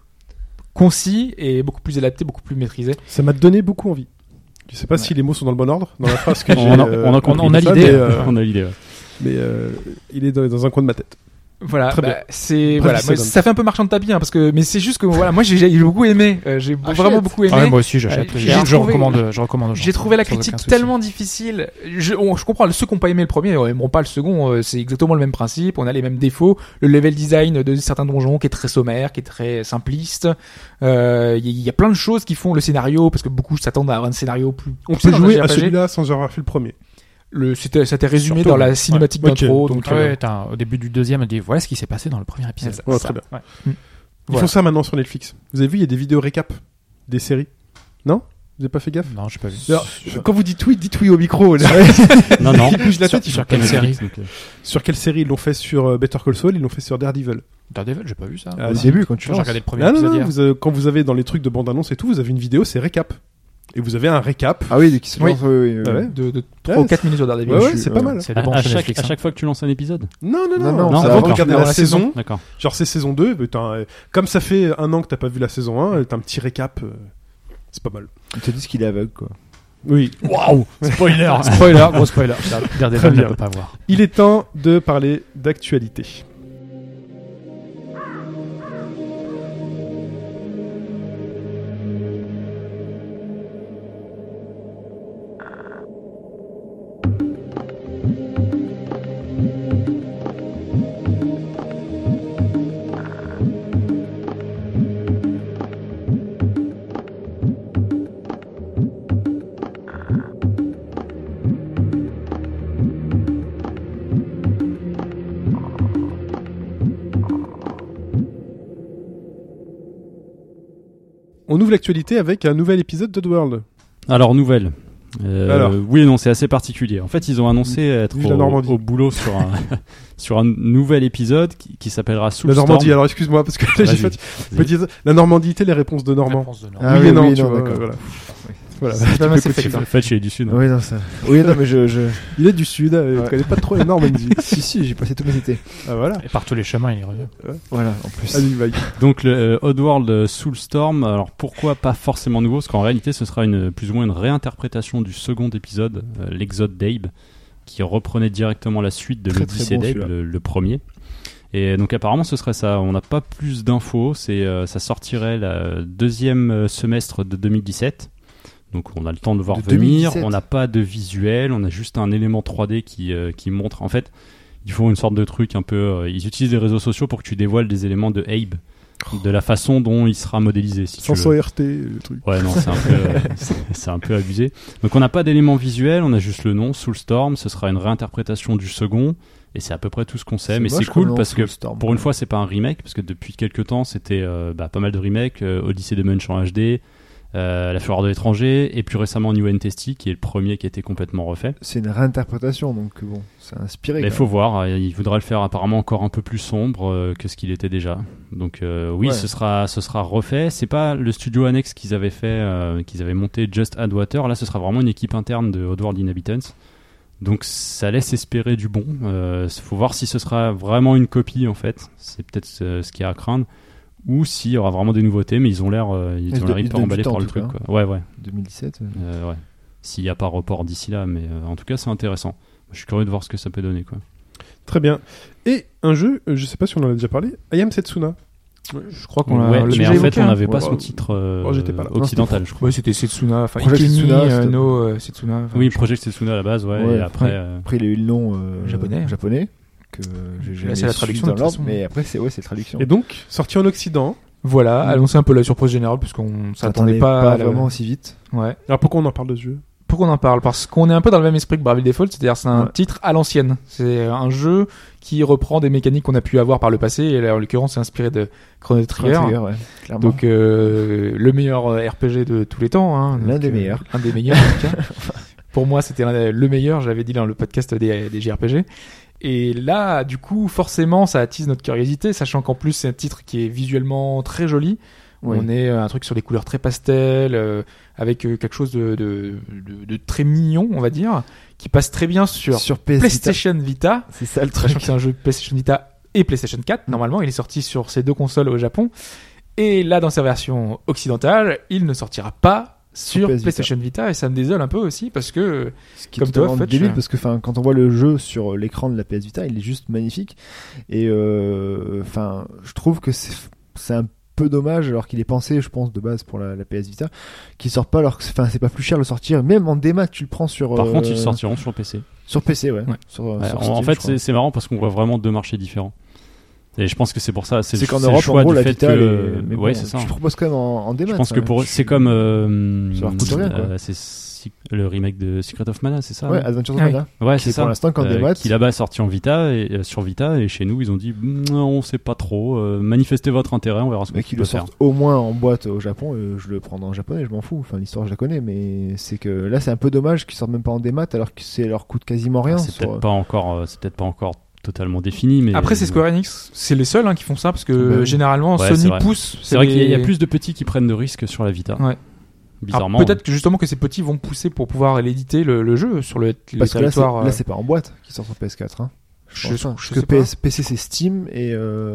concis et beaucoup plus adapté, beaucoup plus maîtrisé. Ça m'a donné beaucoup envie. Je sais pas si les mots sont dans le bon ordre dans la phrase que j'ai. On a compris. on a ça, l'idée. On a l'idée, ouais. mais il est dans un coin de ma tête. Voilà, Très bien. c'est Bref, voilà, ça moi, donne. ça fait un peu marchand de tapis, hein, parce que mais c'est juste que voilà, moi j'ai beaucoup aimé, j'ai vraiment beaucoup aimé. Ah ouais, moi aussi, j'achète. J'ai Je trouvé- recommande. Je recommande aux gens. J'ai trouvé la Sans aucun critique souci. tellement difficile. Je comprends ceux qui n'ont pas aimé le premier, n'aimeront pas le second. C'est exactement le même principe. On a les mêmes défauts. Le level design de certains donjons qui est très sommaire, qui est très simpliste. Il y a plein de choses qui font le scénario, parce que beaucoup s'attendent à avoir un scénario plus. On poussé peut dans jouer un à JRPG. celui-là sans avoir fait le premier. Ça t'est résumé Surtout, dans la ouais. cinématique Ouais. Ok, d'intro. donc, donc Ouais, au début du deuxième, on dit voilà ce qui s'est passé dans le premier épisode. C'est Ouais, ça. très bien. Ouais. Ils font ça maintenant sur Netflix. Vous avez vu, il y a des vidéos récap des séries. Non? Vous avez pas fait gaffe? Non, j'ai pas vu. Alors, quand vous dites oui au micro. Là. Non, non. Il bouge la tête. Sur quelle série? Sur quelle série? Ils l'ont fait sur Better Call Saul, ils l'ont fait sur Daredevil. Daredevil, j'ai pas vu ça. Ah, Au si. début, quand tu J'ai lances. regardé le premier Non, épisode hier. quand vous avez dans les trucs de bande-annonce et tout, vous avez une vidéo, c'est récap. Et vous avez un récap. Ah oui, qui se Oui. lance, oui. Ah ouais. De 3 ou 4 minutes sur Daredevil. Ouais, je- c'est pas mal. C'est des bons À chez chaque, Netflix, à hein. chaque fois que tu lances un épisode. Non, Non, non, avant d'accord. de regarder Dans la la saison. D'accord. Genre c'est saison 2, comme ça fait un an que t'as pas vu la saison 1, t'as un petit récap. C'est pas mal. Ils te disent qu'il est aveugle, quoi. Oui. Waouh! Spoiler! Spoiler, gros spoiler. Daredevil, Très on bien. ne peut pas voir. Il est temps de parler d'actualité. On ouvre l'actualité avec un nouvel épisode d'Oddworld. Alors, nouvelle. Alors. Oui et non, c'est assez particulier. En fait, ils ont annoncé être Vive la Normandie. au boulot sur un, sur un nouvel épisode qui s'appellera Soulstorm. La Normandie, alors excuse-moi, parce que là, j'ai Vas-y, fait vas-y. petit- la Normandie, les réponses de Normand. Réponse de non. Ah oui, oui, et non, oui, tu non, vois, d'accord. voilà. Voilà. C'est pas Mass Effect, En fait, je suis du Sud. Oui, non, ça. Oui, non, mais je. Il est du Sud, il Ouais. connaît pas trop la Normandie. Si, j'ai passé tous mes étés. Ah voilà. Et par tous les chemins, il revient. Voilà, en plus. Allez, Mike. Donc le Oddworld Soulstorm, alors pourquoi pas forcément nouveau? Parce qu'en réalité ce sera plus ou moins une réinterprétation du second épisode, l'Exode d'Abe, qui reprenait directement la suite de Très, l'Odyssée très bon, d'Abe, celui-là. le premier. Et donc apparemment ce serait ça, on n'a pas plus d'infos, ça sortirait le deuxième semestre de 2017. Donc on a le temps de voir De venir, 2017. on n'a pas de visuel, on a juste un élément 3D qui montre. En fait, ils font une sorte de truc un peu. Ils utilisent les réseaux sociaux pour que tu dévoiles des éléments de Abe, de la façon dont il sera modélisé. Si tu Sans veux. RT, le truc. Ouais, non, c'est un peu abusé. Donc on n'a pas d'éléments visuels, on a juste le nom, Soulstorm. Ce sera une réinterprétation du second, et c'est à peu près tout ce qu'on sait. Mais c'est moche comme cool nom, parce que Soulstorm. pour une fois, c'est pas un remake, parce que depuis quelques temps, c'était pas mal de remakes. Odyssey de Munch en HD. La Fureur de l'étranger, et plus récemment New and Testy, qui est le premier qui a été complètement refait. C'est une réinterprétation, donc bon, c'est inspiré. Mais il quand faut voir, il voudra le faire apparemment encore un peu plus sombre que ce qu'il était déjà. Donc oui, Ouais. ce sera refait. C'est pas le studio annexe qu'ils avaient fait, qu'ils avaient monté Just Add Water. Là, ce sera vraiment une équipe interne de Oddworld Inhabitants. Donc ça laisse espérer du bon. Faut voir si ce sera vraiment une copie en fait. C'est peut-être ce qu'il y a à craindre. Ou s'il y aura vraiment des nouveautés, mais ils ont l'air Ils hyper donnent emballés du temps, par en le tout truc. cas. Quoi. Ouais. 2017. Ouais. S'il n'y a pas report d'ici là, mais en tout cas c'est intéressant. Je suis curieux de voir ce que ça peut donner, quoi. Très bien. Et un jeu, je sais pas si on en a déjà parlé, I Am Setsuna. Je crois qu'on l'a Ouais, l'a mais déjà en fait évoqué, on hein. n'avait pas Ouais, son titre j'étais pas là. occidental, je crois. Ouais, c'était Setsuna, enfin Project Ikemi, Setsuna, c'était- no Setsuna. enfin, Oui, je- Project Setsuna à la base, ouais. Ouais, Et après, Après, il a eu le nom Japonais. que j'ai Là, jamais c'est la su traduction, dans de toute l'ordre, façon. mais après, c'est la traduction. Et donc, sorti en Occident. Voilà, annoncer un peu la surprise générale, puisqu'on s'attendait pas à la- vraiment aussi vite. Ouais. Alors pourquoi on en parle de ce jeu? Pourquoi on en parle? Parce qu'on est un peu dans le même esprit que Bravely Default, c'est-à-dire c'est un Ouais. titre à l'ancienne. C'est un jeu qui reprend des mécaniques qu'on a pu avoir par le passé, et là, en l'occurrence, c'est inspiré de Chrono Trigger. Ouais, clairement. Donc le meilleur RPG de tous les temps. Hein. L'un Donc, des meilleurs. Un des meilleurs, en tout cas. Pour moi, c'était le meilleur, j'avais dit dans le podcast des JRPG. Et là, du coup, forcément, ça attise notre curiosité, sachant qu'en plus, c'est un titre qui est visuellement très joli. Oui. On est un truc sur des couleurs très pastel, avec quelque chose de très mignon, on va dire, qui passe très bien sur PS Vita. PlayStation Vita. C'est ça le Sachant truc. que c'est un jeu PlayStation Vita et PlayStation 4. Normalement, il est sorti sur ces deux consoles au Japon. Et là, dans sa version occidentale, il ne sortira pas sur PS Vita. PlayStation Vita. Et ça me désole un peu aussi parce que Ce qui est Comme toi, totalement Fetch, débile, parce que quand on voit le jeu sur l'écran de la PS Vita, il est juste magnifique. Et je trouve que c'est un peu dommage, alors qu'il est pensé, je pense, de base pour la PS Vita, qu'il sort pas, alors que c'est pas plus cher de le sortir. Même en démat, tu le prends sur. par contre, ils sortiront sur PC. Sur PC, ouais. Ouais. Sur Ouais, Steam, en je fait, crois. c'est marrant parce qu'on voit vraiment deux marchés différents. Et je pense que c'est pour ça. C'est qu'en le Europe, choix en gros, du la fait Vita, que... mais ouais, bon, c'est ça. tu proposes quand même en démat. Je pense que pour eux, c'est comme. Ça leur coûte rien, quoi. le remake de Secret of Mana, c'est ça Ouais, hein Adventures of Ah oui. Mana. Ouais, Qui c'est est ça. pour l'instant qu'en démat. Qui là-bas est sorti en Vita et sur Vita, et chez nous ils ont dit on sait pas trop, manifestez votre intérêt, on verra ce Mais qu'on qui peut le faire. sortent au moins en boîte au Japon, je le prends en japonais, je m'en fous. Enfin, l'histoire, je la connais, mais c'est que là, c'est un peu dommage qu'ils sortent même pas en démat alors que c'est leur coûte quasiment rien. C'est peut-être pas encore totalement défini, mais Après, c'est Square Enix, c'est les seuls qui font ça parce que Bah, généralement ouais, c'est Sony vrai. pousse. C'est vrai les- qu'il y a plus de petits qui prennent de risques sur la Vita. Ouais. Bizarrement. Alors, peut-être que justement que ces petits vont pousser pour pouvoir l'éditer le jeu sur le Parce que territoire. là, c'est pas en boîte qui sort sur PS4. Hein. Je pense pas. sais Parce que pas. PC, c'est Steam et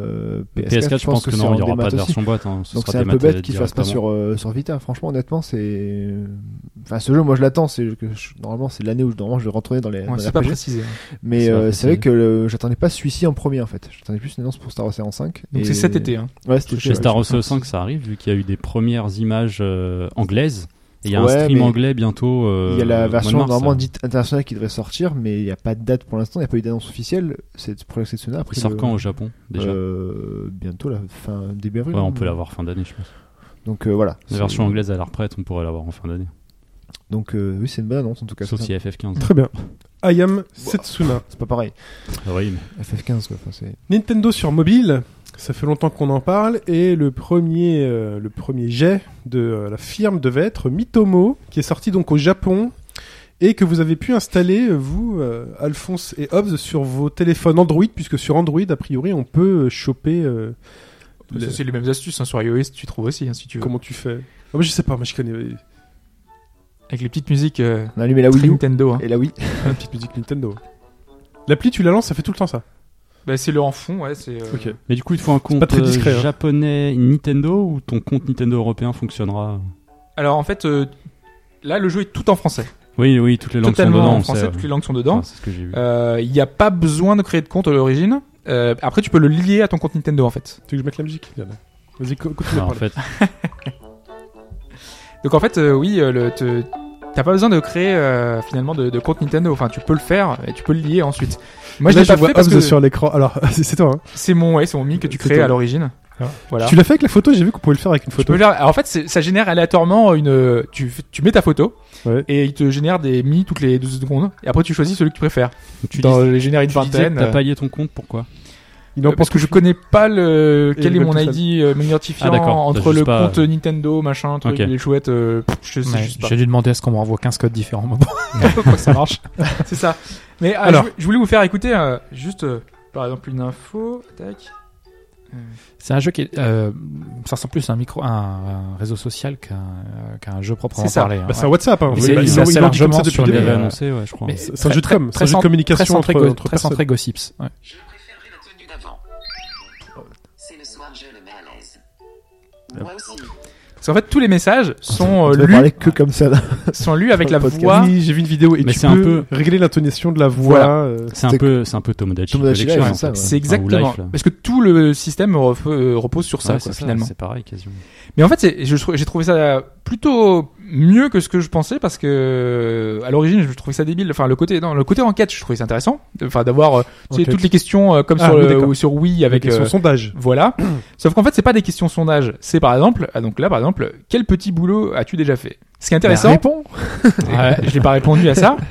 PS4, je pense que c'est non, en il y aura démat pas de aussi. version boîte. Hein. Ce Donc sera c'est un démat peu bête qu'ils fassent pas directement. sur Vita. Franchement, honnêtement, c'est. Enfin, ce jeu, moi, je l'attends. Normalement, c'est l'année où normalement je vais rentrer dans les. Ouais, dans c'est les pas RPG. précisé. Mais C'est pas c'est précisé. vrai que j'attendais pas celui-ci en premier en fait. J'attendais plus une annonce pour Star Ocean 5. Donc Et- c'est cet été. Hein. Ouais, c'était Chez Star Ocean 5, ça arrive, vu qu'il y a eu des premières images anglaises. Et il y a un Ouais, stream mais anglais bientôt. Il y a la version mois de mars, normalement hein. dite internationale qui devrait sortir, mais il n'y a pas de date pour l'instant. Il n'y a pas eu d'annonce officielle. C'est pour l'exceptionnel. Après, Il sort quand au Japon déjà bientôt, début avril. Ouais, hein. on peut l'avoir fin d'année, je pense. Donc voilà. La version anglaise a l'air prête, on pourrait l'avoir en fin d'année. Donc oui, c'est une bonne annonce en tout cas. Sauf c'est si ça. FF15. Très bien. Ayam Setsuna. C'est pas pareil. Oui, mais FF15 quoi. Enfin, c'est... Nintendo sur mobile, ça fait longtemps qu'on en parle, et le premier jet de la firme devait être Mitomo, qui est sorti donc au Japon, et que vous avez pu installer, vous, Alphonse et Hobbs, sur vos téléphones Android, puisque sur Android, a priori, on peut choper... Ça, c'est les mêmes astuces sur iOS, tu trouves aussi si tu veux. Comment tu fais moi, je sais pas, moi je connais Avec les petites musiques On a allumé la très Wii U Nintendo. Hein. et la Wii. la petite musique Nintendo. L'appli, tu la lances, ça fait tout le temps ça. Bah, c'est le en fond, ouais. C'est. Ok. Mais du coup, il te faut un compte pas très discret, hein. japonais Nintendo, ou ton compte Nintendo européen fonctionnera? Alors en fait, là le jeu est tout en français. Oui, toutes les langues sont Totalement dedans. en on français, sait, toutes les langues sont dedans. Enfin, c'est ce que j'ai vu. Il n'y a pas besoin de créer de compte à l'origine. Après, tu peux le lier à ton compte Nintendo en fait. Tu veux que je mette la musique Yann Vas-y, continue à Alors, en parler. fait, Donc en fait, oui, t'as pas besoin de créer finalement de compte Nintendo. Enfin, tu peux le faire et tu peux le lier ensuite. Moi, je Là, l'ai pas vois fait parce Hobbs que sur l'écran. Alors, c'est toi, hein. c'est mon Mi que tu C'est crées toi. à l'origine. Ah. Voilà. Tu l'as fait avec la photo, j'ai vu qu'on pouvait le faire avec une Tu photo. peux le faire. Alors, en fait, ça génère aléatoirement tu mets ta photo Ouais. et il te génère des mi toutes les 12 secondes. Et après, tu choisis celui que tu préfères. tu Les générer une disais que vingtaine. t'as payé ton compte, pourquoi? Il en Parce pense que je connais pas quel ils est veulent mon tout ID m'identifiant Ah, d'accord. entre T'as le juste pas- compte Nintendo, machin, truc, Ok. il est chouette. Je sais Ouais, juste pas. j'ai dû demander à ce qu'on me renvoie 15 codes différents. Mais bon, faut que ça marche. C'est ça. Mais Alors. je voulais vous faire écouter juste par exemple une info. Tac. C'est un jeu qui est, ça ressemble plus à un réseau social qu'un jeu proprement C'est ça. parlé. hein, Bah, c'est ouais. un WhatsApp, hein. Mais Ils c'est l'ont assez dit comme largement ça depuis sur le Tu les, début. l'avais euh, annoncé, ouais, je crois. Mais C'est un jeu de com, c'est un jeu de communication entre très centré personnes. gossips. Ouais. Je préférerais la tenue d'avant. C'est le soir, je le mets à l'aise. Moi aussi. Parce qu'en fait, tous les messages sont On devrait lus, parler que comme ça là. sont lus avec Sur la le podcast. voix. Oui, j'ai vu une vidéo et Mais tu c'est un peux régler l'intonation de la voix. Voilà. C'est un peu Tomodachi Tomodachi Collection, Live, en c'est ça, fait. ouais. C'est exactement. Ou Life, là. Parce que tout le système repose sur ça, Ouais, quoi, c'est finalement. c'est pareil, quasiment. Mais en fait, j'ai trouvé ça plutôt mieux que ce que je pensais parce que à l'origine, je trouvais ça débile. Enfin, le côté enquête, je trouvais ça intéressant. Enfin, d'avoir tu sais, Enquête. toutes les questions comme Ah, oui, d'accord. sur Wii avec Avec son sondage. voilà. Sauf qu'en fait, c'est pas des questions sondage. C'est par exemple, donc là, par exemple, quel petit boulot as-tu déjà fait? Ce qui est intéressant. Réponds. Ouais, je n'ai pas répondu à ça.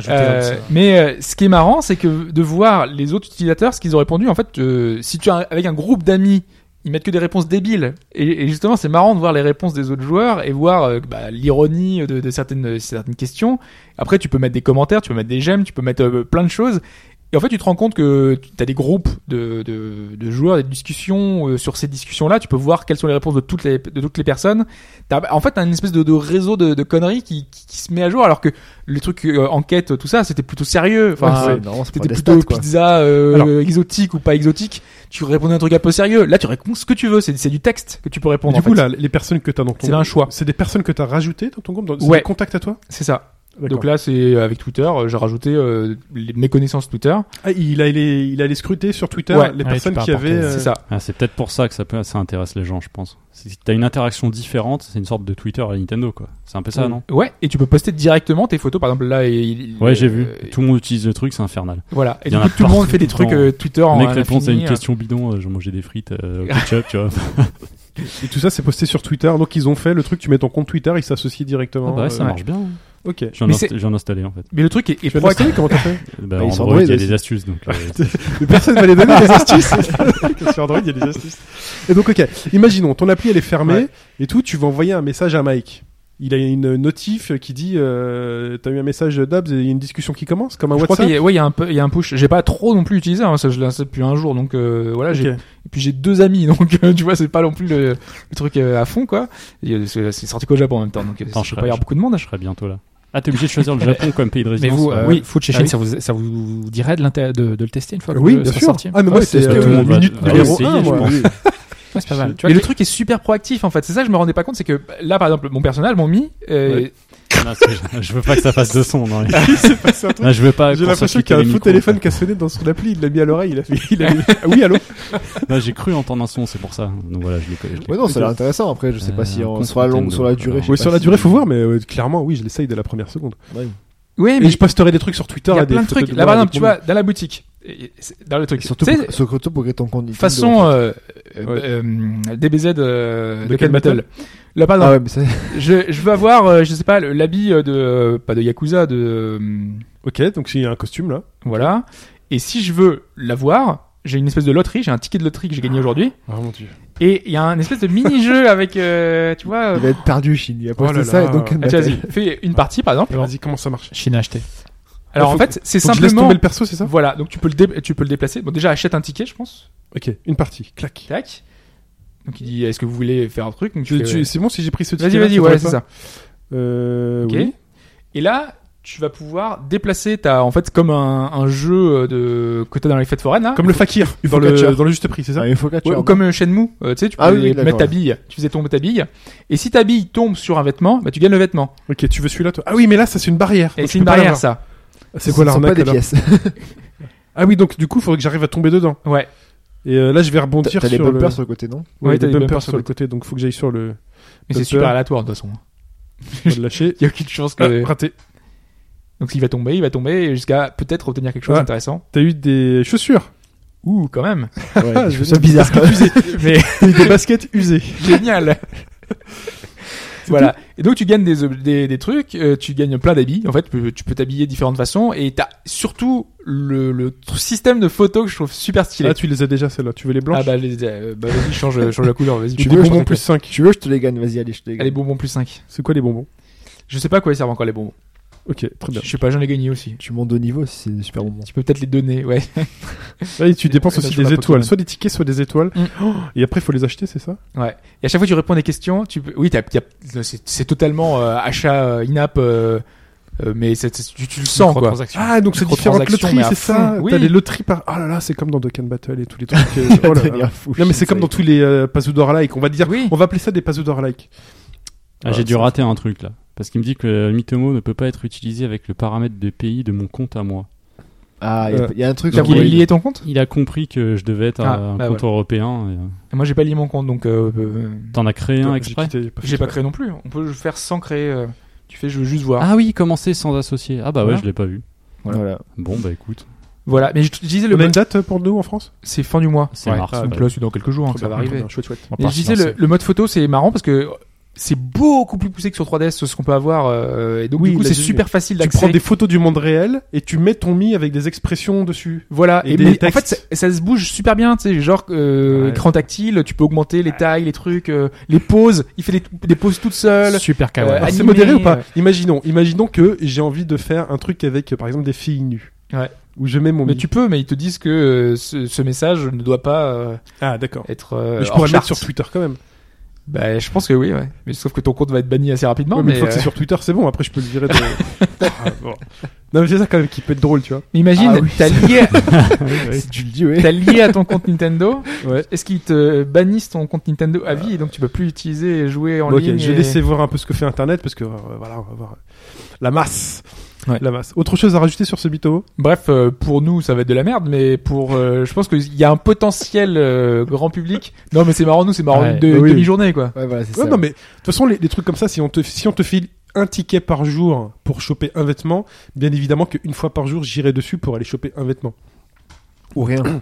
Mais ce qui est marrant, c'est que de voir les autres utilisateurs, ce qu'ils ont répondu, en fait, si tu as avec un groupe d'amis, ils mettent que des réponses débiles. Et justement, c'est marrant de voir les réponses des autres joueurs et voir l'ironie de certaines questions. Après, tu peux mettre des commentaires, tu peux mettre des j'aime, tu peux mettre plein de choses. Et en fait, tu te rends compte que tu as des groupes de joueurs, des discussions sur ces discussions-là. Tu peux voir quelles sont les réponses de toutes les personnes. En fait, t'as une espèce de réseau de conneries qui se met à jour, alors que les trucs enquête, tout ça, c'était plutôt sérieux. Enfin, Non, c'est c'était pas des plutôt stats, quoi. pizza Alors. exotique ou pas exotique. Tu répondais à un truc un peu sérieux. Là, tu réponds ce que tu veux. C'est du texte que tu peux répondre. Du en coup, fait. là, les personnes que tu as dans ton C'est un choix. C'est des personnes que tu as rajoutées dans ton groupe, c'est Ouais. des contacts à toi. C'est ça. D'accord. Donc là, c'est avec Twitter. J'ai rajouté mes connaissances Twitter. Ah, il allait scruter sur Twitter Ouais. les Ouais, personnes tu peux qui apporter, avaient. C'est ça. Ah, c'est peut-être pour ça que ça intéresse les gens, je pense. Si t'as une interaction différente, c'est une sorte de Twitter à la Nintendo, quoi. C'est un peu ça, non? Ouais. Et tu peux poster directement tes photos. Par exemple, là, Ouais, j'ai vu. Tout le monde utilise le truc, c'est infernal. Voilà. Et Il y du en coup, a tout le monde partout, fait des tout trucs le temps. Twitter Le en mec répond à une infini. question bidon, je mangeais des frites au ketchup, tu vois. Et tout ça, c'est posté sur Twitter. Donc, ils ont fait le truc, tu mets ton compte Twitter, ils s'associent directement. Ah bah ouais, ça euh, marche bien. Ok. J'en Mais ai installé en fait. Mais le truc est Tu vas proactif. l'installer, comment t'as fait? Bah, Bah, ils sont Android, il y a Android des astuces donc. Mais personne va les donner les astuces. Sur Android, il y a des astuces. Et donc, ok. Imaginons, ton appli elle est fermée Ouais. et tout, tu vas envoyer un message à Mike. Il a une notif qui dit t'as eu un message d'Abs et il y a une discussion qui commence comme un Je crois WhatsApp. qu'il y a, il y a un push. J'ai pas trop non plus utilisé, hein, ça je l'ai installé depuis un jour, donc voilà. Ok. Et puis j'ai 2 amis, donc tu vois, c'est pas non plus le truc à fond, quoi. Et, c'est sorti qu'au Japon en même temps, donc Attends, ça peut pas y avoir beaucoup de monde. Je serai bientôt là. Ah, t'es obligé de choisir le Japon comme pays de Mais résidence. vous, oui. Food chez Ah Chine, oui. ça vous dirait de le tester une fois que Oui, le jeu bien sera sûr. sorti Ah, mais moi, Ouais, c'est c'est tout le monde minute va numéro essayer, 1, je moi. pense. Ouais, c'est pas mal. Tu vois, Mais le truc est super proactif en fait. C'est ça que je me rendais pas compte, c'est que là par exemple mon personnage, mon Mi, Non, je veux pas que ça fasse de son. Non, C'est passé un truc. non, je veux pas. J'ai qu'on l'impression s'occupe qu'il y a un des faux micros, téléphone en qui a sonné dans son appli, il l'a mis à l'oreille, il a mis... Ah oui, allô? fait. Non, j'ai cru entendre un son, c'est pour ça. Donc voilà, je l'ai. Ouais, non, ça a l'air intéressant. Après, je sais pas si compte sur la longue, Nintendo. sur la durée. je sais Oui, pas sur la si- durée, faut voir, mais clairement, oui, je l'essaye dès la première seconde. Ouais. oui, Et mais je posterai des trucs sur Twitter. il y a et des plein de photos trucs. Là moi par exemple, avec tu mon- vois, dans la boutique, dans le truc, Et surtout, tu sais, surtout pour créer ton compte Nintendo, façon en fait. DBZ de Ken Ken Battle. Battle. Là par Ah exemple, ouais, mais ça. je veux avoir, je sais pas, l'habit de pas de Yakuza, de Ok, donc il y a un costume là. voilà. Et si je veux l'avoir, j'ai une espèce de loterie, j'ai un ticket de loterie que j'ai gagné aujourd'hui. Oh mon dieu. Et il y a un espèce de mini-jeu avec, tu vois. Il va être perdu, Chine. Il a posté Oh là ça là. et donc. Ah, tiens, vas-y, fais une partie par exemple. Vas-y, comment ça marche? Chine a acheté. Alors Faut en fait, c'est Faut que je laisse simplement. tomber le perso, c'est ça? Voilà, donc tu peux le déplacer. Bon, déjà achète un ticket, je pense. Ok, une partie, clac. Tac. Donc il dit, est-ce que vous voulez faire un truc? Donc, tu fais- C'est bon si j'ai pris ce Vas-y, ticket-là, vas-y, ça ouais, t'aurait c'est pas ça. Ok. Oui. Et là, tu vas pouvoir déplacer en fait, comme un jeu que t'as dans les fêtes foraines, là. Comme le fakir, dans Focaccia. le juste prix, c'est ça? Ah, il faut que tu Ouais, ou comme Shenmue, tu sais, tu peux Ah oui, d'accord, mettre ta ouais. bille, tu faisais tomber ta bille, et si ta bille tombe sur un vêtement, bah tu gagnes le vêtement. Ok, tu veux celui-là toi? Ah oui, mais là, ça c'est une barrière. Et donc c'est je une peux pas barrière, l'avoir. ça. C'est quoi Ce sont pas l'arnaque des alors? pièces. Ah oui, donc du coup, il faudrait que j'arrive à tomber dedans. Ouais. Et là, je vais rebondir T'as des sur bumpers le... sur le côté, non? Ouais, Ouais, des t'as des bumpers sur le côté, donc faut que j'aille sur le... Mais c'est Bumper. super aléatoire, de toute façon. On va le lâcher. Il y a aucune chance que. Ah, raté. Donc s'il va tomber, jusqu'à peut-être obtenir quelque chose Ouais. d'intéressant. T'as eu des chaussures. Ouh, quand même. Ouais, Ah, je je trouve veux ça bizarre. Mais T'as eu des baskets usées. génial. Voilà. Et donc tu gagnes des trucs, tu gagnes plein d'habits. En fait, tu peux t'habiller de différentes façons, et t'as surtout le système de photos que je trouve super stylé. Ah, tu les as déjà celles-là. Tu veux les blanches? Ah bah, vas-y, change la couleur, vas-y. Des tu veux, je bonbons t'en plus 5. Tu veux, je te les gagne. Vas-y, allez, je te les Allez, gagne. bonbons plus 5. C'est quoi les bonbons? Je sais pas à quoi ils servent encore les bonbons. Ok, très bien. Je sais pas, j'en ai gagné aussi. Tu montes de niveau si c'est des super bonbons. Tu peux peut-être les donner, ouais. Là, et tu dépenses Ouais, aussi sur la des Pokémon. étoiles. Soit des tickets, soit des étoiles. Mm. Oh, et après, il faut les acheter, c'est ça? Ouais. Et à chaque fois que tu réponds à des questions, tu peux. Oui, c'est totalement achat in-app, mais tu le sens, quoi. Microtransactions. Ah, donc c'est différentes Microtransactions, loteries, mais à c'est ça? fond. Oui. T'as des loteries par... Oh là là, c'est comme dans Dokkan Battle et tous les trucs. Oh là là. Délire fou, Non, mais Chine, c'est comme ça dans y est. tous les Pazudor-like. On va dire, Oui. on va appeler ça des Pazudor-like. Ah, j'ai dû rater un truc là. Parce qu'il me dit que Mitomo ne peut pas être utilisé avec le paramètre de pays de mon compte à moi. Ah, il y a un truc. T'as Donc, voulu il- lier ton compte? Il a compris que je devais être un bah compte européen. Et, Moi, j'ai pas lié mon compte, donc t'en as créé un J'ai exprès? quitté, j'ai pas créé non plus. On peut le faire sans créer. Tu fais, je veux juste voir. Ah oui, commencer sans associer. Ah bah Voilà. ouais, je l'ai pas vu. Voilà. Bon bah écoute, Voilà. Mais je disais le On a une date pour nous en France? c'est fin du mois. c'est Ouais. mars. Donc ouais. là, c'est dans quelques jours hein, Trop que ça va bien, trop arriver. bien, chouette, chouette. On Et part je disais financer. le mode photo, c'est marrant parce que c'est beaucoup plus poussé que sur 3DS ce qu'on peut avoir, et donc Oui, du coup là, c'est j'ai vu. super facile Tu d'accès. prends des photos du monde réel et tu mets ton mi avec des expressions dessus. Voilà, et et des mais en textes. fait ça se bouge super bien, tu sais, genre Ouais. écran tactile, tu peux augmenter les tailles, les trucs, les poses, il fait des poses toutes seules. Super kawaii. Euh, Alors, c'est animé, modéré ou pas? ouais. Imaginons que j'ai envie de faire un truc avec, par exemple, des filles nues. Ouais. Où je mets mon Mais mi. tu peux, mais ils te disent que ce message ne doit pas Ah, d'accord. être. Mais je hors pourrais le mettre charte. sur Twitter quand même. Bah, je pense que oui, ouais. Mais sauf que ton compte va être banni assez rapidement. Ouais, mais une fois que euh, c'est sur Twitter, c'est bon. Après, je peux le virer de... Ah, bon. Non, mais c'est ça quand même qui peut être drôle, tu vois. mais imagine, Ah oui. t'as lié, Si tu le dis, ouais. t'as lié à ton compte Nintendo. Ouais. Est-ce qu'ils te bannissent ton compte Nintendo à vie et donc tu peux plus utiliser et jouer en Bon, ok, ligne je vais et- laisser voir un peu ce que fait Internet parce que voilà, on va voir la masse. Ouais. La masse. Autre chose à rajouter sur ce Bitomo? Bref, pour nous, ça va être de la merde, mais pour, je pense qu'il y a un potentiel grand public. Non, mais c'est marrant, nous, c'est marrant Ouais. de Bah oui. demi-journée, quoi. Ouais, voilà, c'est Ouais, ça. non, mais de toute façon, les trucs comme ça, si on te file un ticket par jour pour choper un vêtement, bien évidemment qu'une fois par jour, j'irai dessus pour aller choper un vêtement. Ou rien.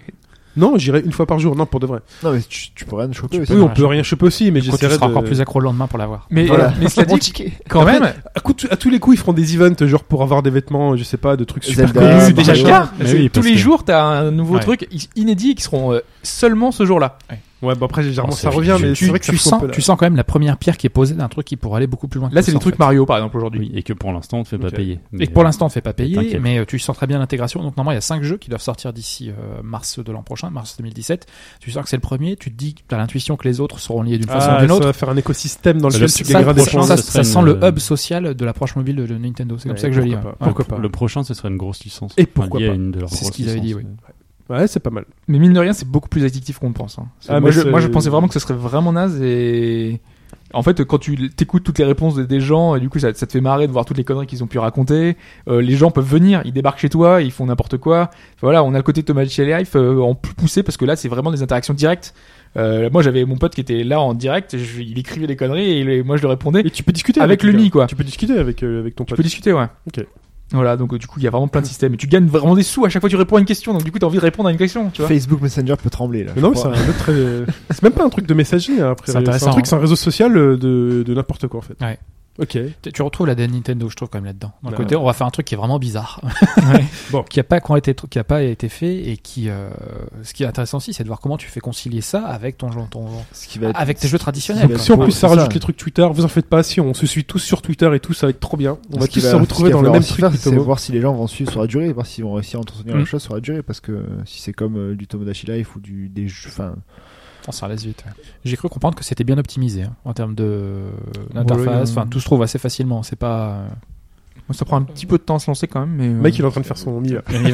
Non, j'irai une fois par jour. Non, pour de vrai. Non, mais tu peux rien choper aussi. Oui, on peut rien choper aussi, mais Quand tu j'essaierai seras de... encore plus accro le lendemain pour l'avoir. Mais, Voilà. mais cela Mon dit, ticket. quand Après, même, À tous les coups, ils feront des events, genre pour avoir des vêtements, je sais pas, de trucs super Zelda, connus. c'est déjà le Mario. cas. Mais C'est- oui, tous parce les que- jours, t'as un nouveau Ouais. truc inédit qui seront seulement ce jour-là. Ouais, bah après, généralement, Oh, ça c'est revient, mais Tu, c'est vrai que ça tu fout un sens, peu là. tu sens quand même la première pierre qui est posée d'un truc qui pourrait aller beaucoup plus loin. Là, que c'est ça, les en trucs fait. Mario, par exemple, aujourd'hui. Oui, et que pour l'instant, on ne te fait pas Ok. payer. Et que pour l'instant, on ne fait pas payer, t'inquiète. mais tu sens très bien l'intégration. Donc, normalement, il y a 5 jeux qui doivent sortir d'ici mars de l'an prochain, mars 2017. Tu sens que c'est le premier, tu te dis, tu as l'intuition que les autres seront liés d'une façon ou Ah, d'une ça autre. va faire un écosystème dans Le lequel tu ça, gagneras des prochain, points. Ça, ça serait ça sent une- le hub social de l'approche mobile de Nintendo. C'est comme ça que je lis. pourquoi ouais. pas. Ouais. Pourquoi pas. Le prochain, ce serait une grosse licence. Et pourquoi liée à pas. une de leurs C'est ce grosses qu'ils avaient dit, licences, oui. Ouais, c'est pas mal. Mais mine de rien, c'est beaucoup plus addictif qu'on le pense. Hein. Ah, moi, mais je, c'est- moi, je pensais vraiment que ce serait vraiment naze et en fait, quand tu t'écoutes toutes les réponses des gens, et du coup, ça te fait marrer de voir toutes les conneries qu'ils ont pu raconter. Les gens peuvent venir, ils débarquent chez toi, ils font n'importe quoi. Voilà, on a le côté Tomodachi Life en plus poussé parce que là, c'est vraiment des interactions directes. Moi, j'avais mon pote qui était là en direct, il écrivait des conneries et moi, je le répondais. Et tu peux discuter Avec le gars. Mi, quoi. Tu peux discuter avec ton Tu pote. peux discuter, ouais. Ok. Voilà, donc du coup, il y a vraiment plein de systèmes. Et tu gagnes vraiment des sous à chaque fois que tu réponds à une question. Donc du coup, t'as envie de répondre à une question, tu vois. Facebook Messenger peut trembler là. Mais non, mais je c'est crois. un autre. C'est même pas un truc de messagerie, hein, après. C'est intéressant, truc, hein. c'est un réseau social de n'importe quoi, en fait. Ouais. Ok. Tu retrouves la Nintendo, je trouve, quand même là-dedans. D'un Ouais. côté, on va faire un truc qui est vraiment bizarre. Bon. Qui a pas été fait et qui, ce qui est intéressant aussi, c'est de voir comment tu fais concilier ça avec Ce qui va être- avec tes jeux ce qui traditionnels. va quoi. être- Si en plus ça c'est rajoute ça. les trucs Twitter, vous en faites pas, si on se suit tous sur Twitter et tout, ça va être trop bien. On va Ce qui tous se retrouver ce qu'il dans va le même falloir truc. faire, du c'est Tomo. voir si les gens vont suivre sur la durée, voir s'ils vont réussir à entretenir la Mm. chose sur la durée, parce que si c'est comme du Tomodachi Life ou des jeux, enfin, Oh, ça laisse vite. Ouais. J'ai cru comprendre que c'était bien optimisé hein, en termes d'interface. Enfin, tout se trouve assez facilement. C'est pas. Moi, ça prend un petit peu de temps à se lancer quand même, mais. Le mec, il est en train de faire son mi là. Il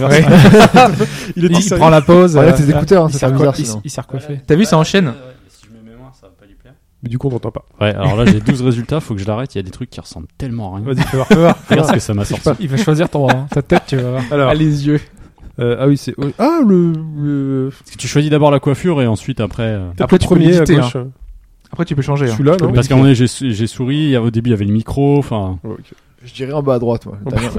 Il est il prend la pause. voilà, tes écouteurs, hein, il ça s'est fait bizarre sinon. il s'est recoiffé. T'as vu, ça enchaîne. Si je mets mes mains, ça va pas lui plaire. Mais du coup, on t'entend pas. Ouais, alors là, j'ai 12 résultats, faut que je l'arrête. Il y a des trucs qui ressemblent tellement à rien. Vas-y, fais voir, fais voir. Regarde ce que ça m'a sorti. Il va choisir ta tête, tu vas voir. Alors, Ah, les yeux. ah oui, c'est. Ah, le. Parce que tu choisis d'abord la coiffure et ensuite après. Après, tu peux premier à l'éditer, gauche. Après, tu peux changer. Hein. Celui-là, non? Parce qu'à un moment donné, j'ai souri. Au début, il y avait le micro. Enfin. Ouais, ok. Je dirais en bas à droite, moi. En bas.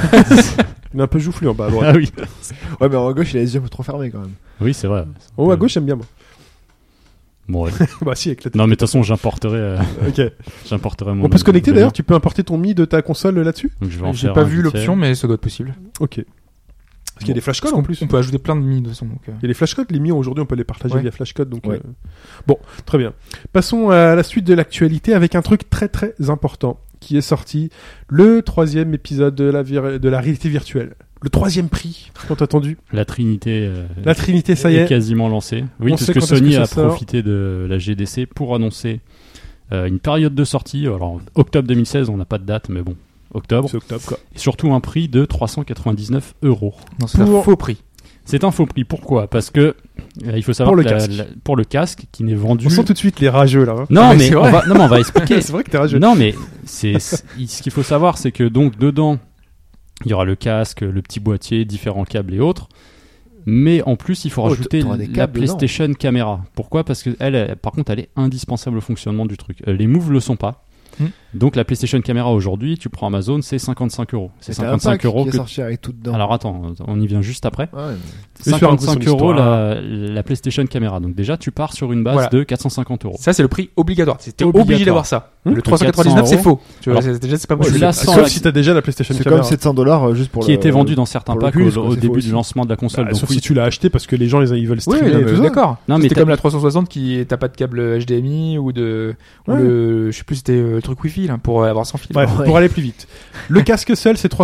Il est un peu joufflu en bas à droite. Ah oui. Ouais, mais en haut à gauche, il a les yeux un peu trop fermés quand même. Oui, c'est vrai. Oh, à gauche, j'aime bien, moi. Bon, ouais. Bah, si, avec la tête. Non, mais de toute façon, j'importerai mon. On peut se connecter d'ailleurs, tu peux importer ton Mi de ta console là-dessus? Donc, je vais en J'ai faire pas un vu vite l'option, fait. mais ça doit être possible. Ok. Parce qu'il y a des flashcodes en plus. On peut ajouter plein de mi de toute façon. Donc, Il y a des flashcodes, les Mi aujourd'hui on peut les partager Ouais. via flashcode. Donc Ouais. Bon, très bien. Passons à la suite de l'actualité avec un truc très très important qui est sorti, le 3e épisode de la réalité virtuelle. Le 3e prix tant attendu. La Trinité. La Trinité, ça y est. Quasiment lancée. Oui, On parce sait que quand est-ce Sony que ça a sort. profité de la GDC pour annoncer une période de sortie. Alors, octobre 2016, on n'a pas de date, mais bon, octobre. C'est octobre quoi. Et surtout un prix de 399 €. non, c'est un Pour- faux prix. C'est un faux prix. Pourquoi ? Parce que il faut savoir Pour le que casque. pour le casque qui n'est vendu. On sent tout de suite les rageux là. Hein. Non, Ah, mais mais c'est on vrai. va, non, mais on va expliquer. C'est vrai que t'es rageux. Non, mais ce qu'il faut savoir, c'est que donc dedans, il y aura le casque, le petit boîtier, différents câbles et autres. Mais en plus, il faut Oh, rajouter t'auras des la câbles dedans. PlayStation Camera. Pourquoi ? Parce que par contre, elle est indispensable au fonctionnement du truc. Les Move le sont pas. Donc la PlayStation Camera aujourd'hui, tu prends Amazon, c'est 55 €. C'est C'était un 55 pack € qui est que. sorti avec tout dedans. Alors attends, on y vient juste après. Ouais, mais- Mais faire un coup 55 sur € l'histoire. la PlayStation Camera. Donc déjà, tu pars sur une base Voilà. de 450 €. Ça, c'est le prix obligatoire. C'était Obligatoire. obligé d'avoir ça. Hum, Le 399, c'est 400 faux. Tu vois, Alors, déjà, c'est pas tu possible. l'as Sauf sans- si t'as déjà la PlayStation C'est Camera. comme $700 juste pour Qui le- était vendu dans certains pour le packs Oculus, quoi, au c'est début faux du aussi. lancement de la console. Bah, Donc sauf oui. si tu l'as acheté parce que les gens ils veulent Oui, streamer et tout ça. d'accord. Non, mais C'était t'as- comme la 360 qui t'as pas de câble HDMI ou Ouais. le je sais plus c'était le truc Wi-Fi là pour avoir sans fil. Bref, Ouais. pour aller plus vite. Le casque seul, c'est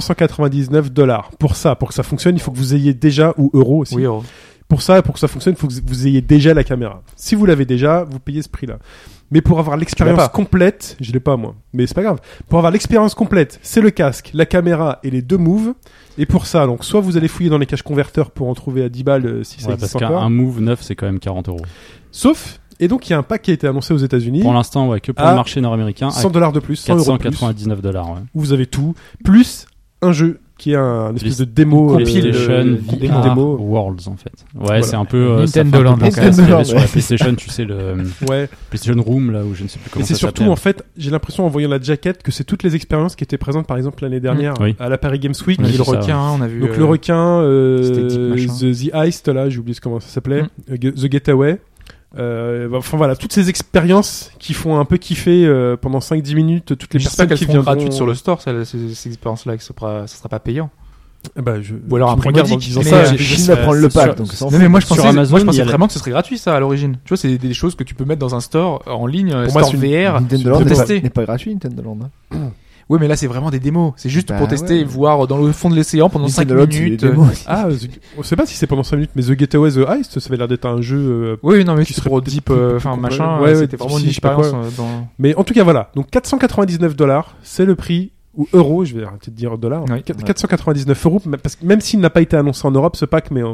$399. Pour que ça fonctionne, il faut que vous ayez déjà, ou euros aussi. Oui, Pour ça, pour que ça fonctionne, il faut que vous ayez déjà la caméra. Si vous l'avez déjà, vous payez ce prix-là. Mais pour avoir l'expérience pas. complète, je l'ai pas moi, mais c'est pas grave. Pour avoir l'expérience complète, c'est le casque, la caméra et les deux moves. Et pour ça, donc, soit vous allez fouiller dans les caches converteurs pour en trouver à 10 balles si ça Ouais, parce existe encore. qu'un Move neuf, c'est quand même 40 €. Sauf, et donc il y a un pack qui a été annoncé aux États-Unis. Pour l'instant, ouais, que pour Ah, le marché nord-américain, à $100 de plus, 100 € de plus. 499 $. Ouais. Où vous avez tout, plus un jeu qui est un espèce de démo, PlayStation VR démo. Worlds en fait. Ouais, Voilà. c'est un peu Nintendo Land, ça fait un peu Nintendo penser à ce qu'il y avait Land, sur la PlayStation, tu sais le Ouais. PlayStation Room là où je ne sais plus Et comment c'est ça surtout s'appelait. en fait, j'ai l'impression en voyant la jaquette que c'est toutes les expériences qui étaient présentes par exemple l'année dernière Oui. à la Paris Games Week. On a vu c'est le ça, requin, on a vu. Donc le requin, c'était Deep machin. The Heist là, j'ai oublié comment ça s'appelait, The Getaway. Enfin voilà, toutes ces expériences qui font un peu kiffer pendant 5-10 minutes toutes les J'espère personnes qu'elles qui seront viendront. gratuites sur le store, ces expériences-là, que ça sera pas payant. Ou alors un tu me prix regardes en modique. disant Mais ça, j'ai- je- Chine va prendre le pack, donc ça s'en Non, fout. mais moi je Sur pensais, Amazon, moi, je il y pensais a la- vraiment que ce serait gratuit ça à l'origine. Tu vois, c'est des choses que tu peux mettre dans un store en ligne, moi, store c'est une- VR. Nintendo Land pour n'est pas- tester. n'est pas gratuit, Nintendo Land. hein. Oui, mais là c'est vraiment des démos. C'est juste Bah pour tester, ouais. et voir dans le fond de l'océan pendant 5 Nintendo Land, c'est des minutes. démos aussi. Ah, on sait pas si c'est pendant 5 minutes, mais The Getaway, The Heist, ça avait l'air d'être un jeu. Oui, non, mais Qui c'est serait pour peut-être Deep, plus enfin complet. machin. Ouais, C'était ouais, vraiment si, une je sais pas expérience quoi. dans. Mais en tout cas, voilà. Donc $499, c'est le prix, ou euros, je vais arrêter de dire dollars. Oui. 499 euros, parce que même s'il n'a pas été annoncé en Europe, ce pack, mais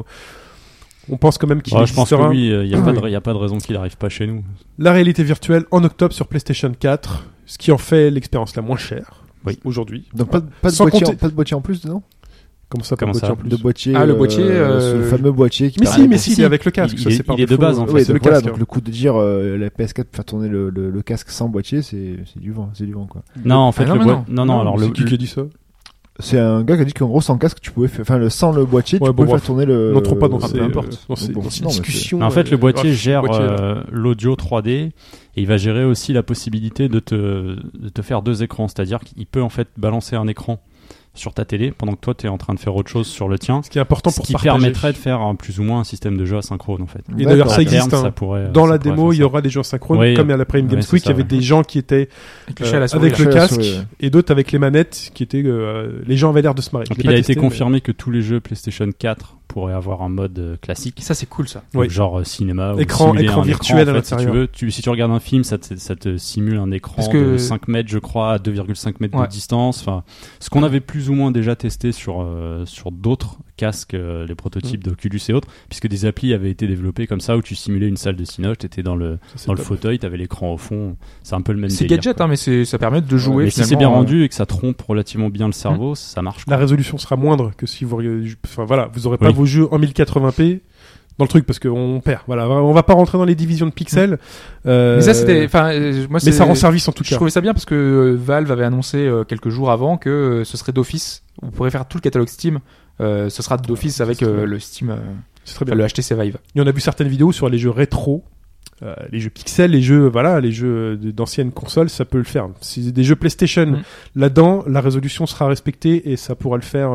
on pense quand même qu'il Ouais, je pense que existera. oui, il y a pas de raison qu'il arrive pas chez nous. La réalité virtuelle en octobre sur PlayStation 4, ce qui en fait l'expérience la moins chère. Oui. Aujourd'hui. Donc pas de Sans boîtier, compter- pas de boîtier en plus dedans. Comment ça, Comment pas de ça boîtier en plus De boîtier. Ah, le boîtier, le fameux boîtier qui Mais permet- si, mais si, il si. est avec le casque. Il ça, est- c'est par il est de défaut. base, en fait. Ouais, c'est le donc voilà, casque. donc le coup de dire la PS4 pour faire tourner le casque sans boîtier, c'est du vent, quoi. Non, en fait Ah, non, le mais boîtier. Non, alors c'est le qui a dit ça C'est un gars qui a dit qu'en gros sans casque tu pouvais sans le boîtier Ouais, tu bon, pouvais bref. faire tourner le. N'entrons pas dans peu ces, importe. dans ces, Bon, dans ces non, mais discussions. En fait, le boîtier bref, gère boîtier, là. l'audio 3D et il va gérer aussi la possibilité de te faire deux écrans. C'est-à-dire qu'il peut en fait balancer un écran sur ta télé pendant que toi tu es en train de faire autre chose sur le tien. Ce qui est important Ce pour qui partager. permettrait de faire plus ou moins un système de jeu asynchrone en fait. Et d'ailleurs, D'accord. ça À existe. terme, hein. ça pourrait- Dans ça la pourrait démo, faire il y ça. aura des jeux synchrones, Oui, comme à la Prime Games c'est Week, il y ça, avait ouais. des gens qui étaient Avec le chat à la souris. avec le Chat à la casque souris, ouais. et d'autres avec les manettes, qui étaient les gens avaient l'air de se marrer. Donc Je l'ai il pas a testé, été mais- confirmé que tous les jeux PlayStation 4 pourraient avoir un mode classique. Ça c'est cool ça. Donc Oui. genre cinéma Écran- ou simuler écran un virtuel écran, à en fait, si tu l'intérieur. veux. Si tu regardes un film, ça te simule un écran Parce que- de 5 mètres, je crois, à 2,5 mètres Ouais. de distance. Enfin, ce qu'on avait plus ou moins déjà testé sur d'autres casques, les prototypes d'Oculus et autres, puisque des applis avaient été développées comme ça où tu simulais une salle de cinoche, t'étais dans le Ça, c'est dans le top. fauteuil, t'avais l'écran au fond. C'est un peu le même C'est délire, gadget, quoi. hein, mais ça permet de jouer. Mais si c'est finalement, bien rendu et que ça trompe relativement bien le cerveau, ça marche. La quoi. résolution sera moindre que si vous enfin voilà, vous aurez pas Oui. vos jeux en 1080p dans le truc parce qu'on perd. Voilà, on va pas rentrer dans les divisions de pixels. Mais ça c'était, enfin, moi mais ça rend service en tout Je cas. trouvais ça bien parce que Valve avait annoncé quelques jours avant que ce serait d'office. Vous pourrez faire tout le catalogue Steam. Ce sera d'office avec c'est très bien. le Steam, C'est très enfin, bien. le HTC Vive. Et on a vu certaines vidéos sur les jeux rétro, les jeux pixels, les jeux d'anciennes consoles, ça peut le faire. Si des jeux PlayStation là-dedans, la résolution sera respectée et ça pourra le faire.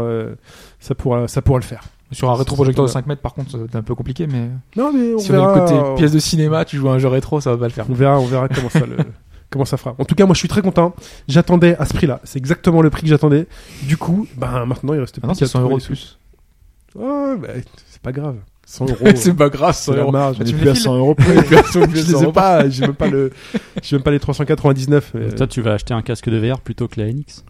Ça pourra le faire. Sur un rétroprojecteur de c'est 5 mètres, par contre, c'est un peu compliqué, mais Non mais on si on verra. a le côté pièce de cinéma, tu joues à un jeu rétro, ça va pas le faire. On verra comment ça fera. En tout cas, moi je suis très content. J'attendais à ce prix-là. C'est exactement le prix que j'attendais. Du coup, maintenant il reste Ah non, plus c'est qu'à 100 euros trouver de les plus. sous. Oh, bah, c'est pas grave. 100 euros. C'est pas grave, 100 c'est la euros. marge. Bah, tu On me est plus les à files 100 euros. Je les ai pas. J'ai même pas les 399. Toi, tu vas acheter un casque de VR plutôt que la NX.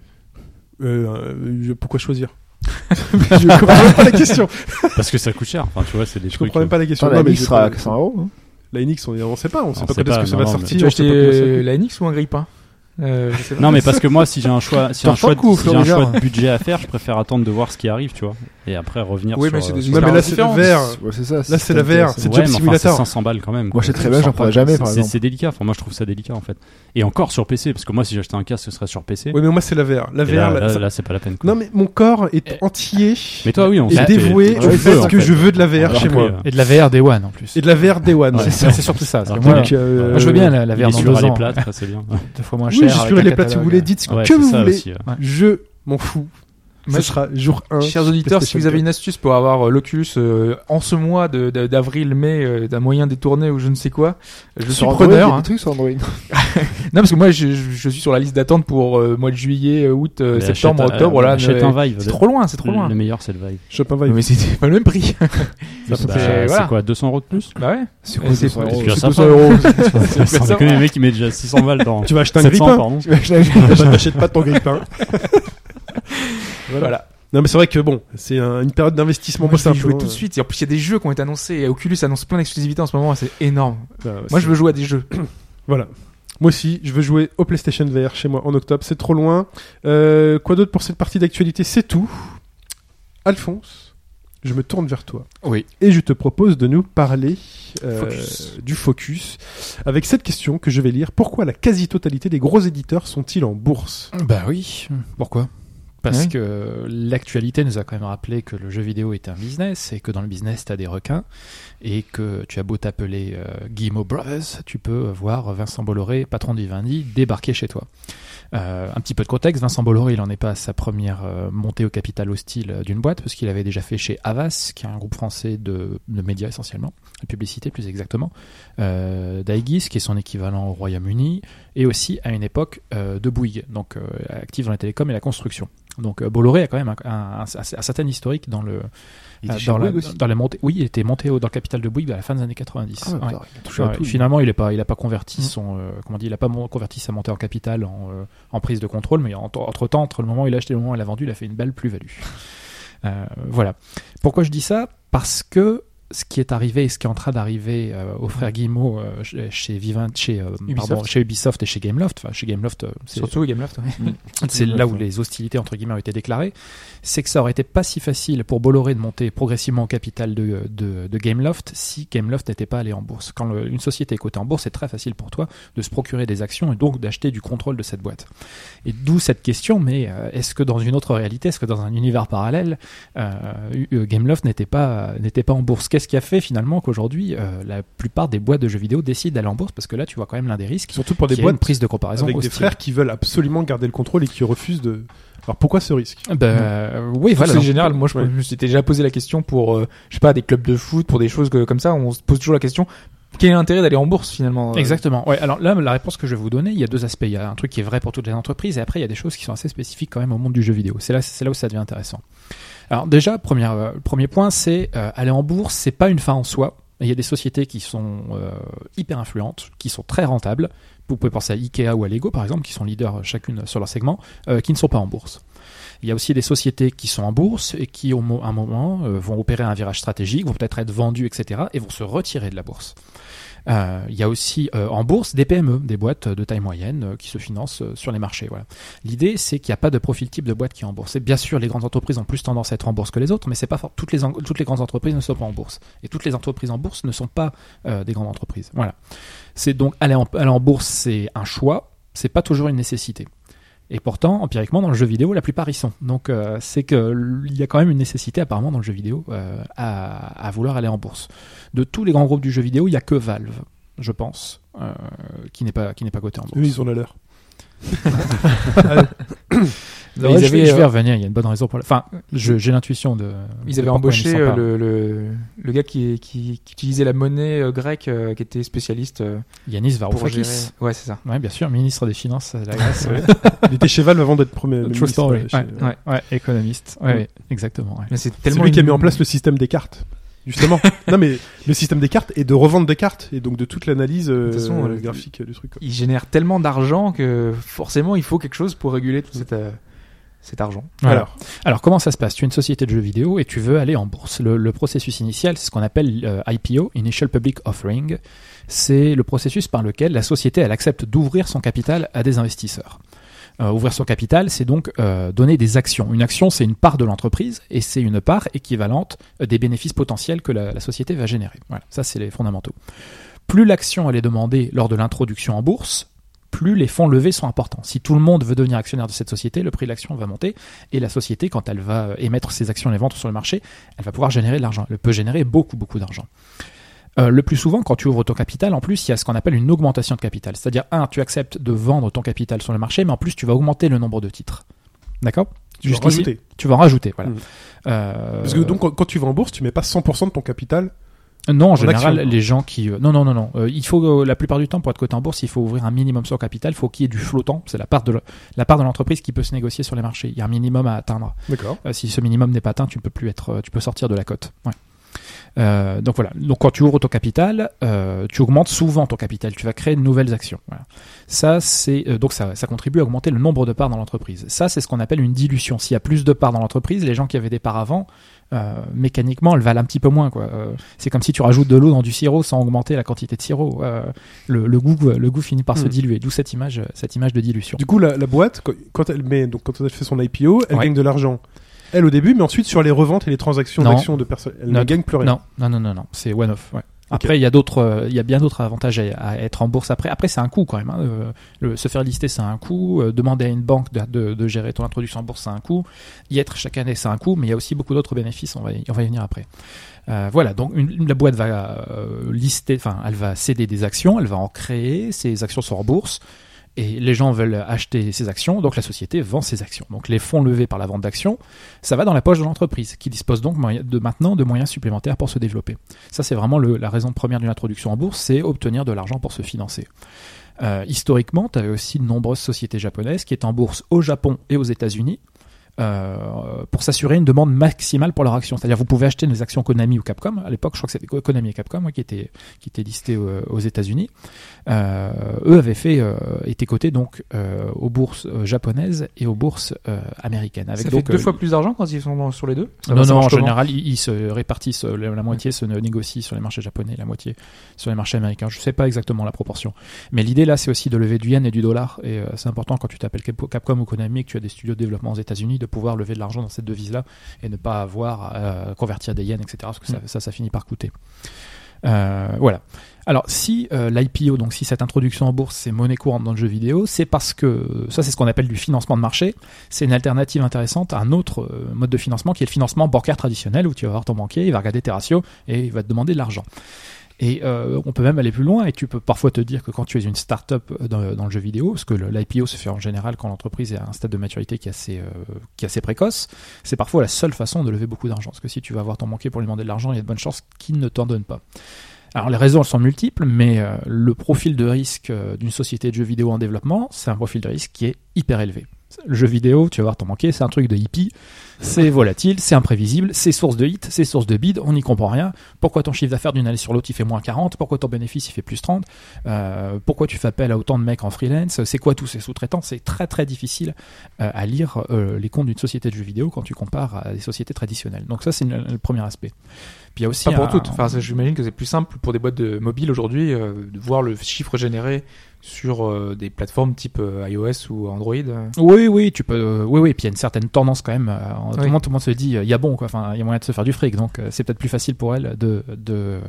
Pourquoi choisir? Je comprends même pas la question. Parce que ça coûte cher. Enfin, tu vois, c'est des Je trucs. comprends même pas la question. La Non, mais NX je sera vais à 100 euros. hein. La NX, on sait pas. On sait On pas sait quand est-ce pas, que ça non, va non, sortir. Tu as on sait pas comment ça acheté coûte. la NX ou un grille-pain je sais pas. Non, mais parce que moi, si j'ai un choix, si j'ai un T'en choix, coup, si j'ai un Florida. choix de budget à faire, je préfère attendre de voir ce qui arrive, tu vois, et après revenir Oui, sur. mais c'est des sur- Non, mais là, c'est le différentes. vert. Ouais, c'est ça. Là, c'est la VR. C'est Ouais, Job mais enfin, Simulator. c'est 500 balles quand même. Moi, quoi. je sais très bien, j'en prendrais jamais, par exemple. C'est délicat. Enfin, moi, je trouve ça délicat en fait. Et encore sur PC, parce que moi, si j'achetais un casque, ce serait sur PC. Oui, mais moi, c'est la VR. La Et VR, là, ça- là, c'est pas la peine. quoi. Non, mais mon corps est entier Mais toi, oui, on et sait. dévoué Tu au veux, fait en que je veux de la VR Alors chez que, moi. Et de la VR Day One en plus. Et de la VR Day One. C'est ça, c'est surtout ça. parce que Alors, moi, Donc, moi, je veux bien la Il VR est dans sur 2 les ans. plates, ça, c'est bien. 2 fois moins Oui, cher. je avec suis un les plates si vous voulez. catalogue. Dites ce Ouais, que c'est vous ça voulez. aussi, ouais. Je m'en fous. Moi, Ce sera jour 1. Chers auditeurs, si vous avez une astuce pour avoir l'Oculus en ce mois d'avril-mai d'un moyen détourné ou je ne sais quoi, je suis Sur Android, preneur. il y a hein. des trucs sur Android. Non, parce que moi, je suis sur la liste d'attente pour mois de juillet, août, Mais septembre, achète, octobre. Là, achète un Vive. c'est trop loin, c'est trop loin. Le meilleur, c'est le Vive. Chopin Vive. Mais c'est pas le même prix. Ça Bah, peut fait- voilà. C'est quoi, 200 euros de plus? Bah ouais. C'est Et c'est 200 euros. C'est déjà c'est sympa. 200 euros. Sans déconner, le mec, il met déjà 600 balles dans. Tu vas acheter un 700, grippin. pardon. T'achètes pas ton grippin. Voilà. Non, mais c'est vrai que bon, c'est une période d'investissement. Moi, je vais y jouer simplement, tout de suite. Et en plus, il y a des jeux qui ont été annoncés. Et Oculus annonce plein d'exclusivités en ce moment. C'est énorme. Moi, c'est- je veux jouer à des jeux. Voilà. Moi aussi, je veux jouer au PlayStation VR chez moi en octobre. C'est trop loin. Quoi d'autre pour cette partie d'actualité? C'est tout. Alphonse, je me tourne vers toi. Oui. Et je te propose de nous parler Focus. du focus avec cette question que je vais lire. Pourquoi la quasi-totalité des gros éditeurs sont-ils en bourse ? Bah oui. Pourquoi ? Parce Oui. que l'actualité nous a quand même rappelé que le jeu vidéo est un business et que dans le business, tu as des requins et que tu as beau t'appeler Guillemot Brothers, tu peux voir Vincent Bolloré, patron de Vivendi, débarquer chez toi. Un petit peu de contexte, Vincent Bolloré, il en est pas à sa première montée au capital hostile d'une boîte, parce qu'il avait déjà fait chez Havas, qui est un groupe français de médias essentiellement, de publicité plus exactement, d'Aegis, qui est son équivalent au Royaume-Uni, et aussi à une époque de Bouygues, donc actif dans la télécom et la construction. Donc Bolloré a quand même un certain historique dans le Il était chez dans la Bouygues aussi. dans la montée. Oui, il était monté dans le capital de Bouygues à la fin des années 90. Ah ouais, Ouais. putain, il a touché à Ouais, tout. finalement, il a pas converti son il a pas converti sa montée en capital en prise de contrôle, mais entre le moment où il a acheté et le moment où il a vendu, il a fait une belle plus-value. Voilà. Pourquoi je dis ça ? Parce que ce qui est arrivé et ce qui est en train d'arriver aux frères Guillemot chez Ubisoft et chez Gameloft, enfin chez Gameloft, c'est Surtout Gameloft. Ouais. c'est là où les hostilités entre guillemets ont été déclarées, c'est que ça aurait été pas si facile pour Bolloré de monter progressivement au capital de Gameloft si Gameloft n'était pas allé en bourse. Quand une société est cotée en bourse, c'est très facile pour toi de se procurer des actions et donc d'acheter du contrôle de cette boîte. Et d'où cette question, mais est-ce que dans une autre réalité, est-ce que dans un univers parallèle, Gameloft n'était pas en bourse ? Qu'est-ce qui a fait finalement qu'aujourd'hui la plupart des boîtes de jeux vidéo décident d'aller en bourse ? Parce que là, tu vois quand même l'un des risques, Surtout pour des qui est une boîtes prise de comparaison avec des hostile. frères qui veulent absolument garder le contrôle et qui refusent de... Alors pourquoi ce risque ? Oui, voilà. C'est donc, général. Moi, je ouais. me suis déjà posé la question pour, je sais pas, des clubs de foot, pour des choses comme ça. On se pose toujours la question quel est l'intérêt d'aller en bourse finalement Exactement. Ouais. Alors là, la réponse que je vais vous donner, il y a deux aspects. Il y a un truc qui est vrai pour toutes les entreprises, et après il y a des choses qui sont assez spécifiques quand même au monde du jeu vidéo. C'est là où ça devient intéressant. Alors déjà, premier point, c'est aller en bourse, c'est pas une fin en soi. Il y a des sociétés qui sont hyper influentes, qui sont très rentables. Vous pouvez penser à Ikea ou à Lego par exemple, qui sont leaders chacune sur leur segment, qui ne sont pas en bourse. Il y a aussi des sociétés qui sont en bourse et qui, à un moment, vont opérer un virage stratégique, vont peut-être être vendues, etc., et vont se retirer de la bourse. Il y a aussi en bourse des PME, des boîtes de taille moyenne qui se financent sur les marchés. Voilà. L'idée, c'est qu'il n'y a pas de profil type de boîte qui est en bourse. Et bien sûr, les grandes entreprises ont plus tendance à être en bourse que les autres, mais c'est pas toutes les grandes entreprises ne sont pas en bourse. Et toutes les entreprises en bourse ne sont pas des grandes entreprises. Voilà. C'est donc aller en bourse, c'est un choix, c'est pas toujours une nécessité. Et pourtant, empiriquement, dans le jeu vidéo, la plupart y sont. Donc, c'est qu'il y a quand même une nécessité, apparemment, dans le jeu vidéo, à vouloir aller en bourse. De tous les grands groupes du jeu vidéo, il n'y a que Valve, je pense, qui n'est pas coté en bourse. Eux, ils ont la leur. Mais je vais revenir, il y a une bonne raison pour Enfin, j'ai l'intuition de... Ils avaient pourquoi embauché ils ne sont pas. le gars qui utilisait la monnaie grecque, qui était spécialiste Yanis pour Varoufakis. gérer. Ouais, c'est ça. Ouais, bien sûr, ministre des Finances de la Grèce. Il était chez Valve avant d'être premier True ministre. story. Chez- Ouais, économiste. Ouais, exactement. Ouais. Mais c'est C'est tellement lui qui a mis en place le système des cartes. Justement. Non mais le système des cartes et de revente des cartes et donc de toute l'analyse toute façon, graphique du truc. Quoi. Il génère tellement d'argent que forcément il faut quelque chose pour réguler tout cet argent. Voilà. Alors, comment ça se passe ? Tu es une société de jeux vidéo et tu veux aller en bourse. Le processus initial, c'est ce qu'on appelle IPO, Initial Public Offering. C'est le processus par lequel la société elle accepte d'ouvrir son capital à des investisseurs. Ouvrir son capital, c'est donc donner des actions. Une action, c'est une part de l'entreprise et c'est une part équivalente des bénéfices potentiels que la société va générer. Voilà, ça c'est les fondamentaux. Plus l'action elle est demandée lors de l'introduction en bourse, plus les fonds levés sont importants. Si tout le monde veut devenir actionnaire de cette société, le prix de l'action va monter et la société, quand elle va émettre ses actions et les vendre sur le marché, elle va pouvoir générer de l'argent. Elle peut générer beaucoup d'argent. Le plus souvent, quand tu ouvres ton capital, en plus, il y a ce qu'on appelle une augmentation de capital. C'est-à-dire, tu acceptes de vendre ton capital sur le marché, mais en plus, tu vas augmenter le nombre de titres. D'accord ? Tu vas Jusqu'ici, rajouter. tu vas en rajouter, voilà. Parce que donc quand tu vas en bourse, tu mets pas 100% de ton capital. Non, en général, action. les gens qui... Non. Il faut, la plupart du temps, pour être coté en bourse, il faut ouvrir un minimum sur capital. Il faut qu'il y ait du flottant. C'est la part de l'entreprise qui peut se négocier sur les marchés. Il y a un minimum à atteindre. D'accord. Si ce minimum n'est pas atteint, tu peux sortir de la cote. Ouais. Donc voilà. Donc quand tu ouvres ton capital, tu augmentes souvent ton capital. Tu vas créer de nouvelles actions. Voilà. Ça, donc ça contribue à augmenter le nombre de parts dans l'entreprise. Ça, c'est ce qu'on appelle une dilution. S'il y a plus de parts dans l'entreprise, les gens qui avaient des parts avant, mécaniquement, elles valent un petit peu moins, quoi. C'est comme si tu rajoutes de l'eau dans du sirop sans augmenter la quantité de sirop. Le goût finit par se diluer. D'où cette image de dilution. Du coup, la boîte, quand elle fait son IPO, elle Ouais. gagne de l'argent. elle au début, mais ensuite sur les reventes et les transactions Non. d'actions de personnes, elle ne gagne plus rien. Non, c'est one-off. Ouais. Après, il y a bien d'autres avantages à être en bourse après. Après, c'est un coût quand même. Hein. Se faire lister, c'est un coût. Demander à une banque de gérer ton introduction en bourse, c'est un coût. Y être chaque année, c'est un coût. Mais il y a aussi beaucoup d'autres bénéfices. On va y venir après. Voilà. Donc, la boîte va elle va céder des actions. Elle va en créer. Ces actions sont en bourse. Et les gens veulent acheter ces actions, donc la société vend ces actions. Donc les fonds levés par la vente d'actions, ça va dans la poche de l'entreprise, qui dispose donc maintenant de moyens supplémentaires pour se développer. Ça, c'est vraiment la raison première d'une introduction en bourse, c'est obtenir de l'argent pour se financer. Historiquement, tu avais aussi de nombreuses sociétés japonaises qui étaient en bourse au Japon et aux États-Unis, pour s'assurer une demande maximale pour leurs actions. C'est-à-dire, vous pouvez acheter des actions Konami ou Capcom. À l'époque, je crois que c'était Konami et Capcom qui étaient listés aux États-Unis. Eux avaient été cotés donc aux bourses japonaises et aux bourses américaines. Avec Ça donc fait 2 fois plus d'argent quand ils sont sur les deux. Non, en général, ils se répartissent. La moitié se négocie sur les marchés japonais, la moitié sur les marchés américains. Je sais pas exactement la proportion. Mais l'idée là, c'est aussi de lever du yen et du dollar. Et c'est important quand tu t'appelles Capcom ou Konami, que tu as des studios de développement aux États-Unis, de pouvoir lever de l'argent dans cette devise-là et ne pas avoir à convertir des yens, etc. Parce que ça finit par coûter. Voilà. Alors, si l'IPO, donc si cette introduction en bourse, c'est monnaie courante dans le jeu vidéo, c'est parce que ça, c'est ce qu'on appelle du financement de marché. C'est une alternative intéressante à un autre mode de financement qui est le financement bancaire traditionnel, où tu vas voir ton banquier, il va regarder tes ratios et il va te demander de l'argent. Et on peut même aller plus loin, et tu peux parfois te dire que quand tu es une start-up dans le jeu vidéo, parce que l'IPO se fait en général quand l'entreprise est à un stade de maturité qui est assez précoce, c'est parfois la seule façon de lever beaucoup d'argent. Parce que si tu vas voir ton banquier pour lui demander de l'argent, il y a de bonnes chances qu'il ne t'en donne pas. Alors les raisons, elles sont multiples, mais le profil de risque d'une société de jeux vidéo en développement, c'est un profil de risque qui est hyper élevé. Le jeu vidéo, tu vas voir ton banquier, c'est un truc de hippie, c'est volatile, c'est imprévisible, c'est source de hit, c'est source de bid, on n'y comprend rien. Pourquoi ton chiffre d'affaires d'une année sur l'autre il fait moins 40, pourquoi ton bénéfice il fait plus 30, pourquoi tu fais appel à autant de mecs en freelance, c'est quoi tous ces sous-traitants. C'est très très difficile à lire les comptes d'une société de jeux vidéo quand tu compares à des sociétés traditionnelles. Donc ça, c'est le premier aspect. Puis il y a aussi pas pour toutes. Enfin, j'imagine que c'est plus simple pour des boîtes de mobile aujourd'hui de voir le chiffre généré sur des plateformes type iOS ou Android. Oui, tu peux. Oui. Puis il y a une certaine tendance quand même. Tout le monde se dit, il y a bon quoi. Enfin, il y a moyen de se faire du fric. Donc c'est peut-être plus facile pour elle de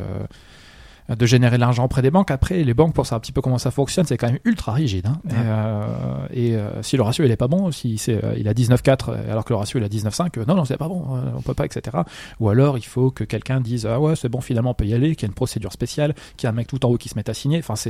générer de l'argent auprès des banques. Après, les banques, pour savoir un petit peu comment ça fonctionne, c'est quand même ultra rigide. Hein. Et si le ratio il est pas bon, si il a 19,4 alors que le ratio il a 19,5, non, c'est pas bon, on peut pas, etc. Ou alors il faut que quelqu'un dise ah ouais, c'est bon, finalement on peut y aller, qu'il y a une procédure spéciale, qu'il y a un mec tout en haut qui se met à signer. Enfin,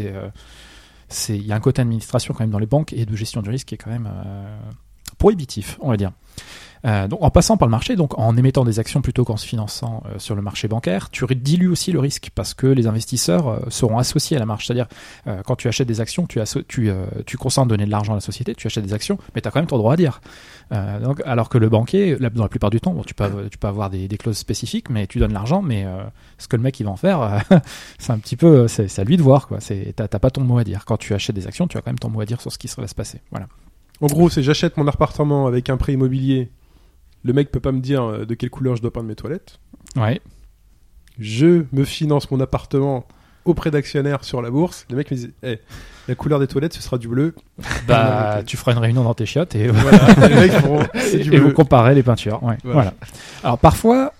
il y a un côté administration quand même dans les banques et de gestion du risque qui est quand même prohibitif, on va dire. Donc en passant par le marché, donc en émettant des actions plutôt qu'en se finançant sur le marché bancaire, tu dilues aussi le risque parce que les investisseurs seront associés à la marge. C'est-à-dire quand tu achètes des actions, tu consens à donner de l'argent à la société, tu achètes des actions, mais tu as quand même ton droit à dire. Donc, alors que le banquier, dans la plupart du temps, bon, tu peux avoir des clauses spécifiques, mais tu donnes l'argent, mais ce que le mec il va en faire, c'est un petit peu, c'est à lui de voir, quoi. T'as pas ton mot à dire. Quand tu achètes des actions, tu as quand même ton mot à dire sur ce qui va se passer. Voilà. En gros, c'est j'achète mon appartement avec un prêt immobilier. Le mec peut pas me dire de quelle couleur je dois peindre mes toilettes. Ouais. Je me finance mon appartement auprès d'actionnaires sur la bourse. Le mec me dit la couleur des toilettes, ce sera du bleu. Bah, tu feras une réunion dans tes chiottes et voilà. Les mecs feront, c'est du bleu. Et vous comparez les peintures. Ouais. Voilà. Alors parfois,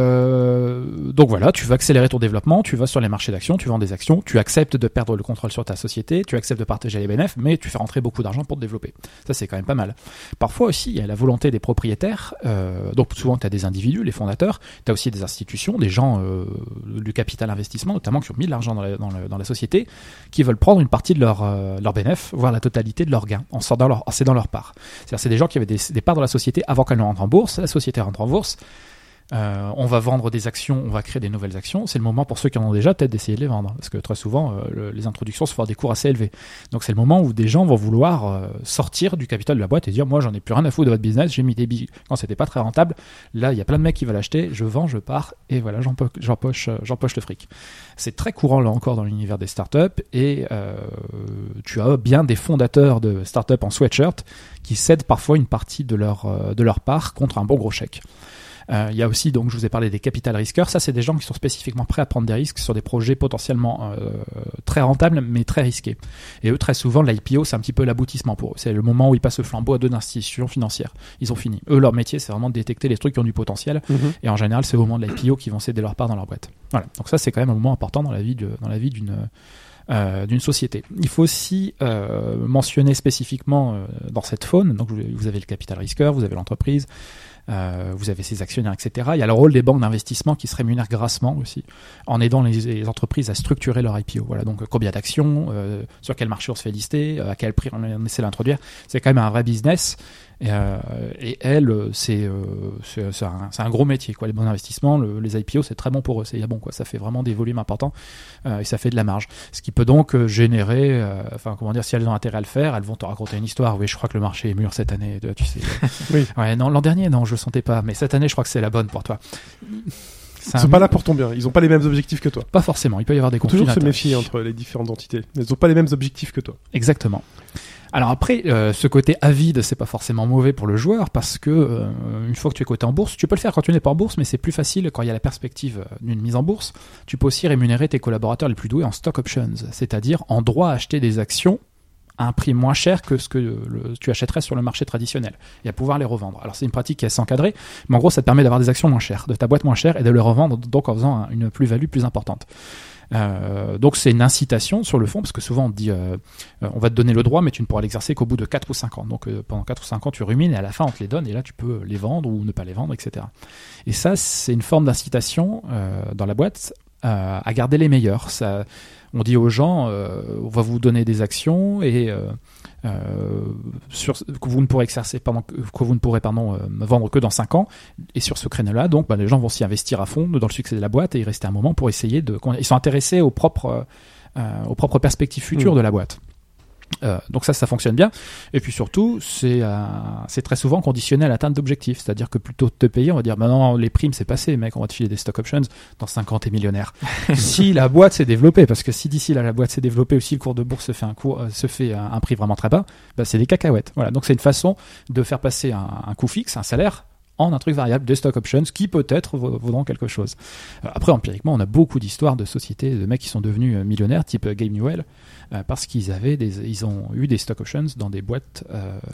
donc voilà, tu veux accélérer ton développement, tu vas sur les marchés d'actions, tu vends des actions, tu acceptes de perdre le contrôle sur ta société, tu acceptes de partager les bénéfices, mais tu fais rentrer beaucoup d'argent pour te développer. Ça, c'est quand même pas mal. Parfois aussi, il y a la volonté des propriétaires. Donc souvent, tu as des individus, les fondateurs, tu as aussi des institutions, des gens du capital investissement, notamment qui ont mis de l'argent dans la société, qui veulent prendre une partie de leur bénéfice, voire la totalité de leurs gains, en cédant leur part. C'est-à-dire, c'est des gens qui avaient des parts dans la société avant qu'elle ne rentre en bourse. La société rentre en bourse. On va vendre des actions, on va créer des nouvelles actions. C'est le moment pour ceux qui en ont déjà peut-être d'essayer de les vendre, parce que très souvent les introductions se font à des cours assez élevés. Donc c'est le moment où des gens vont vouloir sortir du capital de la boîte et dire moi j'en ai plus rien à foutre de votre business, j'ai mis des billes quand c'était pas très rentable. Là il y a plein de mecs qui veulent acheter, je vends, je pars et voilà j'empoche le fric. C'est très courant là encore dans l'univers des startups et tu as bien des fondateurs de startups en sweatshirt qui cèdent parfois une partie de leur part contre un bon gros chèque. Il y a aussi, donc je vous ai parlé des capital risqueurs. Ça, c'est des gens qui sont spécifiquement prêts à prendre des risques sur des projets potentiellement très rentables mais très risqués. Et eux, très souvent, l'IPO, c'est un petit peu l'aboutissement pour eux. C'est le moment où ils passent le flambeau à d'autres institutions financières. Ils ont fini. Eux, leur métier, c'est vraiment de détecter les trucs qui ont du potentiel. Et en général, c'est au moment de l'IPO qu'ils vont céder leur part dans leur boîte. Voilà. Donc ça, c'est quand même un moment important dans la vie d'une société. Il faut aussi mentionner spécifiquement dans cette faune, donc vous avez le capital risqueur, vous avez l'entreprise, vous avez ses actionnaires, etc. Il y a le rôle des banques d'investissement qui se rémunèrent grassement aussi, en aidant les entreprises à structurer leur IPO. Voilà, donc combien d'actions, sur quel marché on se fait lister, à quel prix on essaie d'introduire. C'est quand même un vrai business. Et elle, c'est un gros métier, quoi. Les bons investissements, les IPO, c'est très bon pour eux, c'est bon, quoi. Ça fait vraiment des volumes importants et ça fait de la marge. Ce qui peut donc générer, si elles ont intérêt à le faire, elles vont te raconter une histoire. Oui, je crois que le marché est mûr cette année, tu sais. Oui. Ouais, non, l'an dernier, non, je le sentais pas, mais cette année, je crois que c'est la bonne pour toi. Ils sont pas là pour ton bien. Ils ont pas les mêmes objectifs que toi. Pas forcément. Il peut y avoir des conflits Toujours se d'intérêts. méfier entre les différentes entités. Ils ont pas les mêmes objectifs que toi. Exactement. Alors après, ce côté avide, c'est pas forcément mauvais pour le joueur parce que une fois que tu es coté en bourse, tu peux le faire quand tu n'es pas en bourse, mais c'est plus facile quand il y a la perspective d'une mise en bourse. Tu peux aussi rémunérer tes collaborateurs les plus doués en stock options, c'est-à-dire en droit à acheter des actions à un prix moins cher que ce que tu achèterais sur le marché traditionnel et à pouvoir les revendre. Alors c'est une pratique qui est assez encadrée, mais en gros ça te permet d'avoir des actions moins chères, de ta boîte moins chère et de les revendre donc en faisant une plus-value plus importante. Donc c'est une incitation sur le fond, parce que souvent on te dit on va te donner le droit mais tu ne pourras l'exercer qu'au bout de 4 ou 5 ans. Donc pendant 4 ou 5 ans tu rumines et à la fin on te les donne et là tu peux les vendre ou ne pas les vendre, etc. Et ça c'est une forme d'incitation dans la boîte à garder les meilleurs. Ça, on dit aux gens on va vous donner des actions et que vous ne pourrez exercer que vous ne pourrez vendre que dans 5 ans, et sur ce créneau-là donc les gens vont s'y investir à fond dans le succès de la boîte et y rester un moment pour essayer ils sont intéressés aux propres perspectives futures de la boîte. Donc ça fonctionne bien, et puis surtout c'est très souvent conditionné à l'atteinte d'objectifs, c'est-à-dire que plutôt de te payer on va dire non, les primes c'est passé mec, on va te filer des stock options, dans 5 ans t'es millionnaire. Si la boîte s'est développée, parce que si d'ici là la boîte s'est développée ou si le cours de bourse se fait un prix vraiment très bas, c'est des cacahuètes. Voilà, donc c'est une façon de faire passer un coût fixe, un salaire, en un truc variable, des stock options qui peut-être vaudront quelque chose. Après, empiriquement, on a beaucoup d'histoires de sociétés, de mecs qui sont devenus millionnaires, type Gabe Newell, parce qu'ils ont eu des stock options dans des boîtes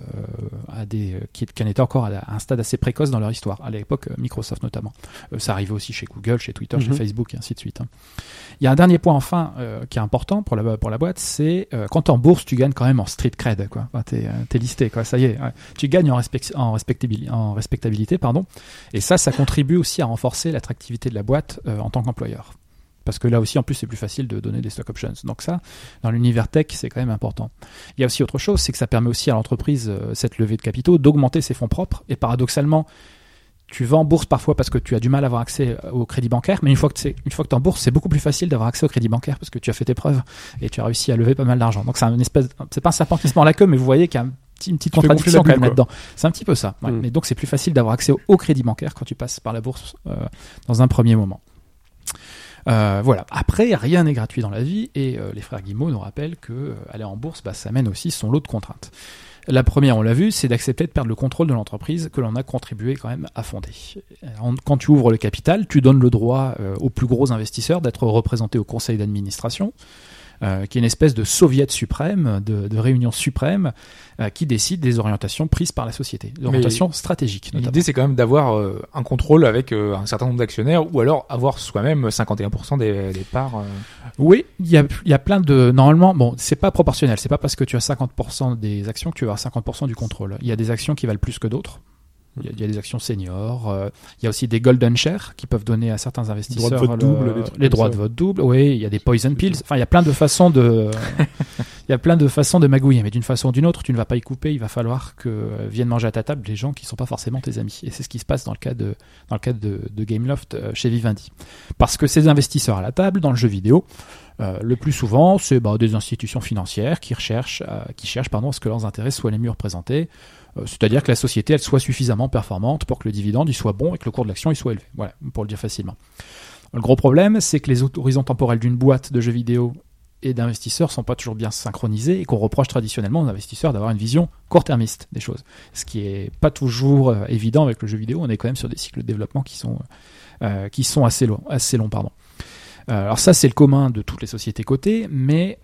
qui en étaient encore à un stade assez précoce dans leur histoire, à l'époque Microsoft notamment. Ça arrivait aussi chez Google, chez Twitter, chez Facebook, et ainsi de suite. Il y a un dernier point enfin qui est important pour la boîte, c'est quand t'es en bourse, tu gagnes quand même en street cred, quoi. Enfin, t'es listé, quoi. Ça y est, ouais. Tu gagnes en respectabilité, pardon. Et ça contribue aussi à renforcer l'attractivité de la boîte en tant qu'employeur. Parce que là aussi, en plus, c'est plus facile de donner des stock options. Donc ça, dans l'univers tech, c'est quand même important. Il y a aussi autre chose, c'est que ça permet aussi à l'entreprise, cette levée de capitaux, d'augmenter ses fonds propres. Et paradoxalement, tu vas en bourse parfois parce que tu as du mal à avoir accès au crédit bancaire, mais une fois que tu es en bourse, c'est beaucoup plus facile d'avoir accès au crédit bancaire parce que tu as fait tes preuves et tu as réussi à lever pas mal d'argent. Donc c'est pas un serpent qui se mord la queue, mais vous voyez qu'il y a une petite contradiction quand même là-dedans. C'est un petit peu ça. Ouais. Mais donc c'est plus facile d'avoir accès au crédit bancaire quand tu passes par la bourse dans un premier moment. Voilà. Après, rien n'est gratuit dans la vie et les frères Guillemot nous rappellent que aller en bourse, ça mène aussi son lot de contraintes. La première, on l'a vu, c'est d'accepter de perdre le contrôle de l'entreprise que l'on a contribué quand même à fonder. Quand tu ouvres le capital, tu donnes le droit aux plus gros investisseurs d'être représentés au conseil d'administration, qui est une espèce de soviet suprême, de réunion suprême, qui décide des orientations prises par la société, des orientations stratégiques. Notamment. L'idée, c'est quand même d'avoir un contrôle avec un certain nombre d'actionnaires, ou alors avoir soi-même 51% des parts. Oui, il y a plein de... Normalement, bon, c'est pas proportionnel, c'est pas parce que tu as 50% des actions que tu vas avoir 50% du contrôle. Il y a des actions qui valent plus que d'autres. Il y a des actions seniors. Il y a aussi des golden shares qui peuvent donner à certains investisseurs les droits de vote double. Oui, il y a des poison pills. Enfin, il y a plein de façons de magouiller. Mais d'une façon ou d'une autre, tu ne vas pas y couper. Il va falloir que viennent manger à ta table des gens qui ne sont pas forcément tes amis. Et c'est ce qui se passe dans le cas de Gameloft chez Vivendi. Parce que ces investisseurs à la table, dans le jeu vidéo, le plus souvent, c'est des institutions financières qui cherchent à ce que leurs intérêts soient les mieux représentés. C'est-à-dire que la société elle soit suffisamment performante pour que le dividende il soit bon et que le cours de l'action il soit élevé. Voilà, pour le dire facilement. Le gros problème, c'est que les horizons temporels d'une boîte de jeux vidéo et d'investisseurs sont pas toujours bien synchronisés et qu'on reproche traditionnellement aux investisseurs d'avoir une vision court-termiste des choses. Ce qui est pas toujours évident avec le jeu vidéo. On est quand même sur des cycles de développement qui sont assez longs, pardon. Alors ça, c'est le commun de toutes les sociétés cotées, mais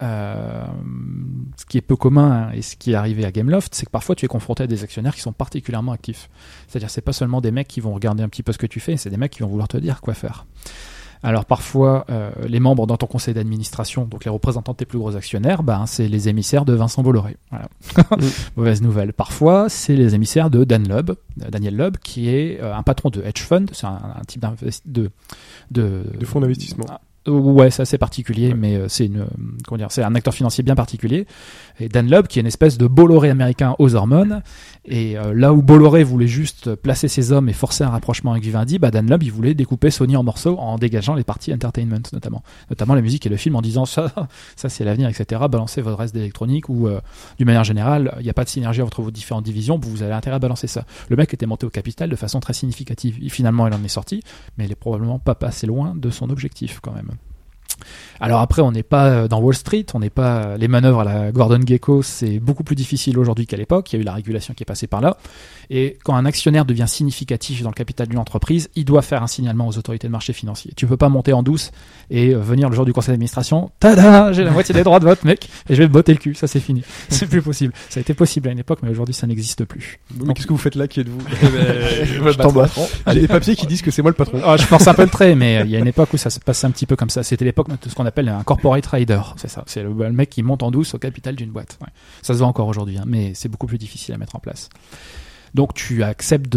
ce qui est peu commun et ce qui est arrivé à Gameloft, c'est que parfois tu es confronté à des actionnaires qui sont particulièrement actifs. C'est-à-dire c'est pas seulement des mecs qui vont regarder un petit peu ce que tu fais, c'est des mecs qui vont vouloir te dire quoi faire. Alors parfois, les membres dans ton conseil d'administration, donc les représentants de tes plus gros actionnaires, c'est les émissaires de Vincent Bolloré. Voilà. Mauvaise nouvelle. Parfois, c'est les émissaires de Daniel Loeb, qui est un patron de hedge fund, c'est un type de fonds d'investissement. Ouais, c'est assez particulier, mais c'est un acteur financier bien particulier. Et Dan Loeb, qui est une espèce de Bolloré américain aux hormones. Et là où Bolloré voulait juste placer ses hommes et forcer un rapprochement avec Vivendi, Dan Loeb, il voulait découper Sony en morceaux en dégageant les parties entertainment, notamment la musique et le film, en disant ça c'est l'avenir, etc. Balancez votre reste d'électronique ou d'une manière générale, il n'y a pas de synergie entre vos différentes divisions, vous avez intérêt à balancer ça. Le mec était monté au capital de façon très significative. Et finalement, il en est sorti, mais il est probablement pas passé loin de son objectif quand même. Alors après, on n'est pas dans Wall Street, on n'est pas les manœuvres à la Gordon Gekko, c'est beaucoup plus difficile aujourd'hui qu'à l'époque. Il y a eu la régulation qui est passée par là. Et quand un actionnaire devient significatif dans le capital d'une entreprise, il doit faire un signalement aux autorités de marché financier. Tu peux pas monter en douce et venir le jour du conseil d'administration, tada, j'ai la moitié des droits de vote, mec, et je vais me botter le cul. Ça, c'est fini. C'est plus possible. Ça a été possible à une époque, mais aujourd'hui, ça n'existe plus. Mais qu'est-ce que vous faites là, qui êtes-vous? Je t'embrasse. J'ai des papiers qui disent que c'est moi le patron. Je force un peu le trait, mais il y a une époque où ça se passait un petit peu comme ça. C'était l'époque de ce qu'on appelle un corporate rider. C'est ça. C'est le mec qui monte en douce au capital d'une boîte. Ouais. Ça se voit encore aujourd'hui, mais c'est beaucoup plus difficile à mettre en place. Donc tu acceptes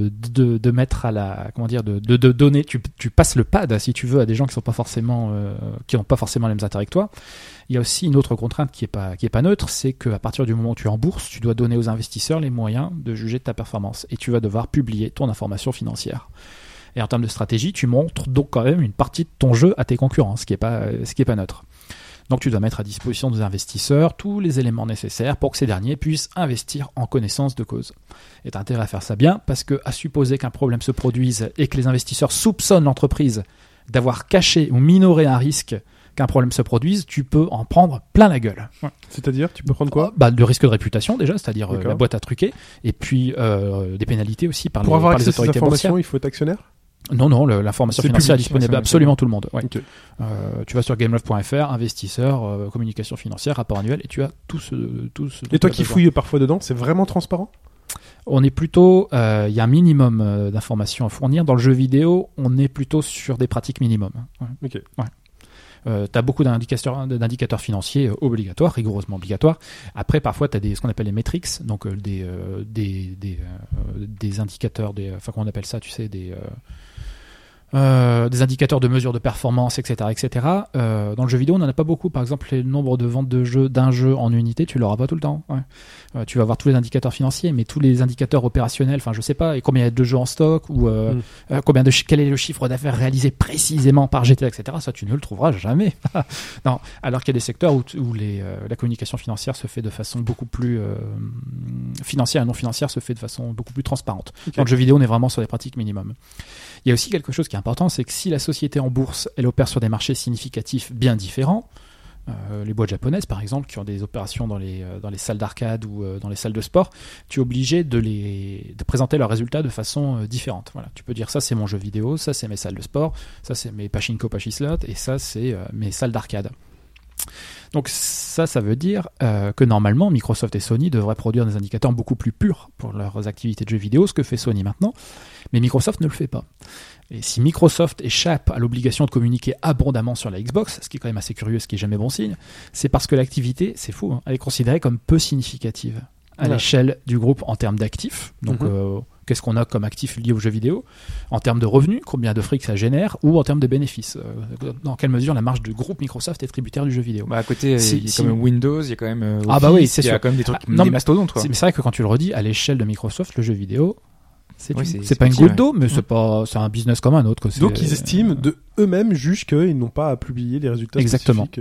de mettre à la, de donner, tu passes le pad si tu veux à des gens qui sont pas forcément qui n'ont pas forcément les mêmes intérêts que toi. Il y a aussi une autre contrainte qui est pas neutre, c'est qu'à partir du moment où tu es en bourse, tu dois donner aux investisseurs les moyens de juger de ta performance et tu vas devoir publier ton information financière. Et en termes de stratégie, tu montres donc quand même une partie de ton jeu à tes concurrents, ce qui est pas neutre. Donc tu dois mettre à disposition des investisseurs tous les éléments nécessaires pour que ces derniers puissent investir en connaissance de cause. Et tu as intérêt à faire ça bien, parce que à supposer qu'un problème se produise et que les investisseurs soupçonnent l'entreprise d'avoir caché ou minoré un risque qu'un problème se produise, tu peux en prendre plein la gueule. Ouais. C'est-à-dire, tu peux prendre quoi? De risque de réputation déjà, c'est-à-dire la boîte à truquer, et puis des pénalités aussi par pour avoir les accès à ces autorités informations, boursières. Il faut être actionnaire? Non, l'information C'est financière public, est disponible à absolument tout le monde. Ouais. Okay. Tu vas sur gameloft.fr, investisseurs, communication financière, rapport annuel, et tu as tout ce. Et toi qui fouilles parfois dedans, c'est vraiment transparent? On est plutôt, y a un minimum d'informations à fournir. Dans le jeu vidéo, on est plutôt sur des pratiques minimum. Ouais. Ok. Ouais. Tu as beaucoup d'indicateurs financiers obligatoires, rigoureusement obligatoires. Après, parfois, tu as ce qu'on appelle les metrics, donc des indicateurs, comment on appelle ça, tu sais, des indicateurs de mesure de performance, etc., etc. Dans le jeu vidéo, on n'en a pas beaucoup. Par exemple, le nombre de ventes d'un jeu en unité, tu l'auras pas tout le temps. Ouais. Tu vas avoir tous les indicateurs financiers, mais tous les indicateurs opérationnels, enfin, je sais pas, et combien il y a de jeux en stock, ou quel est le chiffre d'affaires réalisé précisément par GTA, etc. Ça, tu ne le trouveras jamais. Non. Alors qu'il y a des secteurs où la communication financière se fait de façon beaucoup plus financière et non financière se fait de façon beaucoup plus transparente. Okay. Dans le jeu vidéo, on est vraiment sur des pratiques minimum. Il y a aussi quelque chose qui est important, c'est que si la société en bourse, elle opère sur des marchés significatifs bien différents, les boîtes japonaises par exemple, qui ont des opérations dans les salles d'arcade ou dans les salles de sport, tu es obligé de présenter leurs résultats de façon différente. Voilà. Tu peux dire ça c'est mon jeu vidéo, ça c'est mes salles de sport, ça c'est mes pachinko pachislot, et ça c'est mes salles d'arcade. Donc ça veut dire que normalement Microsoft et Sony devraient produire des indicateurs beaucoup plus purs pour leurs activités de jeux vidéo, ce que fait Sony maintenant, mais Microsoft ne le fait pas. Et si Microsoft échappe à l'obligation de communiquer abondamment sur la Xbox, ce qui est quand même assez curieux, ce qui est jamais bon signe, c'est parce que l'activité, c'est fou, elle est considérée comme peu significative à l'échelle du groupe en termes d'actifs. Donc qu'est-ce qu'on a comme actifs liés aux jeux vidéo, en termes de revenus, combien de fric ça génère, ou en termes de bénéfices, dans quelle mesure la marge du groupe Microsoft est tributaire du jeu vidéo. À côté, il y a quand même Windows, il y a quand même Office, oui, c'est sûr. Il y a quand même des trucs, des mastodontes. Mais c'est vrai que quand tu le redis, à l'échelle de Microsoft, le jeu vidéo, c'est pas une goutte d'eau, mais c'est un business comme un autre. Donc ils estiment eux-mêmes jugent qu'ils n'ont pas à publier les résultats Exactement. spécifiques. Ouais.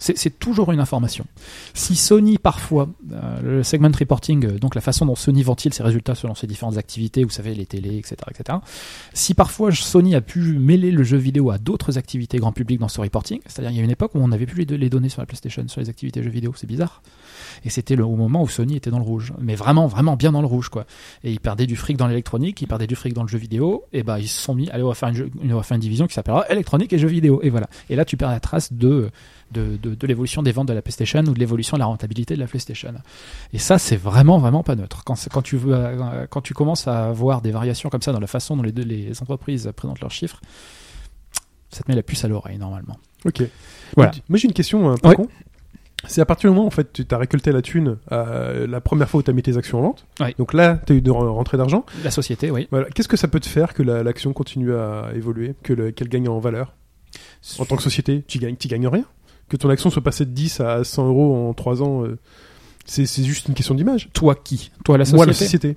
C'est toujours une information. Si Sony, parfois, le segment reporting, donc la façon dont Sony ventile ses résultats selon ses différentes activités, vous savez, les télés, etc., si parfois Sony a pu mêler le jeu vidéo à d'autres activités grand public dans ce reporting, c'est-à-dire il y a une époque où on n'avait plus les données sur la PlayStation, sur les activités jeux vidéo, c'est bizarre. Et c'était au moment où Sony était dans le rouge. Mais vraiment, vraiment bien dans le rouge, quoi. Et ils perdaient du fric dans l'électronique, ils perdaient du fric dans le jeu vidéo, et ils se sont mis, allez, on va faire une division qui s'appellera électronique et jeux vidéo. Et voilà. Et là, tu perds la trace de l'évolution des ventes de la PlayStation ou de l'évolution de la rentabilité de la PlayStation. Et ça, c'est vraiment, vraiment pas neutre. Quand tu commences à voir des variations comme ça dans la façon dont les entreprises présentent leurs chiffres, ça te met la puce à l'oreille, normalement. Ok. Voilà. Moi, j'ai une question un peu con. C'est à partir du moment où en fait, tu as récolté la thune la première fois où tu as mis tes actions en vente. Oui. Donc là, tu as eu de rentrée d'argent. La société, oui. Voilà. Qu'est-ce que ça peut te faire que l'action continue à évoluer, qu'elle gagne en valeur? En tant que société, tu gagnes rien. Que ton action soit passée de 10 à 100 euros en 3 ans, c'est juste une question d'image. Toi qui? Toi la société? Moi la société.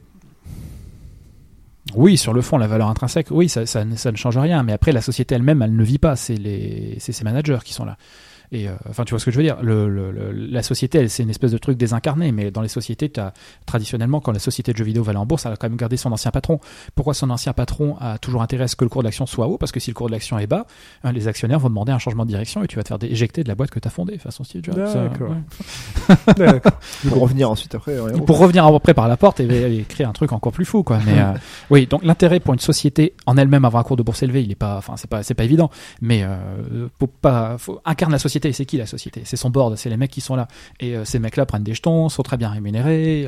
Oui, sur le fond, la valeur intrinsèque, oui, ça ne change rien. Mais après, la société elle-même, elle ne vit pas. C'est ses managers qui sont là. Et enfin, tu vois ce que je veux dire. La société, c'est une espèce de truc désincarné. Mais dans les sociétés, traditionnellement, quand la société de jeux vidéo va aller en bourse, elle a quand même gardé son ancien patron. Pourquoi son ancien patron a toujours intérêt à ce que le cours de l'action soit haut? Parce que si le cours de l'action est bas, les actionnaires vont demander un changement de direction et tu vas te faire éjecter de la boîte que tu as fondée, façon Steve Jobs. D'accord. D'accord. Pour revenir ensuite après. Pour revenir après par la porte et créer un truc encore plus fou, quoi. Mais oui, donc l'intérêt pour une société en elle-même avoir un cours de bourse élevé, il est pas, enfin c'est pas évident. Mais faut incarne la société. C'est qui la société? C'est son board, c'est les mecs qui sont là. Et ces mecs-là prennent des jetons, sont très bien rémunérés.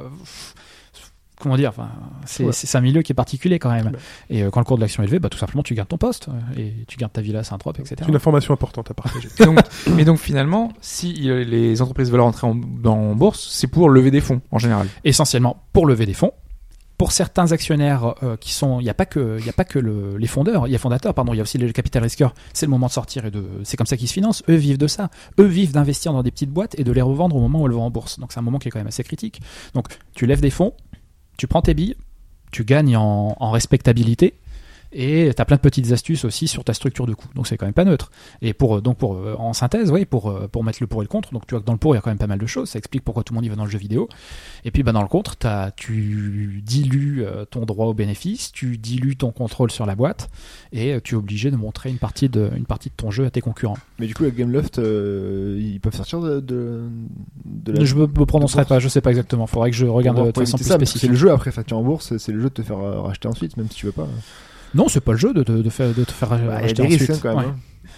Comment dire, enfin, c'est un milieu qui est particulier quand même. Et quand le cours de l'action est élevé, tout simplement tu gardes ton poste et tu gardes ta villa à Saint-Trope, etc. C'est une information importante à partager. Mais donc finalement, si les entreprises veulent rentrer en bourse, c'est pour lever des fonds en général. Essentiellement pour lever des fonds. Pour certains actionnaires qui sont, il y a pas que les fondeurs, il y a fondateurs, pardon, il y a aussi les capital risqueurs. C'est le moment de sortir c'est comme ça qu'ils se financent. Eux vivent de ça. Eux vivent d'investir dans des petites boîtes et de les revendre au moment où elles vont en bourse. Donc c'est un moment qui est quand même assez critique. Donc tu lèves des fonds, tu prends tes billes, tu gagnes en respectabilité. Et t'as plein de petites astuces aussi sur ta structure de coût. Donc c'est quand même pas neutre. Et en synthèse, oui, pour mettre le pour et le contre. Donc tu vois que dans le pour, il y a quand même pas mal de choses. Ça explique pourquoi tout le monde y va dans le jeu vidéo. Et puis dans le contre, tu dilues ton droit au bénéfice, tu dilues ton contrôle sur la boîte, et tu es obligé de montrer une partie de ton jeu à tes concurrents. Mais du coup, avec Gameloft, ils peuvent sortir de la. Je me prononcerai pas. Je sais pas exactement. Faudrait que je regarde de façon plus spécifique. C'est le jeu après. Tu es en bourse, c'est le jeu de te faire racheter ensuite, même si tu veux pas. Non, c'est pas le jeu de te faire racheter ensuite. Il y a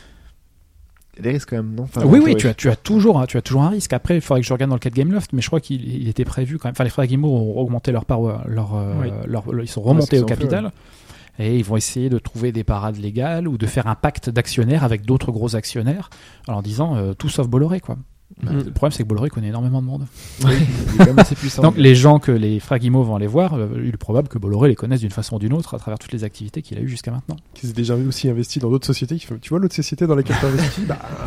des risques quand même, non? Oui, tu as toujours un risque. Après, il faudrait que je regarde dans le cas de Gameloft, mais je crois qu'il était prévu quand même. Enfin, les frères Guillemot ont augmenté leur part, ils sont remontés au capital. Et ils vont essayer de trouver des parades légales ou de faire un pacte d'actionnaires avec d'autres gros actionnaires en leur disant tout sauf Bolloré, quoi. Le problème, c'est que Bolloré connaît énormément de monde. Oui, il est quand même assez puissant. Donc, les gens que les frères Guillemot vont aller voir, il est probable que Bolloré les connaisse d'une façon ou d'une autre à travers toutes les activités qu'il a eues jusqu'à maintenant. Qui s'est déjà aussi investi dans d'autres sociétés. Tu vois l'autre société dans laquelle tu as investi?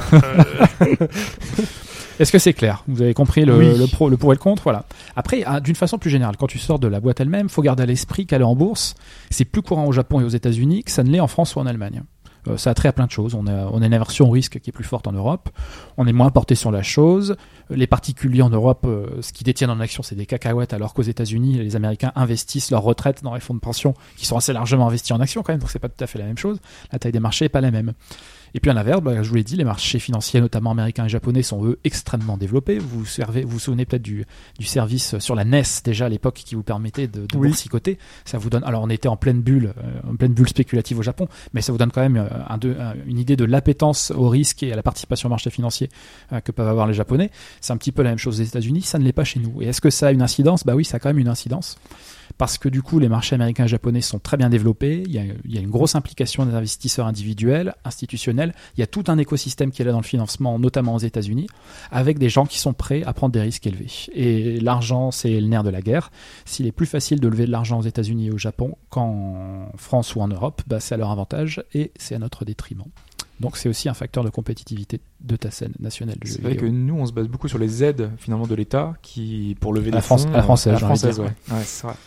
Est-ce que c'est clair? Vous avez compris le pour et le contre? Voilà. Après, d'une façon plus générale, quand tu sors de la boîte elle-même, faut garder à l'esprit qu'aller en bourse, c'est plus courant au Japon et aux États-Unis que ça ne l'est en France ou en Allemagne. Ça a trait à plein de choses. On a une aversion au risque qui est plus forte en Europe. On est moins porté sur la chose. Les particuliers en Europe, ce qu'ils détiennent en action, c'est des cacahuètes, alors qu'aux États-Unis, les Américains investissent leur retraite dans les fonds de pension qui sont assez largement investis en action quand même. Donc c'est pas tout à fait la même chose. La taille des marchés est pas la même. Et puis à l'inverse, je vous l'ai dit, les marchés financiers, notamment américains et japonais, sont eux extrêmement développés. Vous vous souvenez peut-être du service sur la NES déjà à l'époque qui vous permettait de boursicoter. Ça vous donne. Alors on était en pleine bulle spéculative au Japon, mais ça vous donne quand même une idée de l'appétence au risque et à la participation au marché financier que peuvent avoir les Japonais. C'est un petit peu la même chose aux États-Unis. Ça ne l'est pas chez nous. Et est-ce que ça a une incidence? Oui, ça a quand même une incidence. Parce que du coup, les marchés américains et japonais sont très bien développés. Il y a une grosse implication des investisseurs individuels, institutionnels. Il y a tout un écosystème qui est là dans le financement, notamment aux États-Unis, avec des gens qui sont prêts à prendre des risques élevés. Et l'argent, c'est le nerf de la guerre. S'il est plus facile de lever de l'argent aux États-Unis et au Japon qu'en France ou en Europe, c'est à leur avantage et c'est à notre détriment. Donc c'est aussi un facteur de compétitivité de ta scène nationale. C'est vrai que nous, on se base beaucoup sur les aides finalement de l'État qui pour lever des fonds. À la française, ouais. Ouais, c'est vrai.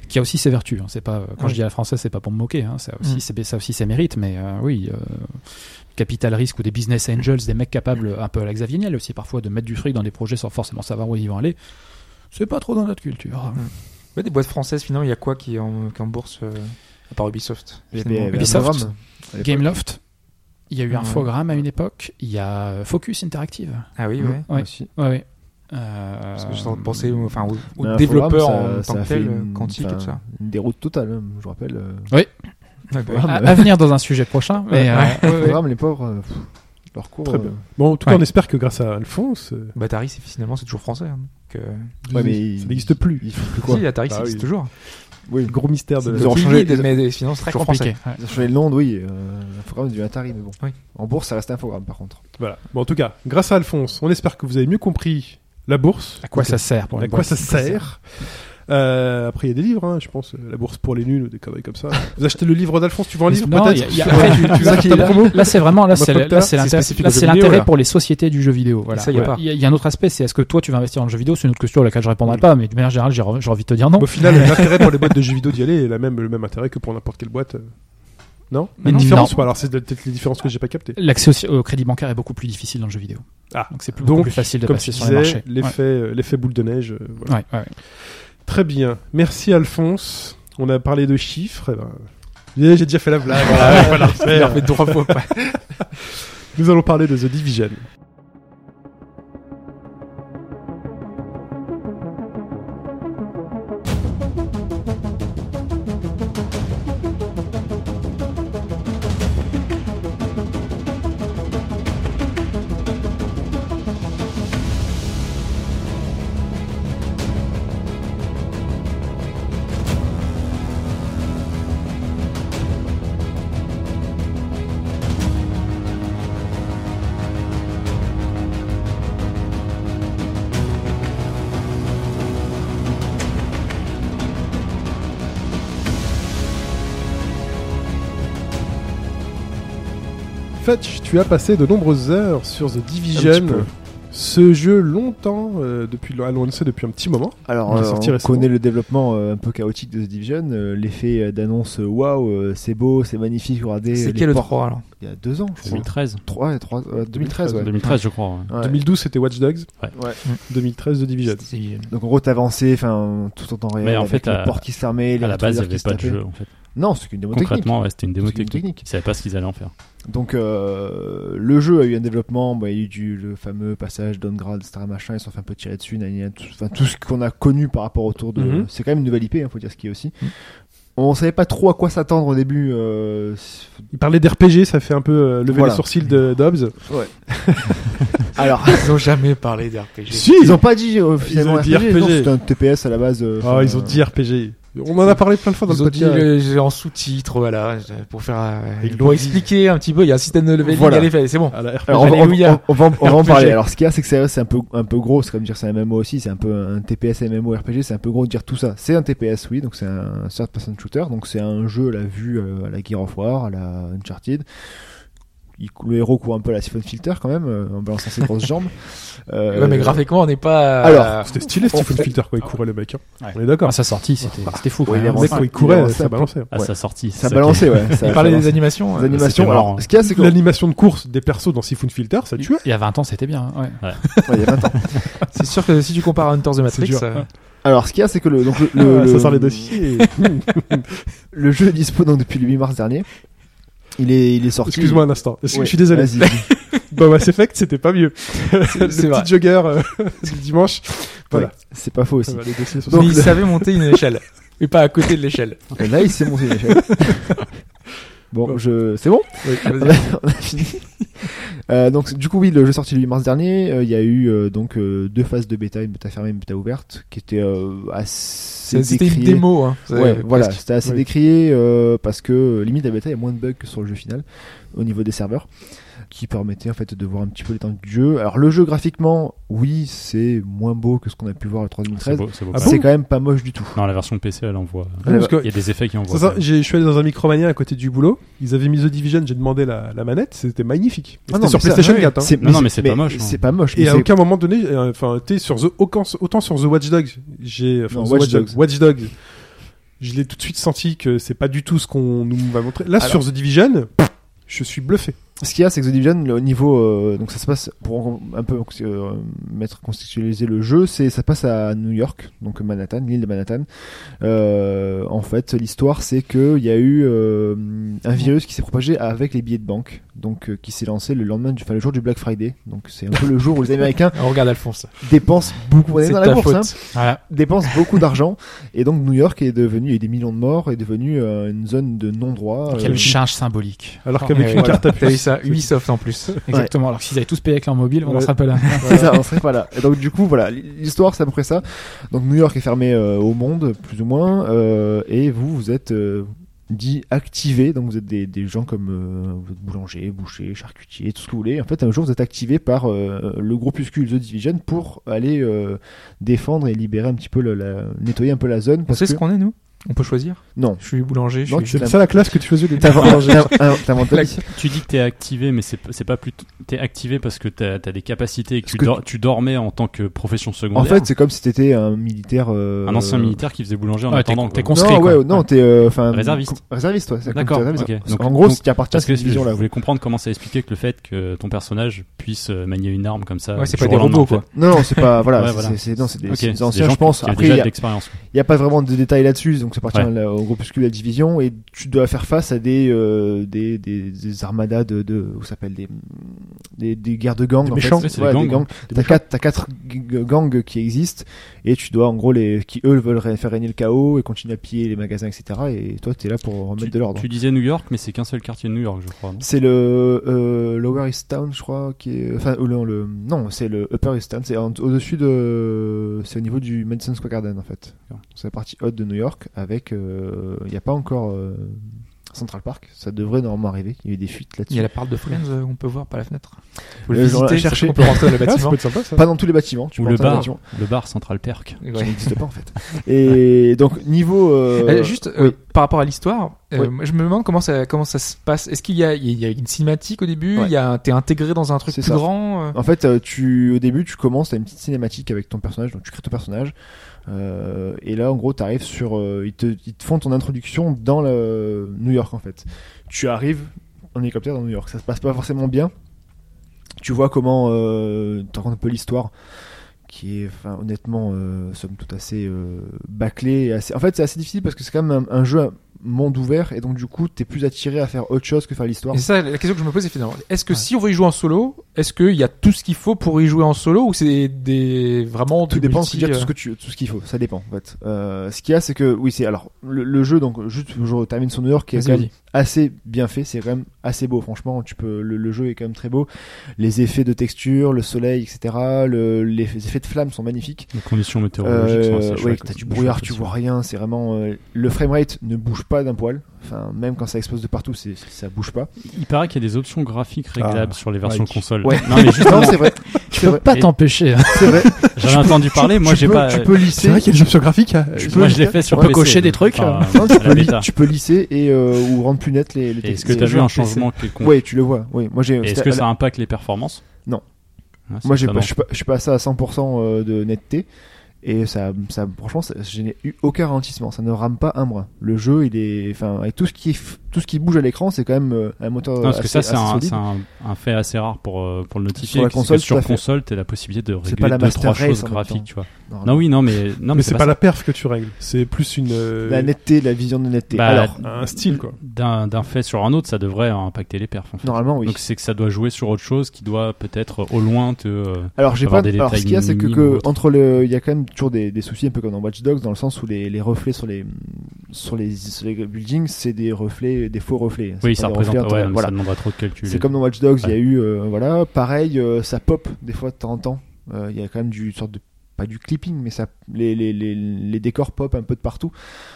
qui a aussi ses vertus. Hein. C'est pas quand je dis à la française, c'est pas pour me moquer. Hein. Ça aussi, ça aussi ses mérites, mais oui. Capital risque ou des business angels, des mecs capables, un peu à la Xavier Niel aussi parfois, de mettre du fric dans des projets sans forcément savoir où ils vont aller. C'est pas trop dans notre culture. Ouais, des boîtes françaises, finalement, il y a quoi qui est en bourse à part Ubisoft? Ubisoft, Gameloft. Il y a eu Infogrames à une époque. Il y a Focus Interactive. Ah oui, ouais. Aussi. Ouais. Parce que j'ai tendance de penser aux Mais développeurs Infogrames, en tant ça que fait tel, une- Quantique et tout ça. Une déroute totale, hein, je vous rappelle. Oui. À venir dans un sujet prochain. Mais Infogrames, les pauvres, leur cours. Très bien. Bon, en tout cas, Ouais. on espère que grâce à Alphonse, Atari, finalement, c'est toujours français. Hein. Ouais, mais ça n'existe plus. Ils font plus quoi. Si, Atari, Ah ça existe oui. toujours. Oui. Gros mystère de Ils ont changé- mais finalement, c'est très toujours compliqué. français. Ouais. Ils ont changé le nom, oui. Infogrames du Atari, mais bon. Oui. En bourse, ça reste Infogrames, par contre. Voilà. Bon, en tout cas, grâce à Alphonse, on espère que vous avez mieux compris la bourse. À quoi ça sert pour À les quoi boîtes. ça sert. Après, il y a des livres, hein, je pense. La bourse pour les nuls ou des conneries comme ça. Vous achetez le livre d'Alphonse, tu vends un livre Non, peut-être il y a- Ouais, après, tu veux là, faire ta promo là, c'est vraiment là, c'est Votre l'intérêt. spécifique Là, au jeu c'est vidéo, l'intérêt là. pour les sociétés du jeu vidéo. Voilà. Ça, il y a pas. Il y a un autre aspect, c'est est-ce que toi tu vas investir dans le jeu vidéo? C'est une autre question à laquelle je répondrai pas, mais de manière générale, j'ai envie de te dire non. Au final, l'intérêt pour les boîtes de jeux vidéo d'y aller est le même intérêt que pour n'importe quelle boîte. Non Il y a une Non. différence ou pas? Alors, c'est peut-être les différences que j'ai pas captées. L'accès au crédit bancaire est beaucoup plus difficile dans le jeu vidéo. Ah, Donc c'est beaucoup donc, plus facile de comme passer tu sur les disais, marchés. l'effet boule de neige. Voilà. Ouais. Très bien. Merci Alphonse. On a parlé de chiffres. J'ai déjà fait la blague. Voilà, voilà, Il l'a fait 3 fois. Nous allons parler de The Division. Fetch, tu as passé de nombreuses heures sur The Un petit Division. peu. Ce jeu longtemps, annoncé depuis un petit moment. Alors, Il est sorti on récemment. connaît le développement un peu chaotique de The Division, l'effet d'annonce waouh, c'est beau, c'est magnifique, regardez. C'est les quel le portes. 3 alors? Il y a 2 ans, je crois. 2013. 2013, ouais. 2013, je crois. ouais. Ouais. 2012, c'était Watch Dogs. Ouais. Ouais. 2013, The Division. Donc en gros, t'avançais, enfin, tout en temps réel, Mais en avec fait, les portes qui se fermaient, les À la base, il n'y rétroviseurs qui avait se pas de tapaient. jeu, en fait. Non, c'est qu'une démo technique. Concrètement, ouais, c'était une démo C'est une technique. technique. Ils savaient pas ce qu'ils allaient en faire. Donc le jeu a eu un développement, il y a eu le fameux passage downgrade, etc. machin, ils se sont fait un peu tirer dessus, tout ce qu'on a connu par rapport autour de... Mhm. C'est quand même une nouvelle IP, faut dire ce qui est aussi. On savait pas trop à quoi s'attendre au début. Il parlait d'RPG, ça fait un peu lever Voilà. les sourcils de Dobbs. Alors, Ils ont jamais parlé d'RPG. Si, ils ont pas dit finalement ont dit RPG, non, RPG. c'était un TPS à la base. Ah, ils ont dit RPG. On en a parlé plein de fois dans Ils le ont dit podcast. en sous-titre, voilà, pour faire, Ils pour l'ont expliquer un petit peu. Il y a un système de leveling Voilà. à l'effet, c'est bon. À la RPG. Alors, Alléluia. on va en RPG. parler. Alors, ce qu'il y a, c'est que c'est un peu gros. C'est comme dire c'est un MMO aussi. C'est un peu un TPS MMO RPG. C'est un peu gros de dire tout ça. C'est un TPS, oui. Donc, c'est un third person shooter. Donc, c'est un jeu à la vue à la Gear of War, à la Uncharted. Le héros court un peu à la Siphon Filter quand même, en balançant ses grosses jambes. Ouais, mais graphiquement, on n'est pas. Alors, C'était stylé, Stephen Filter, quand il courait le mec. Hein. Ouais. On est d'accord. À sa sortie, c'était fou. Ouais, quand même. Le mec, quand il il courait, avançait ça un peu. balançait. À Ouais. sa sortie. ça c'est balançait, ouais. Il parlait des animations. Les animations. C'était Alors, marrant. ce qu'il y a, c'est que L'animation de course des persos dans Siphon Filter, ça tuait. Il y a 20 ans, c'était bien. Ouais. Ouais, il y a 20 ans. C'est sûr que si tu compares à Hunter the Matrix, dur. Alors, ce qu'il y a, c'est que le Ça sort les dossiers. le jeu est dispo donc depuis le 8 mars dernier. Il est sorti. Excuse-moi un instant. Je Ouais, suis désolé. Vas-y. Dans Mass Effect, c'était pas mieux. Le c'est vrai. petit jogger du dimanche. Voilà. Ouais, c'est pas faux aussi. Les dossiers sont Donc, mais il savait monter une échelle. Mais pas à côté de l'échelle. Et là, il s'est monté une échelle. Bon, Bon. c'est bon. Oui, On a fini. Donc, du coup, oui, le jeu est sorti le 8 mars dernier. Il y a eu donc 2 phases de bêta, une bêta fermée, une bêta ouverte, qui était assez C'était une décriée. démo. Hein. Ouais, voilà, c'était assez Oui. décrié parce que limite la bêta, il y a moins de bugs que sur le jeu final au niveau des serveurs, qui permettait en fait de voir un petit peu l'étendue du jeu. Alors le jeu graphiquement, oui, c'est moins beau que ce qu'on a pu voir le 3 C'est 2013. beau, c'est beau. Ah C'est bon quand même pas moche du tout. Non, la version PC, elle envoie. Parce que- Il y a des effets qui envoient. C'est ça, je suis allé dans un Micromania à côté du boulot. Ils avaient mis The Division, j'ai demandé la manette, c'était magnifique. Ah C'était non, sur mais ça, PlayStation ouais, 4. Hein. Non, mais c'est pas moche, hein. C'est pas moche. Et mais à c'est- aucun moment donné, autant sur The Watch Dogs, Watch Dogs, je l'ai tout de suite senti que c'est pas du tout ce qu'on nous va montrer. Là, Alors- sur The Division, je suis bluffé. Ce qu'il y a, c'est que The Division, au niveau, donc ça se passe pour un peu contextualiser le jeu, ça se passe à New York, donc Manhattan, l'île de Manhattan. En fait, l'histoire, c'est que il y a eu un virus qui s'est propagé avec les billets de banque, donc qui s'est lancé le jour du Black Friday. Donc c'est un peu le jour où les Américains On regarde Alphonse. dépensent beaucoup. On est C'est dans ta la bourse, faute. hein, Voilà. dépensent beaucoup d'argent, et donc New York est devenu, il y a eu des millions de morts, est devenu une zone de non-droit. Quelle charge symbolique. Alors qu'avec Ouais, une voilà. carte à T'as vu puce. ça, Ubisoft en plus. Exactement. Alors que s'ils avaient tous payé avec leur mobile, on n'en Ouais. serait pas là. C'est ça, on serait pas là. Et donc du coup, voilà, l'histoire c'est à peu près ça. Donc New York est fermé au monde, plus ou moins, et vous êtes dit activé. Donc vous êtes des gens comme vous êtes boulanger, boucher, charcutier, tout ce que vous voulez. En fait, un jour vous êtes activé par le groupuscule The Division pour aller défendre et libérer un petit peu nettoyer un peu la zone. On Parce sait que ce qu'on est, nous? On peut choisir? non, Je suis boulanger, je Non, suis... C'est ça la classe que tu faisais au début. t'inventes la vie. Tu dis que t'es activé, mais c'est pas plutôt. T'es activé parce que t'as des capacités et que, Parce que tu dormais en tant que profession secondaire. En fait, c'est comme si t'étais un militaire. un ancien militaire qui faisait boulanger en Ouais, attendant. t'es quoi. conscrit, Non, quoi. ouais, non, t'es Réserviste. Réserviste, ouais. c'est D'accord, comme réserviste. ok. Parce Donc- qu'en gros, donc- si tu appartiens à Parce que cette division je là. voulais comprendre comment ça expliquait que le fait que ton personnage puisse manier une arme comme ça. Ouais, c'est du pas jour des au lendemain, robots, en fait. quoi. Non, c'est pas, voilà, Ouais, c'est voilà. non, c'est des, Ok, c'est des c'est anciens, gens je pense. qui ont Après, déjà il de l'expérience. y a pas vraiment de détails là-dessus, donc ça appartient Ouais. au groupuscule de la division, et tu dois faire face à des armadas où s'appelle des guerres de gangs, Des en méchants. fait. Ouais, c'est Ouais, des des gangs. gangs. T'as quatre gangs qui existent, et tu dois, en gros, qui eux veulent faire régner le chaos et continuer à piller les magasins, etc. Et toi, t'es là pour remettre de l'ordre. Tu disais New York, mais c'est qu'un seul quartier de New York, je crois. non C'est le Lower East Town, je crois, qui est, enfin, ou non, c'est le Upper East Town, c'est au-dessus c'est au niveau du Madison Square Garden, en fait. C'est la partie haute de New York, avec, il n'y a pas encore Central Park, ça devrait normalement arriver, il y a eu des fuites Il là-dessus. y a la part de Friends on peut voir par la fenêtre. Faut le Genre, visiter, chercher. chercher. On peut rentrer dans le Ah, ça bâtiment. peut être sympa ça. Pas dans tous les bâtiments, tu Ou peux le rentrer dans bar. bâtiment, Le bar Central Perk. qui Ouais. n'existe pas en fait. Et donc, niveau... Juste oui. par rapport à l'histoire, Oui. moi, je me demande comment ça se passe. Est-ce qu'il y a une cinématique au début? Ouais. T'es intégré dans un truc C'est plus ça. grand? En fait, au début, tu commences, t'as une petite cinématique avec ton personnage, donc tu crées ton personnage, et là, en gros, t'arrives sur, ils te font ton introduction dans le New York, en fait. Tu arrives en hélicoptère dans New York, ça se passe pas forcément bien. Tu vois comment, tu racontes un peu l'histoire, qui est, enfin, honnêtement, somme toute assez bâclée, et assez... En fait, c'est assez difficile parce que c'est quand même un jeu monde ouvert, et donc du coup, t'es plus attiré à faire autre chose que faire l'histoire. Et c'est ça, la question que je me pose est finalement, est-ce que Ouais. si on veut y jouer en solo, est-ce qu'il y a tout ce qu'il faut pour y jouer en solo, ou c'est vraiment Tout du dépend, multi, c'est dire tout ce qu'il faut, ça dépend en fait. Ce qu'il y a, c'est que oui, c'est alors le jeu, donc juste je termine sur New York, qui est Vas-y, quand même vas-y. assez bien fait, c'est quand même assez beau, franchement. Le jeu est quand même très beau, les effets de texture, le soleil, etc. Les effets de flammes sont magnifiques. Les conditions météorologiques sont assez Ouais, chouettes. t'as du brouillard, tu vois rien, c'est vraiment le framerate ne bouge pas d'un poil. Enfin, même quand ça explose de partout, ça bouge pas. Il paraît qu'il y a des options graphiques réglables sur les versions Mike. console. Ouais. Non, mais justement, Non, c'est vrai, Tu c'est peux vrai, pas Et- t'empêcher. c'est vrai. j'en ai entendu parler. Moi, j'ai pas. Tu peux lisser. C'est vrai qu'il y a des options graphiques. Moi, je l'ai fait sur On peut PC, cocher des donc, trucs, enfin, Non, tu à peux, la bêta. tu peux lisser et ou rendre plus net les Et textes. est-ce que tu as Les vu jeux un PC. changement quelconque Ouais, tu le vois. Oui, moi j'ai. Et est-ce que ça impacte les performances Non. Ah, c'est Moi, étonnant. je suis passé à 100% de netteté, et franchement, je n'ai eu aucun ralentissement. Ça ne rame pas un brin. Le jeu, il est, enfin, avec tout ce qui bouge à l'écran, c'est quand même un moteur. Non, parce que assez, ça, c'est assez solide. un fait assez rare pour le notifier. Sur la C'est que console, tout sur à fait. console, t'as la possibilité de C'est régler pas la 2-3 Master Race choses en même graphiques, temps. tu vois. Non, Non, oui, non, mais Mais c'est pas la perf que tu règles, c'est plus une la netteté, la vision de netteté. Bah, Alors, un style quoi. d'un fait sur un autre, ça devrait impacter les perfs. En fait. normalement, oui. Donc c'est que ça doit jouer sur autre chose qui doit peut-être au loin te. Alors j'ai avoir pas. des Alors ce détails qu'il y a, c'est minimes ou que autre. entre il y a quand même toujours des soucis un peu comme dans Watch Dogs, dans le sens où les reflets sur les buildings, c'est des reflets, des faux reflets. C'est Oui, pas ça des représente. reflets Ouais, en temps- mais voilà. ça demanderait trop de calcul. C'est comme dans Watch Dogs, il y a Ouais. eu, voilà, pareil, ça pop des fois de temps en temps. Il y a quand même du sorte de pas du clipping, mais ça, les décors pop un peu de partout.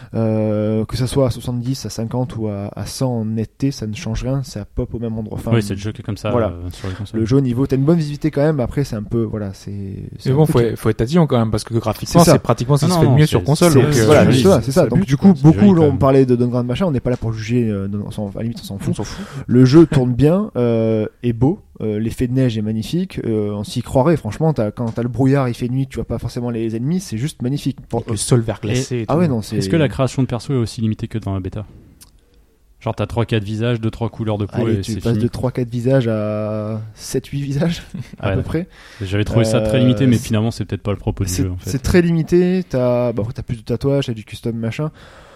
Que ça soit à 70, à 50 ou à 100 en netteté, ça ne change rien, ça pop au même endroit. Enfin, Oui, c'est le jeu qui est comme ça voilà. sur les consoles. le jeu au niveau, t'as une bonne visibilité quand même. Après, c'est un peu, voilà, c'est. Mais un bon, peu- faut être tatillon quand même, parce que graphiquement, C'est ça. c'est pratiquement ce qui Non, se fait de non, mieux c'est- sur console. C'est- donc, voilà, joli, c'est ça. c'est Donc but, du coup, c'est beaucoup joli, quand l'ont même. parlé de Downgrade machin. On n'est pas là pour juger. À la limite, on s'en fout. Le jeu tourne bien, est beau. L'effet de neige est magnifique. On s'y croirait, franchement. Quand t'as le brouillard, il fait nuit, tu vois pas forcément les ennemis. C'est juste magnifique. Avec le sol verglacé. Et Ah tout. ouais, non, c'est. Est-ce que la création de perso est aussi limitée que dans la bêta? Genre t'as 3-4 visages, 2-3 couleurs de peau Allez, et tu c'est passes fini. de 3-4 visages à 7-8 visages, à Ouais, peu près. J'avais trouvé ça très limité, mais finalement c'est peut-être pas le propos du jeu en fait. C'est très limité. T'as plus de tatouages, t'as du custom machin.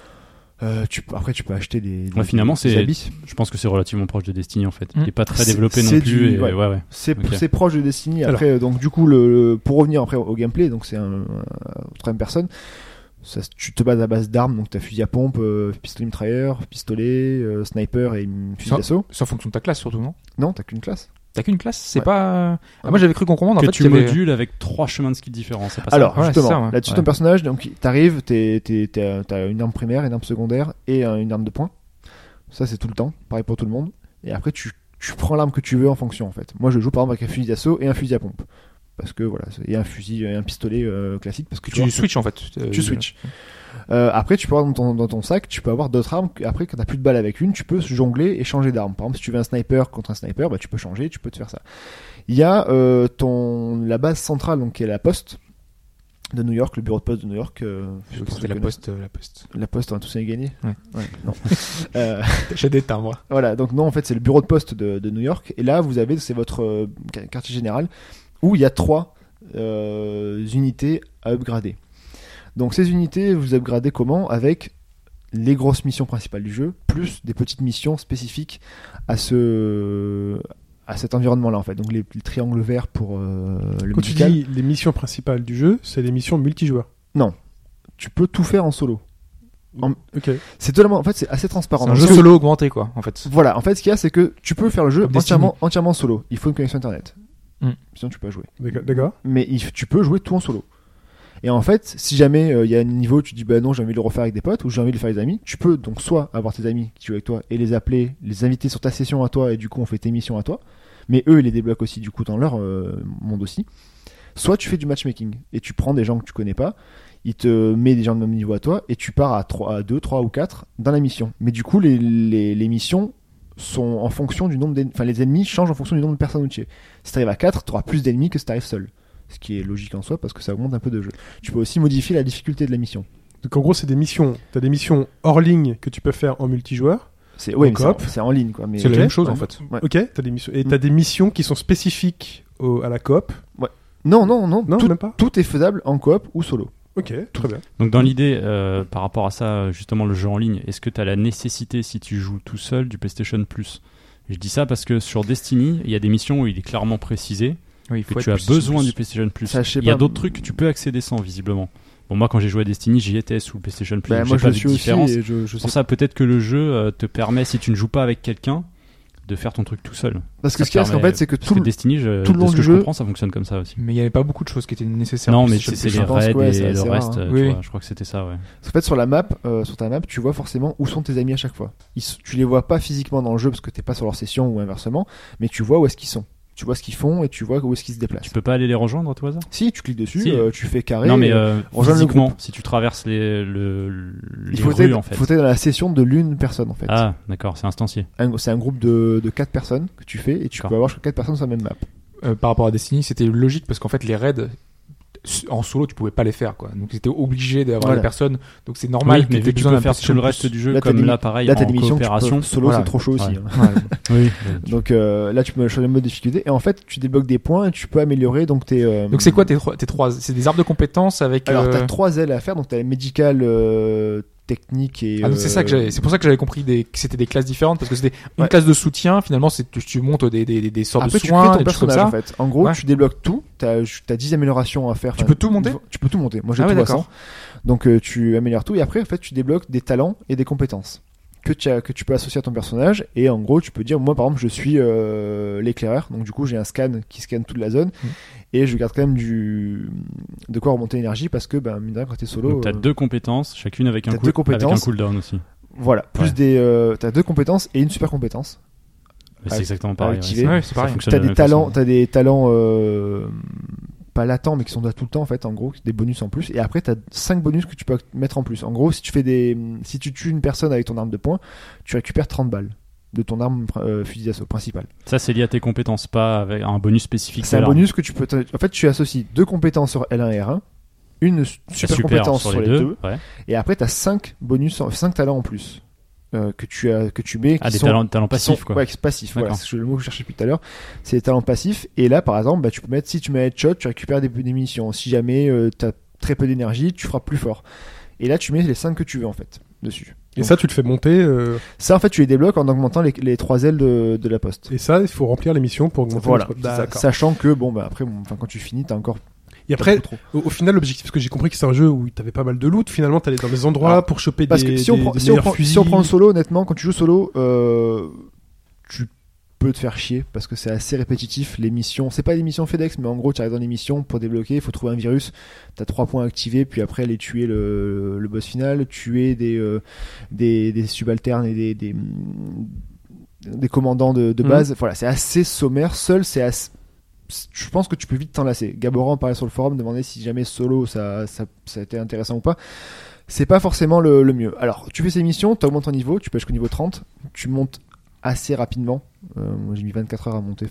Après, tu peux acheter des finalement, des habits. Je pense que c'est relativement proche de Destiny en fait. Il Mm. est pas très C'est- développé non c'est plus. du- Et ouais. ouais. C'est Ok. c'est proche de Destiny. Après, donc du coup, pour revenir après au gameplay, donc c'est un troisième personne. Tu te bases à base d'armes, donc t'as fusil à pompe, pistolet mitrailleur, pistolet, sniper et fusil Ça- d'assaut. C'est en fonction de ta classe surtout, non? Non, t'as qu'une classe. T'as qu'une classe? C'est Ouais. pas. Moi j'avais cru comprendre en que fait tu qu'il y avait- modules avec 3 chemins de skill différents. C'est pas ça? Alors Ouais, justement, c'est ça, ouais. là-dessus Ouais. ton personnage, donc t'arrives, t'as une arme primaire, une arme secondaire et une arme de poing. Ça c'est tout le temps, pareil pour tout le monde. Et après tu prends l'arme que tu veux en fonction en fait. Moi je joue par exemple avec un fusil d'assaut et un fusil à pompe. Parce que voilà, et un fusil et un pistolet classique parce que Tu switches en fait. tu switches. Après, tu peux avoir dans ton sac, tu peux avoir d'autres armes. Après, quand t'as plus de balles avec une, tu peux jongler et changer d'arme. Par exemple, si tu veux un sniper contre un sniper, bah, tu peux changer, tu peux te faire ça. Il y a la base centrale, donc qui est la poste de New York, le bureau de poste de New York. C'était la poste. La poste, on a tous gagné. Ouais. Non. J'ai des timbres. Voilà, donc non, en fait, c'est le bureau de poste de New York. Et là, c'est votre quartier général où il y a 3 unités à upgrader. Donc ces unités, vous upgradez comment? Avec les grosses missions principales du jeu, plus des petites missions spécifiques à cet environnement-là en fait. Donc les triangles verts pour le Quand tu médical. dis les missions principales du jeu, c'est les missions multijoueurs. Tu peux tout faire en solo. Ok. C'est totalement, en fait, c'est assez transparent. C'est un Dans jeu le jeu. solo augmenté quoi en fait. Voilà, en fait, ce qu'il y a, c'est que tu peux faire le jeu Comme Destiny. entièrement solo. Il faut une connexion internet. Mm. Sinon, tu peux pas jouer. D'accord. Mais tu peux jouer tout en solo. Et en fait, si jamais il y a un niveau, tu dis bah non, j'ai envie de le refaire avec des potes ou j'ai envie de le faire avec des amis, tu peux donc soit avoir tes amis qui jouent avec toi et les appeler, les inviter sur ta session à toi et du coup on fait tes missions à toi, mais eux ils les débloquent aussi du coup dans leur monde aussi. Soit tu fais du matchmaking et tu prends des gens que tu connais pas, il te met des gens de même niveau à toi et tu pars à 2, 3 ou 4 dans la mission. Mais du coup les missions sont en fonction du nombre d'ennemis, enfin les ennemis changent en fonction du nombre de personnes où tu es. Si t'arrives à 4, t'auras plus d'ennemis que si t'arrives seul. Ce qui est logique en soi parce que ça augmente un peu de jeu. Tu peux aussi modifier la difficulté de la mission. Donc en gros, c'est des missions. T'as des missions hors ligne que tu peux faire en multijoueur. C'est ouais, En mais coop. c'est en ligne quoi. Mais C'est la Ok. même chose Ouais. en fait. Ouais. Ok. T'as des missions et t'as des missions qui sont spécifiques à la coop. Non, Non, tout, même pas. tout est faisable en coop ou solo. Ok, très bien. Donc dans l'idée, par rapport à ça, justement le jeu en ligne, est-ce que tu as la nécessité, si tu joues tout seul, du PlayStation Plus? Je dis ça parce que sur Destiny, il y a des missions où il est clairement précisé Oui, il que faut tu être as plus- besoin du PlayStation Plus. Ça, je sais Il y a pas. d'autres trucs que tu peux accéder sans, visiblement. Bon, moi quand j'ai joué à Destiny, j'y étais sous le PlayStation Plus. Bah, donc moi j'ai je pas le vu suis de aussi différence. et je C'est sais pour ça, peut-être que le jeu te permet, si tu ne joues pas avec quelqu'un, de faire ton truc tout seul. parce que Ça ce qu'il y a, c'est qu'en permet- fait, c'est que Parce tout que le Destiny, tout le de long ce du que je jeu- comprends, ça fonctionne comme ça aussi. Mais il n'y avait pas beaucoup de choses qui étaient nécessaires. Non, en mais PlayStation c'est Plus. les je pense raids que ouais, et c'est le assez reste, rare, hein. tu Oui. vois, je crois que c'était ça, ouais. En fait, sur la map, sur ta map, tu vois forcément où sont tes amis à chaque fois. Tu les vois pas physiquement dans le jeu parce que t'es pas sur leur session ou inversement, mais tu vois où est-ce qu'ils sont. Tu vois ce qu'ils font et tu vois où est-ce qu'ils se déplacent. Tu peux pas aller les rejoindre à tout hasard? Si, tu cliques dessus, Si. tu fais carré. Non, mais rejoindre le physiquement, groupe. si tu traverses les il faut rues, être en fait. faut être dans la session de l'une personne en fait. Ah, d'accord, c'est instancié. C'est un groupe de 4 personnes que tu fais et tu D'accord. peux avoir jusqu'à 4 personnes sur la même map. Par rapport à Destiny, c'était logique parce qu'en fait les raids en solo tu pouvais pas les faire quoi. Donc c'était obligé d'avoir Voilà. des personnes. Donc c'est normal Oui, mais que vu que tu peux faire tout le reste du jeu Là, t'as comme des- là, pareil, Là, t'as en des missions que tu coopération. peux- solo, Voilà. c'est trop chaud aussi. Ouais. hein. Oui. Donc là, tu peux choisir le mode de difficulté et en fait, tu débloques des points et tu peux améliorer donc tes. Donc c'est quoi tes trois c'est des arbres de compétences avec Alors, t'as 3 ailes à faire, donc t'as les médical, technique et. Ah donc c'est ça que c'est pour ça que j'avais compris que c'était des classes différentes parce que c'était une Ouais. classe de soutien finalement c'est tu montes des sortes Après, de tu soins crées ton des choses comme personnage ça. en fait. En gros, Ouais. tu débloques tout. T'as 10 améliorations à faire. Tu Enfin, peux tout monter Tu peux tout monter. Moi, j'ai Ah tout ouais, à d'accord. 100. Donc, tu améliores tout et après, en fait, tu débloques des talents et des compétences que tu peux associer à ton personnage. Et en gros, tu peux dire, moi, par exemple, je suis l'éclaireur. Donc, du coup, j'ai un scan qui scanne toute la zone. Et je garde quand même de quoi remonter l'énergie parce que, ben, mine de rien, quand t'es solo. Donc t'as 2 compétences, chacune avec un t'as deux compétences. cooldown aussi. Voilà. Plus Ouais. t'as 2 compétences et une super compétence. C'est À- exactement pareil. activer. Ouais, c'est ça pareil. fonctionne T'as de la des même talents, façon. t'as des talents pas latents mais qui sont là tout le temps en fait. En gros, des bonus en plus. Et après, t'as 5 bonus que tu peux mettre en plus. En gros, si tu tues une personne avec ton arme de poing, tu récupères 30 balles. de ton arme fusil d'assaut principale. Ça, c'est lié à tes compétences, pas avec un bonus spécifique. C'est de un l'arme. bonus que tu peux. En fait, tu associes 2 compétences sur L1 et R1, une super compétence sur les deux, Ouais. et après tu as 5 talents en plus que tu mets. Ah, qui des sont- talents qui passifs, sont- quoi. Ouais, passifs. Voilà, D'accord. c'est le mot que je cherchais depuis tout à l'heure. C'est des talents passifs. Et là, par exemple, tu peux mettre, si tu mets headshot, tu récupères des munitions. Si jamais tu as très peu d'énergie, tu frappes plus fort. Et là, tu mets les 5 que tu veux en fait dessus. Et Donc, ça, tu le fais monter. ça, en fait, tu les débloques en augmentant les 3 ailes de la poste. Et ça, il faut remplir les missions pour augmenter Voilà, le D'accord. sachant que après, quand tu finis, t'as encore. Et après, beaucoup trop. au final, l'objectif, parce que j'ai compris que c'est un jeu où t'avais pas mal de loot, finalement, t'allais dans des endroits Alors, pour choper Parce des, que si on des- prend, des si on meilleurs prend- fusils. si on prend le solo, honnêtement, quand tu joues solo, tu peux te faire chier parce que c'est assez répétitif. Les missions, c'est pas des missions FedEx, mais en gros, tu arrives dans les missions pour débloquer, il faut trouver un virus. T'as 3 points activés, puis après aller tuer le boss final, tuer des subalternes et des commandants de base. Voilà, c'est assez sommaire. Seul, je pense que tu peux vite t'en lasser. Gaboran parlait sur le forum, demandait si jamais solo ça a été intéressant ou pas. C'est pas forcément le mieux. Alors, tu fais ces missions, tu augmentes ton niveau, tu peux jusqu'au niveau 30, tu montes assez rapidement. Moi, j'ai mis 24 heures à monter,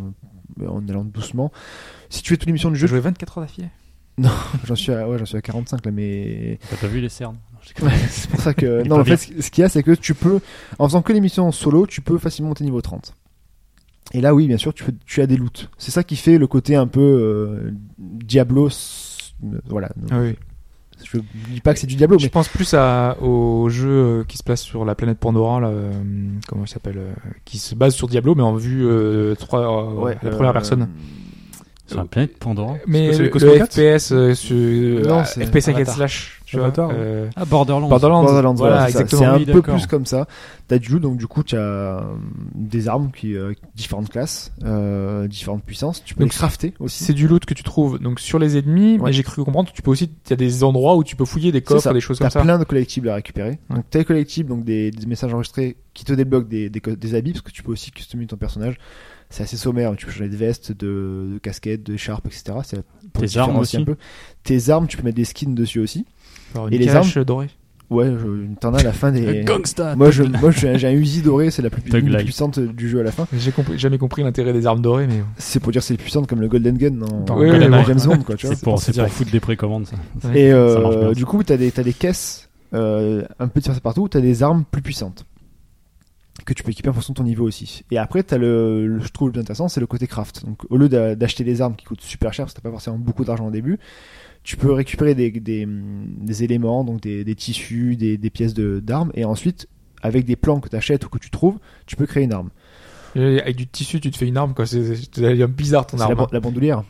en allant doucement. Si tu fais toutes les missions du Je jeu, jouais 24 heures d'affilée. j'en suis à 45 là, mais T'as vu les cernes? Non, je sais Ouais, c'est pour ça que Il non, est en pas fait, ce qu'il y a, c'est que tu peux, en faisant que les missions solo, tu peux facilement monter niveau 30. Et là, oui, bien sûr, tu as des loots. C'est ça qui fait le côté un peu Diablo. Voilà. Ah oui. Je dis pas que c'est du Diablo, Je mais pense plus au jeu qui se place sur la planète Pandora, là, comment il s'appelle, qui se base sur Diablo, mais en vue la première personne. Sur la planète Pandora. Mais c'est les le Cosmo 4? FPS sur Non, c'est FPS hack and Avatar. slash, tu Avatar, vois. Ah, Borderlands. Borderlands, voilà, c'est ça. exactement. C'est un oui, peu d'accord. plus comme ça. T'as du loot, donc du coup, tu as des armes qui différentes classes, différentes puissances. Tu peux Donc, les crafter aussi. C'est du loot que tu trouves donc sur les ennemis, Ouais. mais j'ai cru comprendre que tu peux aussi, il y a des endroits où tu peux fouiller des C'est coffres, ça. des choses comme T'as ça. plein de collectibles à récupérer. Ouais. Donc t'as les collectibles, donc des messages enregistrés qui te débloquent des habits, parce que tu peux aussi customiser ton personnage. C'est assez sommaire, tu peux changer de veste, de casquette, d'écharpe, etc. C'est pour Tes différencier armes aussi. un peu. Tes armes, tu peux mettre des skins dessus aussi. Alors, Et une les cache dorée. Ouais, t'en as à la fin des. Gangsta. Moi, j'ai un Uzi doré, c'est la plus Thug une des Life. puissante du jeu à la fin. Jamais compris l'intérêt des armes dorées, mais C'est pour dire que c'est puissante comme le Golden Gun dans Oui, dans oui, James oui. Bond, quoi, tu vois. C'est pour direct. foutre des précommandes, ça. Et Ça marche bien. du coup, t'as des caisses un peu dispersées partout, t'as des armes plus puissantes que tu peux équiper en fonction de ton niveau aussi. Et après, t'as je trouve le plus intéressant, c'est le côté craft. Donc, au lieu d'acheter des armes qui coûtent super cher, parce que t'as pas forcément beaucoup d'argent au début, tu peux récupérer des éléments, donc des tissus, des pièces d'armes, et ensuite, avec des plans que t'achètes ou que tu trouves, tu peux créer une arme. avec du tissu, tu te fais une arme, quoi. C'est bizarre ton C'est arme. la bandoulière.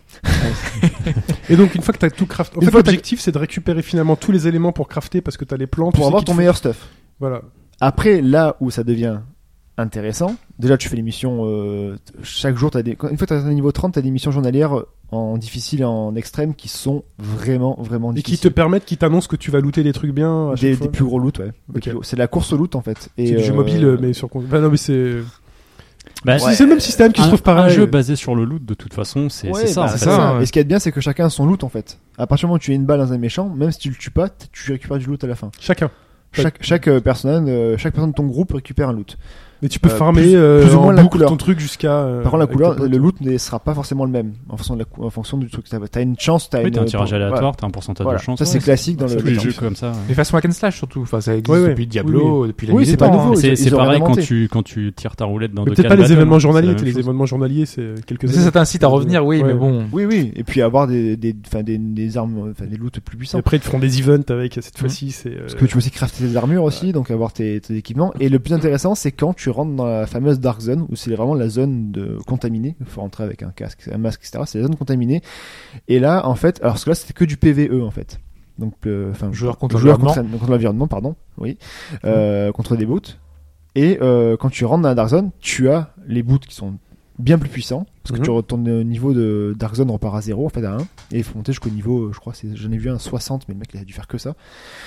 Et donc, une fois que t'as tout crafté, en Une fait, fois que l'objectif, c'est de récupérer finalement tous les éléments pour crafter parce que t'as les plans. tu Pour sais avoir qu'il ton te meilleur stuff. faut- Voilà. Après, là où ça devient intéressant, déjà tu fais les missions chaque jour, une fois que tu as un niveau 30, tu as des missions journalières en difficile et en extrême qui sont vraiment Et qui difficiles. te permettent, qui t'annoncent que tu vas looter des trucs bien à chaque des fois. plus gros loot, ouais. Ok. C'est de la course au loot en fait. C'est du jeu mobile, mais sur bah non, mais c'est. Bah, C'est le même système qui se trouve un pareil. jeu basé sur le loot, de toute façon, c'est Ouais, ça. bah, en fait. c'est ça, ça. ouais. Et ce qui est bien, c'est que chacun a son loot en fait. À partir du moment où tu as une balle dans un méchant, même si tu le tues pas, tu récupères du loot à la fin. Chacun. Chaque personne de ton groupe récupère un loot. Mais tu peux farmer plus ou moins en la boucle couleur. ton truc jusqu'à. Par contre, la avec couleur, tes potes. le loot ne sera pas forcément le même en fonction du truc. T'as une chance, Oui, t'as un tirage voilà. aléatoire, t'as un pourcentage Voilà. de chance. Ça c'est classique dans Tous le les genre. jeux comme ça. ouais. Mais façon hack and slash surtout. Enfin, ça existe Ouais, ouais. depuis Diablo, depuis la Oui, nuit c'est des pas temps, nouveau. hein. Ils C'est ont pareil réinventé. quand tu tires ta roulette dans Mais de peut-être pas les événements hein, journaliers. Les événements journaliers, c'est quelques Ça t'incite à revenir, oui, Ouais. mais bon. Oui, et puis avoir des armes, des loots plus Et puissants. après, ils te feront des events avec cette fois-ci. C'est. Parce que tu peux aussi crafter des armures aussi, donc avoir tes équipements. Et le plus intéressant, c'est quand tu rentres dans la fameuse Dark Zone, où c'est vraiment la zone contaminée. Il faut rentrer avec un casque, un masque, etc. C'est la zone contaminée. Et là, en fait, alors parce que là, c'était que du PVE en fait. Donc, Joueur contre l'environnement. contre l'environnement, pardon. Oui. Contre des bots. Et quand tu rentres dans la Dark Zone, tu as les bots qui sont bien plus puissants, parce que ton niveau de Dark Zone repart à 0, en fait à 1, et il faut monter jusqu'au niveau, je crois, j'en ai vu un 60, mais le mec il a dû faire que ça.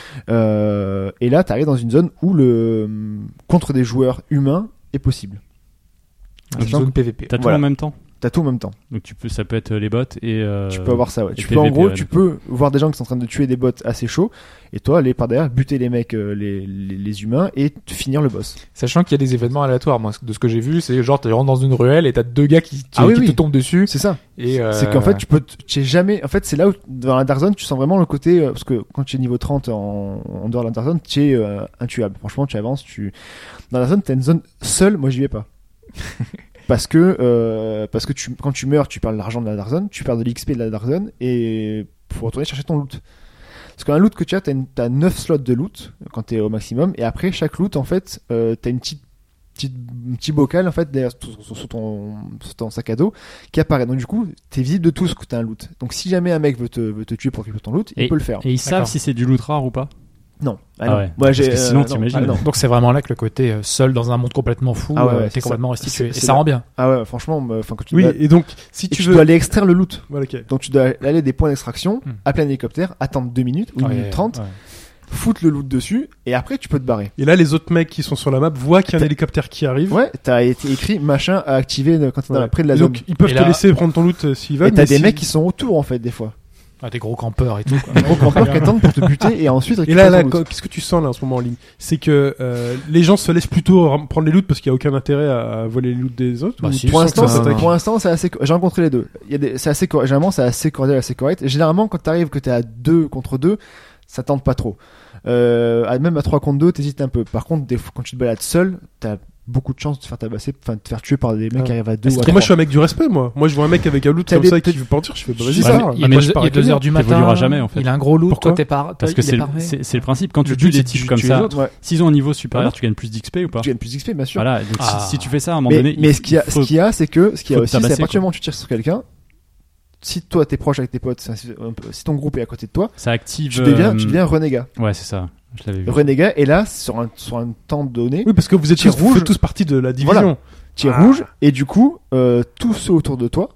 Et là, t'arrives dans une zone où contre des joueurs humains est possible. C'est une zone PVP. T'as tout Voilà. en même temps. T'as tout en même temps. Donc ça peut être les bots et. Tu peux avoir ça, ouais. et Tu peux, en PVP, gros, ouais, tu d'accord. peux voir des gens qui sont en train de tuer des bots assez chauds, et toi, aller par derrière, buter les mecs, les humains, et finir le boss. Sachant qu'il y a des événements aléatoires. Moi, de ce que j'ai vu, c'est genre, tu rentres dans une ruelle et t'as 2 gars qui te tombent dessus. C'est ça. Et C'est qu'en fait, tu es jamais. En fait, c'est là où, dans la Dark Zone, tu sens vraiment le côté. Parce que quand tu es niveau 30 en dehors de la Dark Zone, tu es intuable. Franchement, tu avances. Dans la zone, tu as une zone seule. Moi, j'y vais pas. Parce que quand tu meurs, tu perds de l'argent de la Dark Zone, tu perds de l'XP de la Dark Zone, et faut retourner chercher ton loot. Parce qu'un loot que tu as, t'as 9 slots de loot quand t'es au maximum, et après, chaque loot, en fait, t'as un petit bocal, en fait, derrière, sur ton sac à dos, qui apparaît. Donc, du coup, t'es visible de tous que t'as un loot. Donc, si jamais un mec veut te tuer pour récupérer ton loot, il peut le faire. Et ils savent si c'est du loot rare ou pas? Non. Ah ouais. Moi, Parce que sinon, non. t'imagines. non. Donc c'est vraiment là que le côté seul dans un monde complètement fou, Ah ouais, t'es c'est complètement ça. restitué. Et C'est ça là. rend bien. Ah ouais, franchement, quand tu Oui, dois, et donc, si et tu tu veux. dois aller extraire le loot. Voilà, ok. Donc, tu dois aller des points d'extraction, appeler un hélicoptère, attendre 2 minutes ou 1 minute 30, Ouais. foutre le loot dessus, et après, tu peux te barrer. Et là, les autres mecs qui sont sur la map voient qu'il y a un hélicoptère qui arrive. Ouais, t'as été écrit machin à activer quand t'es Ouais. près de la Et zone. donc, ils peuvent Et te là- laisser prendre ton loot s'ils veulent. Et t'as mais des si- mecs qui sont autour, en fait, des fois. Ah, des gros campeurs et tout. quoi. Des gros campeurs qui attendent pour te buter et ensuite Et récupérer là, ton loot. qu'est-ce que tu sens là en ce moment en ligne? C'est que les gens se laissent plutôt prendre les loots parce qu'il n'y a aucun intérêt à voler les loots des autres. Bah, ou si, tu Pour sens que l'instant, ça s'attaque? pour l'instant, c'est assez. J'ai rencontré les deux. C'est assez. Généralement, c'est assez cordial, assez correct. Et généralement, quand t'arrives que t'es à 2 contre 2, ça tente pas trop. Même à 3 contre 2, t'hésites un peu. Par contre, quand tu te balades seul, t'as beaucoup de chances de te faire tabasser, enfin de te faire tuer par des mecs Ah. qui arrivent à 2 ou à Moi, 3. je suis un mec du respect, moi. Moi, je vois un mec avec un loot T'as comme des- ça qui veut partir, je fais bah vas-y, C'est ça. ça. va. Il mais est je pars avec 2h du matin. t'évolueras jamais, en fait. Il a un gros loot, Pourquoi toi t'es pas. Parce que il est c'est parvé. le principe. Quand tu Le tues but, des c'est de types comme tuer ça, les autres. Ouais. s'ils ont un niveau supérieur, Ah. tu gagnes plus d'XP ou pas? Tu gagnes plus d'XP, bien sûr. Voilà, donc Ah. si tu fais ça à un moment donné, Mais ce qu'il y a, faut- c'est que ce qu'il y a faut aussi, c'est à tabasser, partir du quoi. moment où tu tires sur quelqu'un, si toi t'es proche avec tes potes, si ton groupe est à côté de toi, ça active. tu deviens un renégat. Ouais, c'est ça. Je l'avais vu. Renégat, et là, sur un temps donné, Oui, parce que vous êtes Tir tous, vous rouge. faites tous partie de la division. Voilà. tu es Ah. rouge, et du coup, tous ceux autour de toi,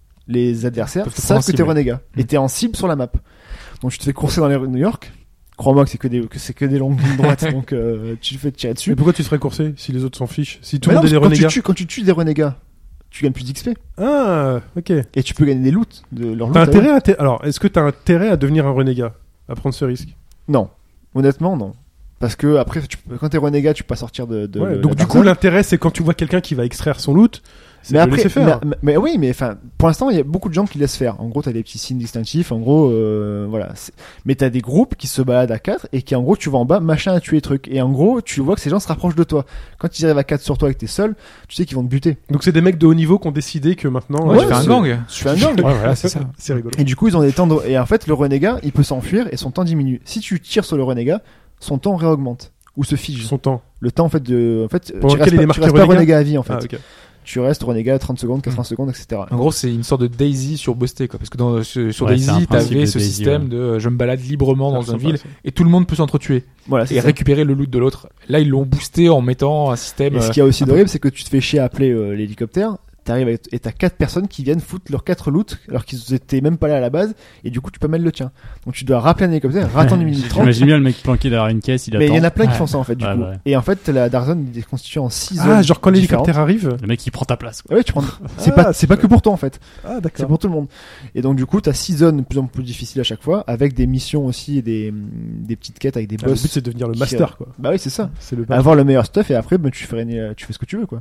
les adversaires, Peuvent te savent prendre en que t'es cible. renégat. Et t'es en cible sur la map. Donc tu te fais courser dans les rues de New York. Crois-moi que c'est que des longues lignes droites, donc tu te fais tirer Mais dessus. pourquoi tu te ferais courser si les autres s'en fichent? Si tout Mais le non, monde est des parce que renégats. quand tu tues des renégats, tu gagnes plus d'XP. Ah, ok. Et tu peux gagner des loots, de leur loot. T'as à eux. intérêt alors, est-ce que t'as intérêt à devenir un renégat? À prendre ce risque? Non. Honnêtement, non. Parce que après, quand t'es renégat, tu peux pas sortir de Ouais, la donc du Dark coup, Zone. l'intérêt, c'est quand tu vois quelqu'un qui va extraire son loot, c'est Mais de le après, laisser faire. mais oui, mais enfin, pour l'instant, il y a beaucoup de gens qui laissent faire. En gros, t'as des petits signes distinctifs. En gros, voilà. Mais t'as des groupes qui se baladent à 4 et qui, en gros, tu vas en bas, machin à tuer les trucs. Et en gros, tu vois que ces gens se rapprochent de toi. Quand ils arrivent à 4 sur toi et que t'es seul, tu sais qu'ils vont te buter. Donc c'est des mecs de haut niveau qui ont décidé que maintenant. Ouais, Ouais, tu fais un c'est- gang. Je fais un gang. Ouais, voilà, c'est ça. C'est rigolo. Et du coup, ils ont des temps et en fait, le renégat, il peut s'enfuir et son temps diminue. Si tu tires sur le renégat, son temps réaugmente ou se fige. Son temps. Le temps, en fait, Pendant tu lequel il est tu marqué restes pas renégat renégat à vie, en fait. Ah, ok. Tu restes renégat 30 secondes, 80 secondes, etc. En gros, c'est une sorte de Daisy sur Boosté, quoi. Parce que sur Ouais, c'est un Daisy, principe t'avais de ce Daisy, système ouais. de je me balade librement Ah, dans sympa, une ville ça. et tout le monde peut s'entretuer Voilà, c'est et ça. récupérer le loot de l'autre. Là, ils l'ont boosté en mettant un système. Et ce qu'il y a aussi d'horrible, c'est que tu te fais chier à appeler l'hélicoptère. T'arrives et t'as 4 personnes qui viennent foutre leurs 4 loots alors qu'ils étaient même pas là à la base, et du coup tu peux mettre le tien. Donc tu dois rappeler un hélicoptère, attendre une minute 30. J'imagine bien le mec planqué derrière une caisse, il Mais attend. il y en a plein qui Ouais. font ça en fait du Ouais, coup. ouais. Et en fait la Dark Zone est constituée en 6 zones. Ah, genre quand différentes. l'hélicoptère arrive. Le mec il prend ta place. Quoi. Ouais, tu prends. C'est Ah, pas que pour toi en fait. Ah, C'est d'accord. pour tout le monde. Et donc du coup t'as 6 zones de plus en plus difficiles à chaque fois, avec des missions aussi et des petites quêtes avec des Ah, le boss. but c'est de devenir le qui- master, quoi. Bah oui c'est ça. C'est le. Avoir le meilleur stuff et après ben, tu fais ce que tu veux quoi.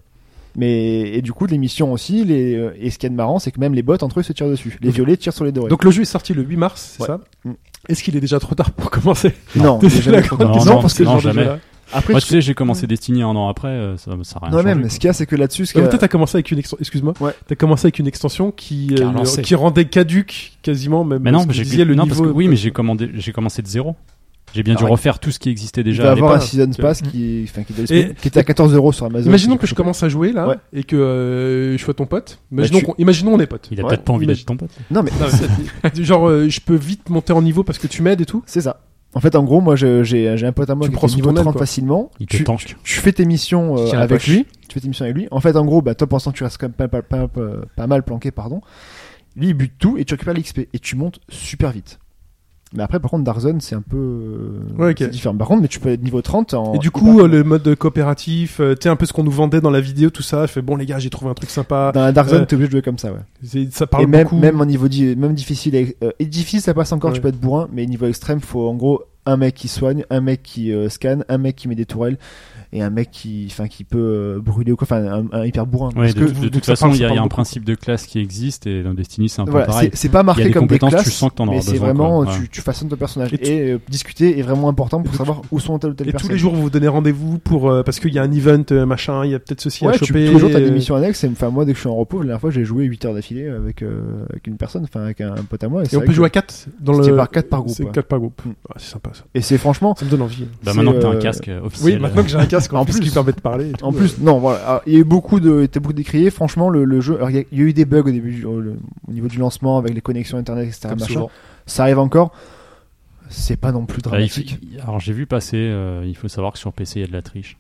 Mais et du coup les missions aussi et ce qui est marrant c'est que même les bots entre eux se tirent dessus. Les violets tirent sur les dorés. Donc le jeu est sorti le 8 mars, c'est Ouais. ça? Mm. Est-ce qu'il est déjà trop tard pour commencer? non, C'est déjà, la trop grande tard. question, non, parce que non, genre de jamais. jeu-là- Après Moi, ce tu sais, j'ai commencé Destiny un an après, ça a rien non changé. même quoi. ce qu'il y a c'est que là-dessus ce Ouais, qu'il y mais a- toi, t'as commencé avec une excuse-moi. Ouais. T'as commencé avec une extension qui Qui a relancé. qui rendait caduque quasiment même. Mais non, ce que mais disait le non, niveau. parce que, oui, mais j'ai commencé de zéro. J'ai bien dû Ah ouais. refaire tout ce qui existait il déjà va à avoir un l'époque. season Ok. pass qui Et- était à 14€ sur Amazon. Imaginons que je commence à jouer là Ouais. et que je sois ton pote. Imaginons, tu- imaginons on est potes. Il a Ouais. peut-être pas envie Imagine- d'être ton pote. Non mais Non, mais genre je peux vite monter en niveau parce que tu m'aides et tout. c'est ça. En fait en gros moi j'ai un pote à moi Tu qui prends est sous niveau ton aile, 30 quoi. facilement. Il te tank. Tu fais tes missions Tiens la avec poche. lui. Tu fais tes missions avec lui. En fait en gros bah toi pour l'instant tu restes quand même pas mal planqué pardon. Lui il bute tout et tu récupères l'XP et tu montes super vite. Mais après, par contre, Dark Zone, c'est un peu Ouais, ok. c'est différent. Par contre, mais tu peux être niveau 30 en... Et du coup, le mode coopératif, tu sais, un peu ce qu'on nous vendait dans la vidéo, tout ça. Je fais bon, les gars, j'ai trouvé un truc sympa. Dans la Dark Zone, t'es obligé de jouer comme ça, ouais. Ça parle Et même, beaucoup. même en niveau même difficile, et difficile, ça passe encore, Ouais. tu peux être bourrin, mais niveau extrême, faut en gros un mec qui soigne, un mec qui scanne, un mec qui met des tourelles, et un mec qui peut brûler ou quoi, enfin un hyper bourrin. Ouais, Parce de, que de toute ça façon, parle- il y ça a parle un beaucoup. principe de classe qui existe et dans Destiny, c'est un peu voilà, pareil. c'est pas Il y a marqué des comme des compétences, classes, tu sens que t'en auras mais c'est besoin, vraiment, quoi. Ouais. tu façonnes ton personnage. Et Et discuter est vraiment important pour savoir où sont telle ou telle Et personne. tous les jours, vous vous donnez rendez-vous pour parce qu'il y a un event machin, il y a peut-être ceci à Ouais, choper. tous les jours t'as des missions annexes. Enfin, moi, dès que je suis en repos, la dernière fois, j'ai joué 8 heures d'affilée avec une personne, enfin avec un pote à moi. Et on peut jouer à 4 dans C'était le. par 4 par groupe. C'est Ouais. 4 par groupe. Mm. Ouais, c'est sympa ça. Et c'est franchement, Ça me donne envie. Bah, c'est, maintenant que t'as un euh, casque Oui, officiel. maintenant que j'ai un casque en En plus plus. qui permet de parler. et tout, en plus, non, voilà. Alors, il y a eu beaucoup décrié. Franchement, le jeu, alors, il y a eu des bugs au début, au niveau du lancement avec les connexions internet, etc. Comme machin. souvent. Ça arrive encore. C'est pas non plus Bah, dramatique. alors j'ai vu passer, il faut savoir que sur PC il y a de la triche.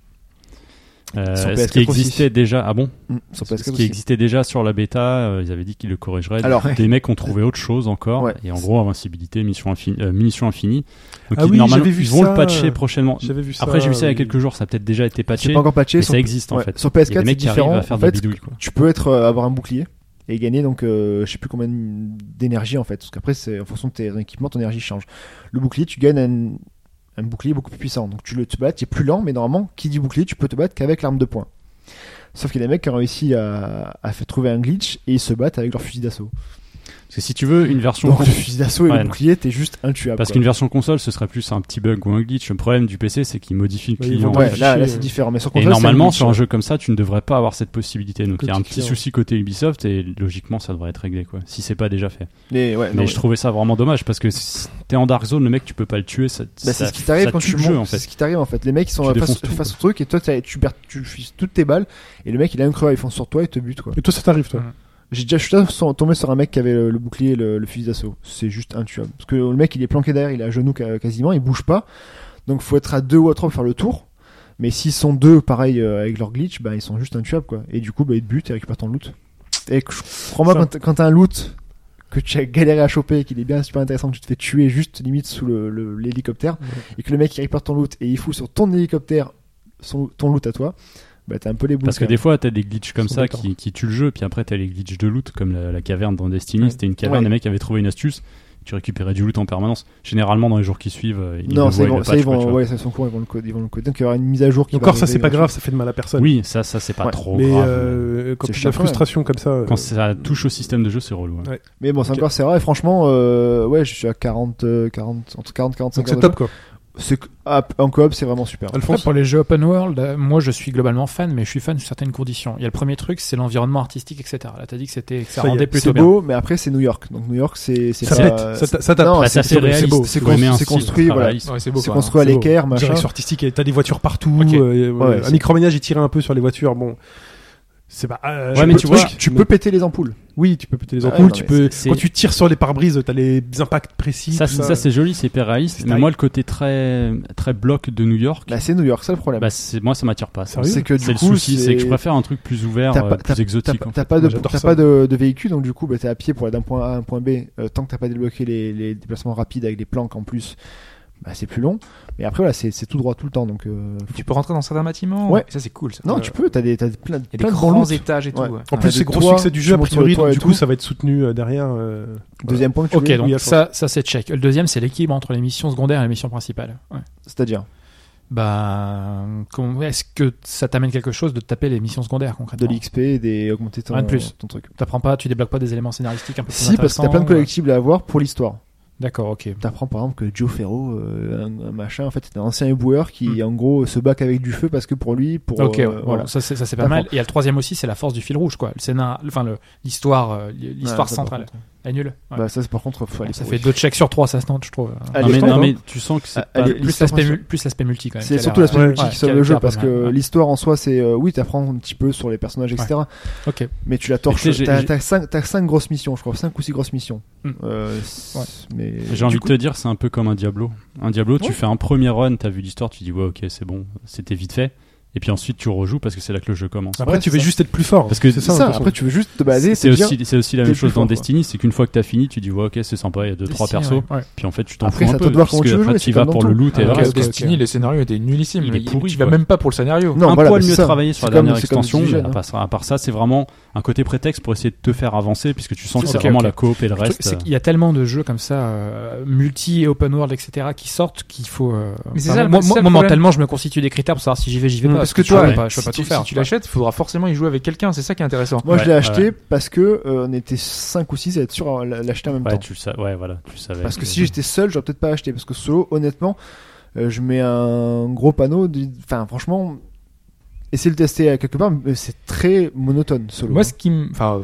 Sur Ce PS4 qui aussi. existait déjà, ah bon, Sur ce PS4 qui aussi. existait déjà sur la bêta, ils avaient dit qu'ils le corrigeraient. Alors, des mecs ont trouvé autre chose encore, Ouais. et en gros invincibilité, munitions infinie. Donc Ah oui, normalement j'avais vu ils vont ça. le patcher prochainement. J'avais vu ça. Après j'ai vu ça il y a oui. quelques jours, ça a peut-être déjà été C'est patché, pas encore patché. mais sur- ça existe en ouais. fait. Sur Il y a PS4, des c'est mecs qui arrivent différent. à faire En de la fait, bidouille, quoi. tu peux avoir un bouclier et gagner donc je sais plus combien d'énergie en fait, parce qu'après c'est en fonction de tes équipements, ton énergie change. Le bouclier, tu gagnes un bouclier beaucoup plus puissant, donc tu te bats, tu es plus lent, mais normalement qui dit bouclier, tu peux te battre qu'avec l'arme de poing. Sauf qu'il y a des mecs qui ont réussi à faire trouver un glitch et ils se battent avec leur fusil d'assaut. Parce que si tu veux une version Donc le fusil d'assaut et Ouais, le non. bouclier, t'es juste intuable. parce quoi. qu'une version console ce serait plus un petit bug ou un glitch. Le problème du PC c'est qu'il modifie le Ouais, ils client. vont Ouais, Ouais, là chier, c'est différent. Mais sur Et console, normalement, c'est sur un un glitch. jeu comme ça, tu ne devrais pas avoir cette possibilité. Donc il y a un Côté petit client. souci côté Ubisoft et logiquement, ça devrait être réglé, quoi. Si c'est pas déjà fait. Mais ouais, Mais non, je trouvais ça vraiment dommage parce que si t'es en Dark Zone, le mec, tu peux pas le tuer. Ça, bah, c'est ça- ce qui t'arrive ça quand tue tu le jeu, en montes. C'est fait. ce qui t'arrive en fait. Les mecs ils sont Tu face défonces tout, au truc et toi tu fuses toutes tes balles et le mec il a un creux, il fonce sur toi et te bute quoi. Et toi, ça t'arrive, toi. Je suis déjà tombé sur un mec qui avait le bouclier et le fusil d'assaut. C'est juste intuable. Parce que le mec il est planqué derrière, il est à genoux quasiment, il bouge pas. Donc faut être à 2 ou à 3 pour faire le tour. Mais s'ils sont 2 pareil avec leur glitch, bah ils sont juste intuables quoi. Et du coup bah ils te butent et récupèrent ton loot. Et crois-moi Ça. quand t'as un loot que tu as galéré à choper, qu'il est bien super intéressant, que tu te fais tuer juste limite sous l'hélicoptère, et que le mec il récupère ton loot et il fout sur ton hélicoptère ton loot à toi, bah t'as un peu les boules. Parce que quand des même. fois, t'as des glitches comme Ils sont ça d'accord. qui tuent le jeu, puis après t'as les glitches de loot, comme la caverne dans Destiny. Ouais. C'était une caverne, Ouais. les mecs avaient trouvé une astuce, tu récupérais du loot en permanence. Généralement, dans les jours qui suivent, ils Non, le ça, voient, ils le ça, ils patchent, quoi, tu vont, vois. ouais, ça sont courts, ils vont le coder. Donc il y aura une mise à jour qui va Encore, ça, arriver c'est pas là-dessus. grave, ça fait de mal à personne. Oui, ça c'est pas Ouais. trop Mais grave. quand C'est tu as chiant la quand même. frustration comme ça. Quand ça touche au système de jeu, c'est relou. Ouais. Mais bon, c'est Ok. encore c'est rare et franchement, ouais, je suis à 40, entre 40 45 Donc c'est heures de top, jeu. quoi. En coop, c'est vraiment super. Après, Alphonse. pour les jeux open world, moi je suis globalement fan, mais je suis fan sous certaines conditions. Il y a le premier truc, c'est l'environnement artistique, etc. Là, t'as dit que ça Ça y est, rendait C'est plutôt bien. beau, mais après c'est New York. Donc New York, c'est Ça pas- pète, ça tape. Non, Bah, c'est c'est c'est réaliste. beau. C'est C'est construit, voilà. Ouais, c'est beau. C'est quoi. construit à C'est beau. l'équerre, machin. Direction artistique, et t'as des voitures partout. Ok. Ouais, à c'est- Micromania, j'ai tiré un peu sur les voitures. Bon, c'est pas. Ouais, mais tu vois, Tu peux péter les ampoules. Oui, tu peux péter les Ah ouais, ampoules. non, Tu mais peux. c'est- Quand tu tires sur les pare-brises, t'as les impacts précis. Ça, tout ça c'est joli, c'est hyper réaliste. C'est Mais moi, le côté très bloc de New York, Bah, c'est New York, c'est le problème. bah, moi, ça m'attire pas. Sérieux C'est que du C'est le coup, souci, c'est que je préfère un truc plus ouvert, T'as pas- plus exotique. en T'as fait. pas de Moi, j'adore t'as ça. pas de véhicule, donc du coup, bah, t'es à pied pour aller d'un point A à un point B. Tant que t'as pas débloqué les déplacements rapides avec les planques en plus, bah, c'est plus long. Mais après, voilà, c'est tout droit tout le temps. Donc, Tu peux rentrer dans certains bâtiments. Ouais. Ça, c'est cool. Ça. non, tu peux. T'as plein Il y a de des bons grands loot. étages et tout. Ouais. ouais. En Ah, plus, des c'est gros toits, succès du tu jeu, a montes sur le priori, toit donc et du tout. coup, ça va être soutenu derrière. Deuxième point que tu Ok, voulais, donc oui, ça c'est check. Le deuxième, c'est l'équilibre entre les missions secondaires et les missions principales. Ouais. c'est-à-dire Bah, est-ce que ça t'amène quelque chose de te taper les missions secondaires de concrètement? l'XP et augmenter Rien de plus. ton truc. T'apprends pas, tu débloques pas des éléments scénaristiques un peu plus Si, parce que t'as plein de intéressants, collectibles à avoir pour l'histoire. D'accord, ok. T'apprends par exemple que Joe Ferro, un machin, en fait, c'est un ancien éboueur qui, en gros, se bat avec du feu parce que pour lui, Ok, voilà. voilà. Ça c'est pas T'apprends. mal. Et il y a le troisième aussi, c'est la force du fil rouge, quoi. Le scénar, enfin l'histoire Ouais, ça, par centrale. contre. Elle est nulle. Ouais. Bah, ça, c'est par contre, faut aller Ça pour- fait 2 checks sur 3, ça se tente, je trouve. Allez, Non, mais, je non, t'en mais tu sens que c'est Ah, pas. allez, Plus l'aspect multi quand même. C'est qui a surtout l'air, l'aspect ouais, multi ouais, qui qui sauve a le jeu l'air pas parce mal, que ouais. l'histoire en soi, c'est oui, t'apprends un petit peu sur les personnages, etc. Ok. Mais tu la torches. Tu sais, T'as 5 grosses missions, je crois, 5 ou 6 grosses missions. Mm. Ouais. Mais J'ai envie du de coup- te dire, c'est un peu comme un Diablo. Un Diablo, tu Ouais. fais un premier run, t'as vu l'histoire, tu dis ouais, ok, c'est bon, c'était vite fait. et puis ensuite tu rejoues parce que c'est là que le jeu commence. Après, Ouais, tu c'est veux ça. juste être plus fort. Parce que c'est C'est ça, de toute façon. après tu veux juste te balader, c'est te dire, aussi la t'es même le chose plus fort, dans quoi. Destiny, c'est qu'une fois que t'as fini, tu dis ouais, ok, c'est sympa, il y a 2-3 Destiny, persos, ouais. puis en fait tu t'en Après, fous c'est un à toi peu de voir parce comment tu que veux après jouer, tu c'est vas comme pour dans le tout. loot et le Alors, reste. Destiny, les scénarios étaient nullissimes. Il est pourri, Tu vas quoi. même pas pour le scénario. Non, un voilà, poil mais mieux c'est ça. travaillé sur C'est la dernière comme extension, mais Division, à part ça, c'est vraiment un côté prétexte pour essayer de te faire avancer, puisque tu sens que C'est c'est ok, vraiment ok. la coop et le Le truc, reste. c'est qu'il y a tellement de jeux comme ça, multi et open world, etc., qui sortent qu'il faut. Mais c'est enfin, ça, moi, c'est ça le moi, problème. mentalement, je me constitue des critères pour savoir si j'y vais, pas. Parce que je tu vois, peux pas, je peux pas tout faire. Si tu l'achètes, il faudra forcément y jouer avec quelqu'un. C'est ça qui est intéressant. Moi, je l'ai Ouais, acheté ouais. parce que on était 5 ou 6 à être sûr à l'acheter en même Ouais, temps. tu le savais. Ouais, voilà, tu le savais. Parce que si j'étais seul, j'aurais peut-être pas acheté. Parce que solo, honnêtement, je mets un gros panneau. Enfin, franchement, essayez de le tester à quelque part, mais c'est très monotone solo. Moi, ce qui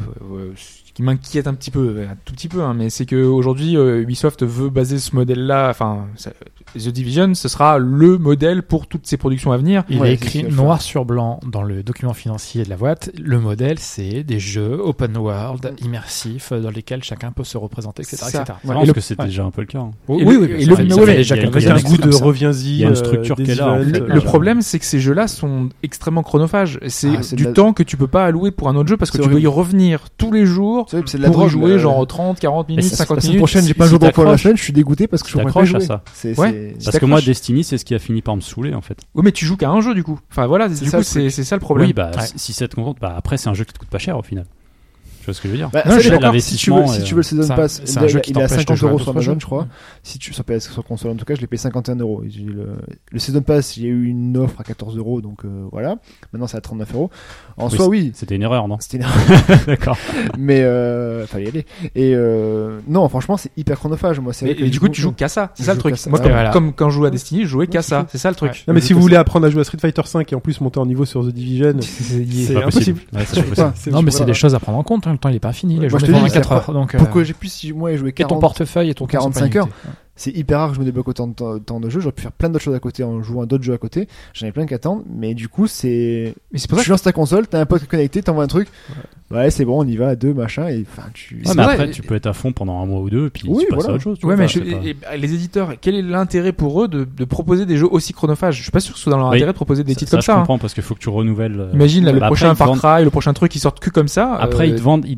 m'inquiète un petit peu, un tout petit peu, hein, mais c'est que aujourd'hui Ubisoft veut baser ce modèle-là. Enfin, The Division, ce sera le modèle pour toutes ses productions à venir. Il Ouais, est c'est écrit ce qu'il faut noir sur blanc dans le document financier de la boîte. Le modèle, c'est des jeux open world, immersifs, dans lesquels chacun peut se représenter, etc. C'est ça. etc. Je Ouais. pense Et le- que c'est déjà un peu le cas. hein. Oui, Et oui, le- oui, et ça le- fait- mais ça ouais, fait mais déjà il y a- quelques il y a Avec années un goût comme de ça. reviens-y. Il y a une structure des qui est là, en events, fait. Le problème, c'est que ces jeux-là sont extrêmement chronophages. C'est Ah, c'est du de la- temps que tu peux pas allouer pour un autre jeu parce que C'est tu peux y horrible. revenir tous les jours C'est vrai, c'est de la pour y drogue, jouer là. genre 30, 40 minutes, c'est- 50 La semaine minutes. prochaine, j'ai pas si joué pour la t'accroches- semaine, je suis dégoûté parce que je pourrais pas t'accroches à jouer. ça. Ouais. Parce que moi, Destiny, c'est ce qui a fini par me saouler, en fait. Oui, mais tu joues qu'à un jeu du coup. Enfin voilà, C'est du ça, coup le truc. c'est ça le problème. Oui, bah, Ouais. si ça te contente, bah, après, c'est un jeu qui te coûte pas cher, au final. Tu vois ce que je veux dire? Bah, Non, ça je suis dépend. d'accord. Si tu veux, si tu veux le Season C'est un- Pass, c'est un jeu qui il est à t'empêche de 50 jouer à euros sur d'autres Amazon, jeux. je crois. Si tu sur PS, sur console, en tout cas, je l'ai payé 51 euros. Le Season Pass, il y a eu une offre à 14 euros, donc voilà. Maintenant, c'est à 39 euros. En Oui, soi, oui. C'était une erreur, non? C'était une D'accord. mais fallait y aller. Et non, franchement, c'est hyper chronophage. Moi, c'est vrai que Et du coup, tu joues qu'à ça. C'est je ça le joue truc. qu'à ça. Moi, Ouais, voilà. comme quand je jouais à Destiny, je jouais qu'à c'est ça. tout. C'est ça le truc. Non, mais Je si vous fais voulez apprendre à jouer à Street Fighter 5 et en plus monter en niveau sur The Division, c'est pas impossible. Ouais, c'est pas Pas. possible. Non, mais c'est Voilà. des choses à prendre en compte. hein. Le temps, il est pas fini. Les Moi, jeux je te vont dis, 24 après, heures. Donc, Pour que j'ai pu, si moi, jouer et ton 40, portefeuille et ton 45 temps, heures. C'est hyper rare que je me débloque autant de jeux. J'aurais pu faire plein d'autres choses à côté en jouant à d'autres jeux à côté. J'en ai plein qui attendent. Mais du coup, c'est. Mais c'est pour ça Tu lances ta console, t'as un pote connecté, t'envoies un truc. Ouais, c'est bon, on y va à deux, machin. Et enfin, tu. Ouais, C'est mais vrai. après, tu peux être à fond pendant un mois ou deux, et puis Oui, tu passes voilà. à autre chose. tu Ouais, vois, mais c'est pas- les éditeurs, quel est l'intérêt pour eux de proposer des jeux aussi chronophages? Je suis pas sûr que ce soit dans leur Oui. intérêt de proposer des titres ça, comme je ça. hein. comprends, parce qu'il faut que tu renouvelles. Imagine là, le Bah, prochain après, Far ils Cry, le prochain truc qui sortent que comme ça. Après, ils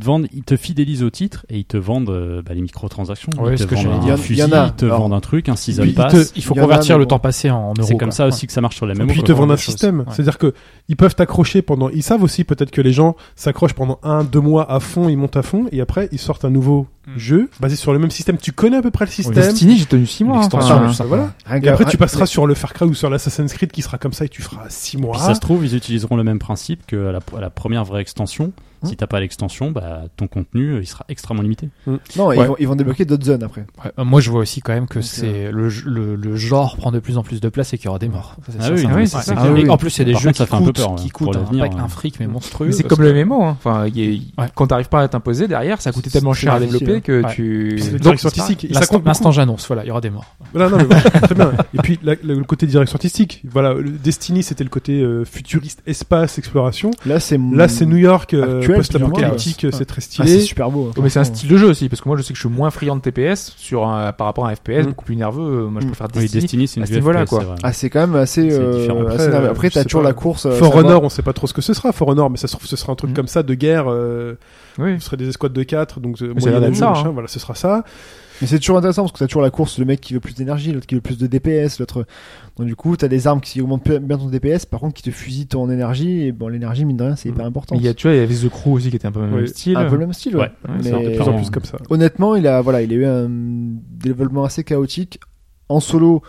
te fidélisent au titre et ils te vendent les microtransactions. Ouais, Ils ce te que vendent j'allais un dire. fusil, Il y en a. ils te Alors, vendent un truc, un season il te- pass. il faut Il y en a, convertir mais le bon. temps passé en euros. C'est comme quoi. ça Ouais. aussi que ça marche sur la Et même. puis ils quoi. te vendent un des choses. système. Ouais. C'est-à-dire que ils peuvent t'accrocher pendant. Ils savent aussi peut-être que les gens s'accrochent pendant 1-2 mois à fond, ils montent à fond, et après ils sortent un nouveau jeu basé sur le même système. Tu connais à peu près le système. Destiny, j'ai tenu 6 mois. hein. L'extension, Enfin, tout ça. Voilà. Rien Et qu'à- après tu passeras mais- sur le Far Cry ou sur l'Assassin's Creed qui sera comme ça et tu feras 6 mois. Puis ça se trouve, ils utiliseront le même principe qu'à la première vraie extension. Si t'as pas l'extension, bah, ton contenu, il sera extrêmement limité. Non, Ouais. ils vont débloquer d'autres zones après. Ouais, moi, je vois aussi quand même que Donc, c'est le genre prend de plus en plus de place et qu'il y aura des morts. Ça, c'est Ah sûr, oui, ça. non, mais Ouais, c'est c'est ça. clair. Ah oui. Et en plus, c'est des Par jeux contre, ça qui fait un peu coûtent, peur, hein, qui pour coûtent l'avenir, un fric mais monstrueux. Mais c'est parce comme que- le MMO. Hein. Enfin, quand t'arrives pas à t'imposer derrière, ça coûtait tellement C'est cher à difficile, développer que Ouais. tu. Puis c'est la Donc, direction c'est pas- artistique. Et ça L'instant compte beaucoup. l'instant, j'annonce, voilà, il y aura des morts. Voilà, non, mais voilà, très bien. Et puis le côté direction artistique. Voilà, le Destiny c'était le côté futuriste, espace, exploration. Là, c'est Là c'est New York, Actuel, post-apocalyptique, plus ou moins, c'est très Ah, stylé. c'est super beau. Oh, mais c'est un franchement. style de jeu aussi, parce que moi je sais que je suis moins friand de TPS par rapport à un FPS, Mm. beaucoup plus nerveux. Moi je préfère Oui, Destiny. Destiny, c'est une à ce vue niveau-là, FPS, quoi. c'est vrai. Ah, c'est quand même assez. C'est différent. assez Après, nerveux. Après, je t'as sais toujours pas. la course. For savoir- Honor, on sait pas trop ce que ce sera. For Honor, mais ça se trouve ce sera un truc Mm. comme ça de guerre. Oui. Ce serait des escouades de 4, donc ça a l'air moyen d'être âge, ça, machin, hein. voilà, ce sera ça. Mais c'est toujours intéressant parce que t'as toujours la course, le mec qui veut plus d'énergie, l'autre qui veut plus de DPS, l'autre. Donc du coup, t'as des armes qui augmentent bien ton DPS, par contre qui te fusillent ton énergie. Et bon, l'énergie, mine de rien, c'est hyper important. Mais il y a, tu vois, il y avait The Crew aussi qui était un peu le même Oui. style. un peu le même style. Ouais. Ouais, c'est De Mais plus en plus comme ça. honnêtement, il a eu un développement assez chaotique. En solo,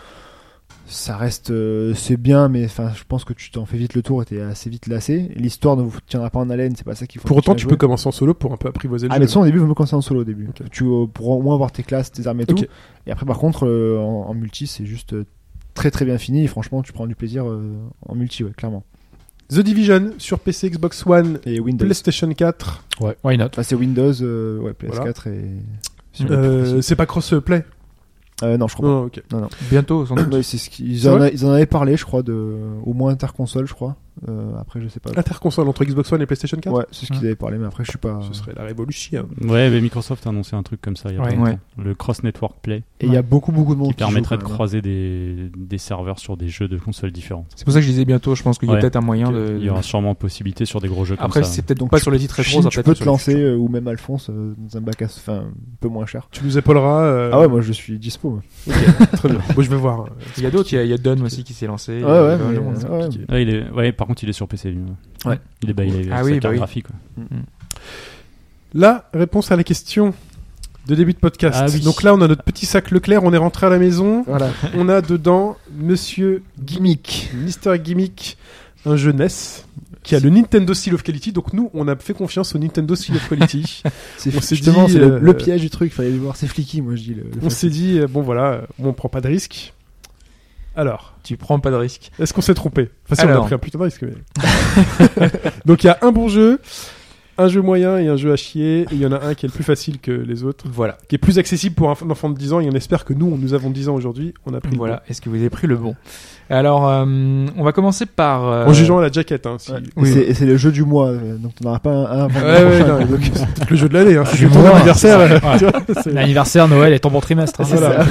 ça reste, c'est bien, mais enfin, je pense que tu t'en fais vite le tour et t'es assez vite lassé. L'histoire ne vous tiendra pas en haleine, c'est pas ça qu'il faut. Pour autant, tu jouer. peux commencer en solo pour un peu apprivoiser le Ah, jeu. mais de toute façon, au début, il faut me commencer en solo au début. Ok. Tu pourras au moins avoir tes classes, tes armes et tout. Ok. Et après, par contre, en multi, c'est juste très très bien fini. Et franchement, tu prends du plaisir en multi, ouais, clairement. The Division sur PC, Xbox One, Et Windows. PlayStation 4. Ouais, why not? Enfin, c'est Windows, ouais, PS4 et. sur les plus précis. C'est pas cross-play. Non, je crois Non, ok. pas. Non, non. Bientôt, sans doute. Ouais, c'est ce qu'ils C'est vrai ils en avaient parlé, je crois, de au moins interconsole, je crois. Après, je sais pas. Interconsole entre Xbox One et PlayStation 4. Ouais, c'est ce qu'ils avaient parlé, mais après, je suis pas. Ce serait la révolution. Ouais, mais Microsoft a annoncé un truc comme ça il y a pas Ouais. longtemps. Ouais. Le Cross Network Play Et il y a beaucoup de monde qui permettrait joue, de quand même, croiser des serveurs sur des jeux de consoles différentes. C'est pour ça que je disais bientôt, je pense qu'il y a Ouais. peut-être un moyen de. Il y aura sûrement possibilité sur des gros jeux Après, comme ça. c'est peut-être Donc, pas sur les titres rétro, Chine, ça tu peut peux être te sur les lancer, futurs. ou même Alphonse, dans un bac un peu moins cher. Tu nous épauleras. Ah ouais, moi je suis dispo. Ouais, Très bien. Bon, je vais voir. Il y a d'autres, il y a Dunn aussi qui s'est lancé. Il y a ouais, pas mal de mais, monde. ouais. Ouais, par contre, il est sur PC, lui. Ouais. Il est baillé Ah avec oui, sa bah carte oui. graphique. quoi. La réponse à la question de début de podcast. Ah oui. Donc là, on a notre petit sac Leclerc. On est rentré à la maison. Voilà. On a dedans Monsieur Gimmick. Mr. Gimmick, un jeu NES qui a le Nintendo Seal of Quality. Donc nous, on a fait confiance au Nintendo Seal of Quality. C'est On s'est justement dit, c'est le piège du truc. Fallait le voir, c'est flicky, moi je dis. On s'est dit, bon voilà, on prend pas de risque. Alors, Tu prends pas de risque. est-ce qu'on s'est trompé? Enfin, si, on a Alors. pris un putain de risque. Mais... Donc il y a un bon jeu, un jeu moyen et un jeu à chier. Et il y en a un qui est le plus facile que les autres, Voilà. qui est plus accessible pour un enfant de 10 ans. Et on espère que nous avons 10 ans aujourd'hui. On a pris le Voilà. Est-ce que vous avez pris le bon? Alors, on va commencer par. bon. En jugeant à la jaquette. Hein, si... Ouais. Oui. Et c'est le jeu du mois, donc t'en auras pas un avant. Ouais, non, donc, c'est peut-être le jeu de l'année. Hein. C'est Du ton mois, anniversaire. ouais. Tu vois, c'est- L'anniversaire, Noël et ton bon trimestre. hein. Voilà.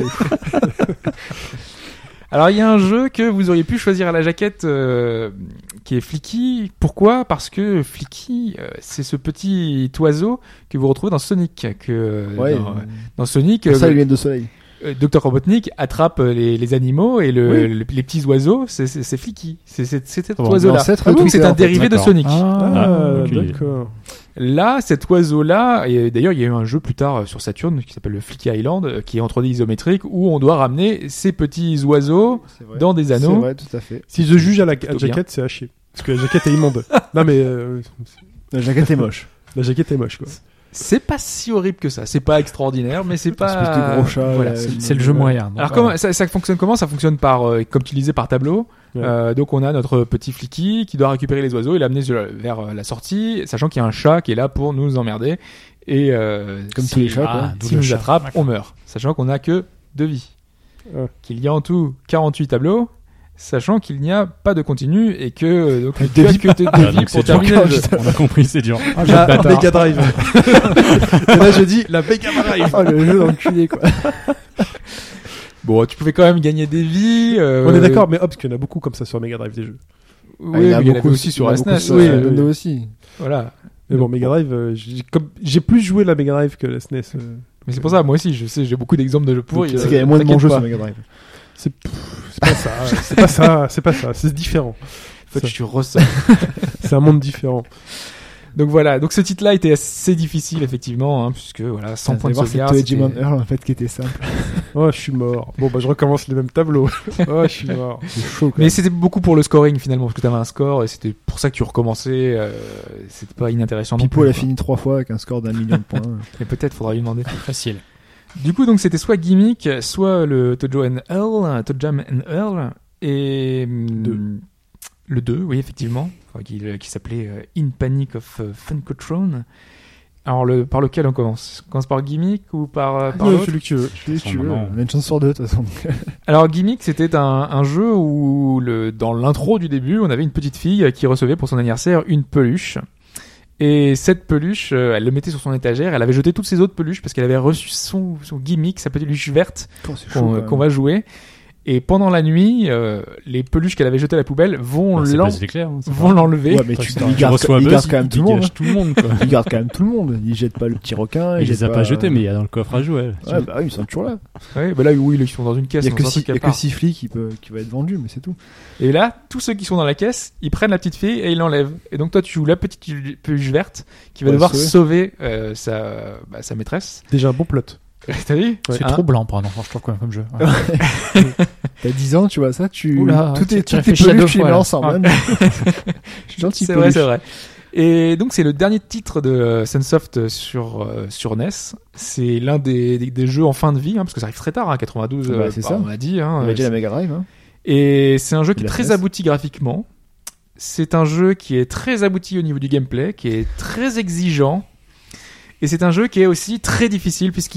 Alors, il y a un jeu que vous auriez pu choisir à la jaquette qui est Flicky. Pourquoi? Parce que Flicky, c'est ce petit oiseau que vous retrouvez dans Sonic. Ouais. Dans Sonic, Ça, il vient de soleil. Dr Robotnik attrape les animaux et les petits oiseaux, c'est Flicky. C'est cet Bon, oiseau-là. l'ancêtre Donc de c'est Twitter, un en fait. dérivé de D'accord. Sonic. Ah, aucune idée. d'accord. Là, cet oiseau-là, et d'ailleurs, il y a eu un jeu plus tard sur Saturn qui s'appelle le Flicky Island, qui est en 3D isométrique, où on doit ramener ces petits oiseaux C'est vrai. dans des C'est anneaux. vrai, tout à fait. Si je juge à la Plutôt jaquette, c'est à chier. Parce que la jaquette est immonde. Non, mais La jaquette est moche. la jaquette est moche, quoi. C'est pas si horrible que ça. C'est pas extraordinaire, mais c'est pas. Espèce de gros chat. Voilà. là, C'est le jeu moyen. donc, Alors voilà. comment ça fonctionne comment? Ça fonctionne par, comme tu disais, par tableau. Ouais. Donc on a notre petit Flicky qui doit récupérer les oiseaux et l'amener vers la sortie, sachant qu'il y a un chat qui est là pour nous emmerder. Et Comme si- tous les chats, quoi. Ah, d'où s'il le nous chat. attrape, D'accord. on meurt. Sachant qu'on a que 2 vies. Ouais. Qu'il y a en tout 48 tableaux. Sachant qu'il n'y a pas de continu et que donc Avec tu deux as vies. que tes 2 Ah, vies donc pour c'est dur. terminer le jeu. On a compris, c'est dur. La bâtard. Mega Drive. Et là, je dis la Mega Drive. Oh, le jeu d'enculé, quoi. Bon, tu pouvais quand même gagner des vies. On est d'accord, mais hop, parce qu'il y en a beaucoup comme ça sur Mega Drive des jeux. Oui, Ah, mais il y en avait beaucoup aussi sur il y en a beaucoup SNES. sur oui, Nintendo oui. aussi. Voilà. Mais bon, Mega Drive, j'ai plus joué la Mega Drive que la SNES. Mais c'est pour ça, moi aussi, je sais, j'ai beaucoup d'exemples de jeux pourris. C'est qu'il y a moins de bons t'inquiète jeux pas. sur Mega Drive. C'est pas ça. C'est pas ça. C'est pas ça. C'est différent. Faut que Ça. tu ressens. C'est un monde différent. Donc voilà, donc ce titre-là était assez difficile effectivement, hein, puisque voilà, 100 points de C'est sauvegarde. Toe Jim c'était- Earl en fait qui était simple. Oh, je suis mort. Bon, bah, je recommence les mêmes tableaux. Oh, je suis mort. C'est chaud, quoi. Mais c'était beaucoup pour le scoring finalement, parce que t'avais un score et c'était pour ça que tu recommençais. C'était pas inintéressant non Pipo plus. l'a quoi. fini 3 fois avec un score d'1 million de points. Et peut-être faudra lui demander. Facile. Du coup, donc c'était soit Gimmick, soit le Toe Jam and Earl, et le 2, oui effectivement, enfin, qui s'appelait In Panic of Funkotron. Alors par lequel on commence? On commence par Gimmick ou par l'autre? Celui que tu veux. Si tu veux, maintenant. on a une chance sur deux de toute façon. Alors Gimmick, c'était un jeu où dans l'intro du début, on avait une petite fille qui recevait pour son anniversaire une peluche. Et cette peluche, elle le mettait sur son étagère. Elle avait jeté toutes ses autres peluches parce qu'elle avait reçu son Gimmick, sa peluche verte Oh, c'est chaud, quand même. qu'on va jouer. Et pendant la nuit, les peluches qu'elle avait jetées à la poubelle vont C'est l'en- Buzz l'éclair. hein, c'est vont pas- l'enlever. Ouais, mais Toi, tu si il tu garde reçois il Buzz, garde quand même il tout le monde. dégage tout le monde. Quoi. Il garde quand même tout le monde. Il jette pas le petit requin. Il les a pas jetés, mais il y a dans le coffre à jouer. Ouais, bah oui, ils sont toujours là. Ouais, bah là, oui, ils sont dans une caisse. Il y a que dans un truc à part. 6 flics qui va être vendu, mais c'est tout. Et là, tous ceux qui sont dans la caisse, ils prennent la petite fille et ils l'enlèvent. Et donc toi, tu joues la petite peluche verte qui va Ouais, devoir sauver. sauver sa maîtresse. Déjà un bon plot. T'as vu? C'est Hein troublant pour un enfant, je trouve, comme jeu. Ouais. T'as 10 ans, tu vois ça, Oula, tout tu est réfléchis à deux peluches, tu les fois, mets là. ensemble. Je suis gentil, C'est vrai, peluche. c'est vrai. Et donc c'est le dernier titre de Sunsoft sur NES. C'est l'un des jeux en fin de vie, hein, parce que ça arrive très tard, hein, 92. Bah, c'est ça. On l'a dit. Hein, On avait déjà la Mega Drive. Hein. Et c'est un jeu qui est La très SNES. abouti graphiquement. C'est un jeu qui est très abouti au niveau du gameplay, qui est très exigeant. Et c'est un jeu qui est aussi très difficile, puisqu'il y a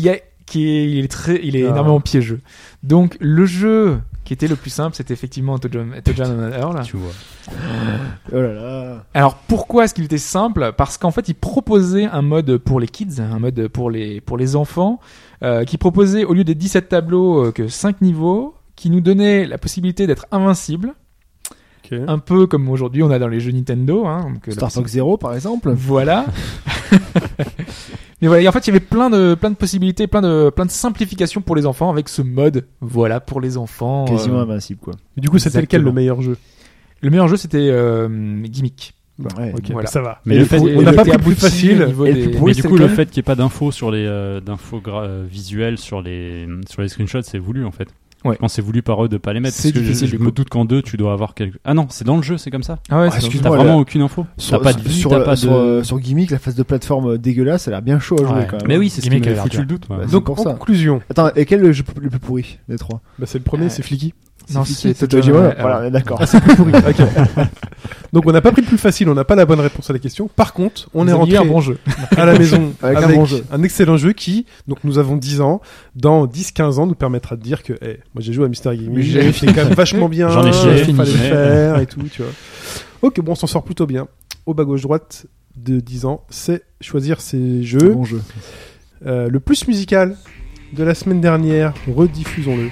il est énormément piégeux. Donc le jeu qui était le plus simple, c'était effectivement Toadjam and Earl. Tu vois. Oh là là. Alors pourquoi est-ce qu'il était simple ? Parce qu'en fait, il proposait un mode pour les kids, un mode pour les enfants, qui proposait au lieu des 17 tableaux que 5 niveaux, qui nous donnait la possibilité d'être invincible. Ok. Un peu comme aujourd'hui on a dans les jeux Nintendo. Donc, Star Fox Zero, par exemple. Voilà. Mais voilà, et en fait, il y avait plein de possibilités, plein de simplifications pour les enfants avec ce mode. Voilà, pour les enfants. Quasiment invincible, quoi. Et du coup, c'était lequel Exactement. le meilleur jeu? Le meilleur jeu, c'était Gimmick. Ouais. Ok, Voilà. ça va. Mais Et le le fait- coup, et on n'a le pas côté pris le plus abouti au facile. niveau Et le des- plus Mais Oui, du c'est coup, le lequel fait qu'il n'y ait pas d'infos sur les visuels sur les screenshots, c'est voulu en fait. Ouais. Je pense que c'est voulu par eux de pas les mettre. C'est Parce que difficile, je du me coup. doute qu'en 2 tu dois avoir quelque. Ah non, c'est dans le jeu, c'est comme ça. Ah ouais, Ah, c'est excuse-moi, T'as là, vraiment aucune info. T'as pas de vie, sur, t'as pas sur, de. sur Gimmick, la phase de plateforme dégueulasse, ça a l'air bien chaud à jouer Ouais. quand même. Mais oui, c'est ce qui Gimmick a m'avait l'air foutu dur. le doute. ouais. Ouais. Donc, pour en ça. conclusion, Attends, et quel est le jeu le plus pourri des trois? bah, c'est le premier, c'est Flicky. Non, Flicky, c'est Toadjam Toadjam and and Earl. Voilà, Earl. on est d'accord. Ah, c'est plus pourri. Ok. Donc, on n'a pas pris le plus facile, on n'a pas la bonne réponse à la question. Par contre, on Vous est aviez rentré un bon jeu. à la maison Avec avec un bon jeu. un excellent jeu qui, donc nous avons 10 ans, dans 10-15 ans, nous permettra de dire que, moi j'ai joué à Mystery Gaming, J'ai c'est quand même vachement bien, J'en ai chié, il fallait le mais- faire et tout, tu vois. Ok, bon, on s'en sort plutôt bien. Au bas gauche-droite de 10 ans, c'est choisir ses jeux. Bon jeu. Le plus musical de la semaine dernière, rediffusons-le.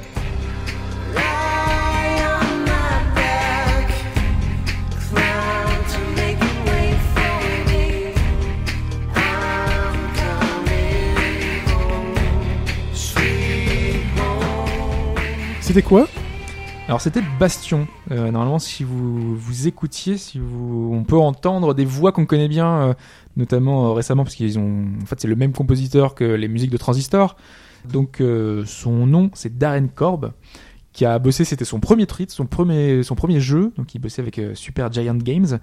C'était quoi? Alors c'était Bastion. Normalement, si vous écoutiez, on peut entendre des voix qu'on connaît bien, notamment récemment parce qu'ils ont, en fait, c'est le même compositeur que les musiques de Transistor. Donc son nom, c'est Darren Korb, qui a bossé. C'était son premier titre, son premier jeu. Donc il bossait avec Super Giant Games.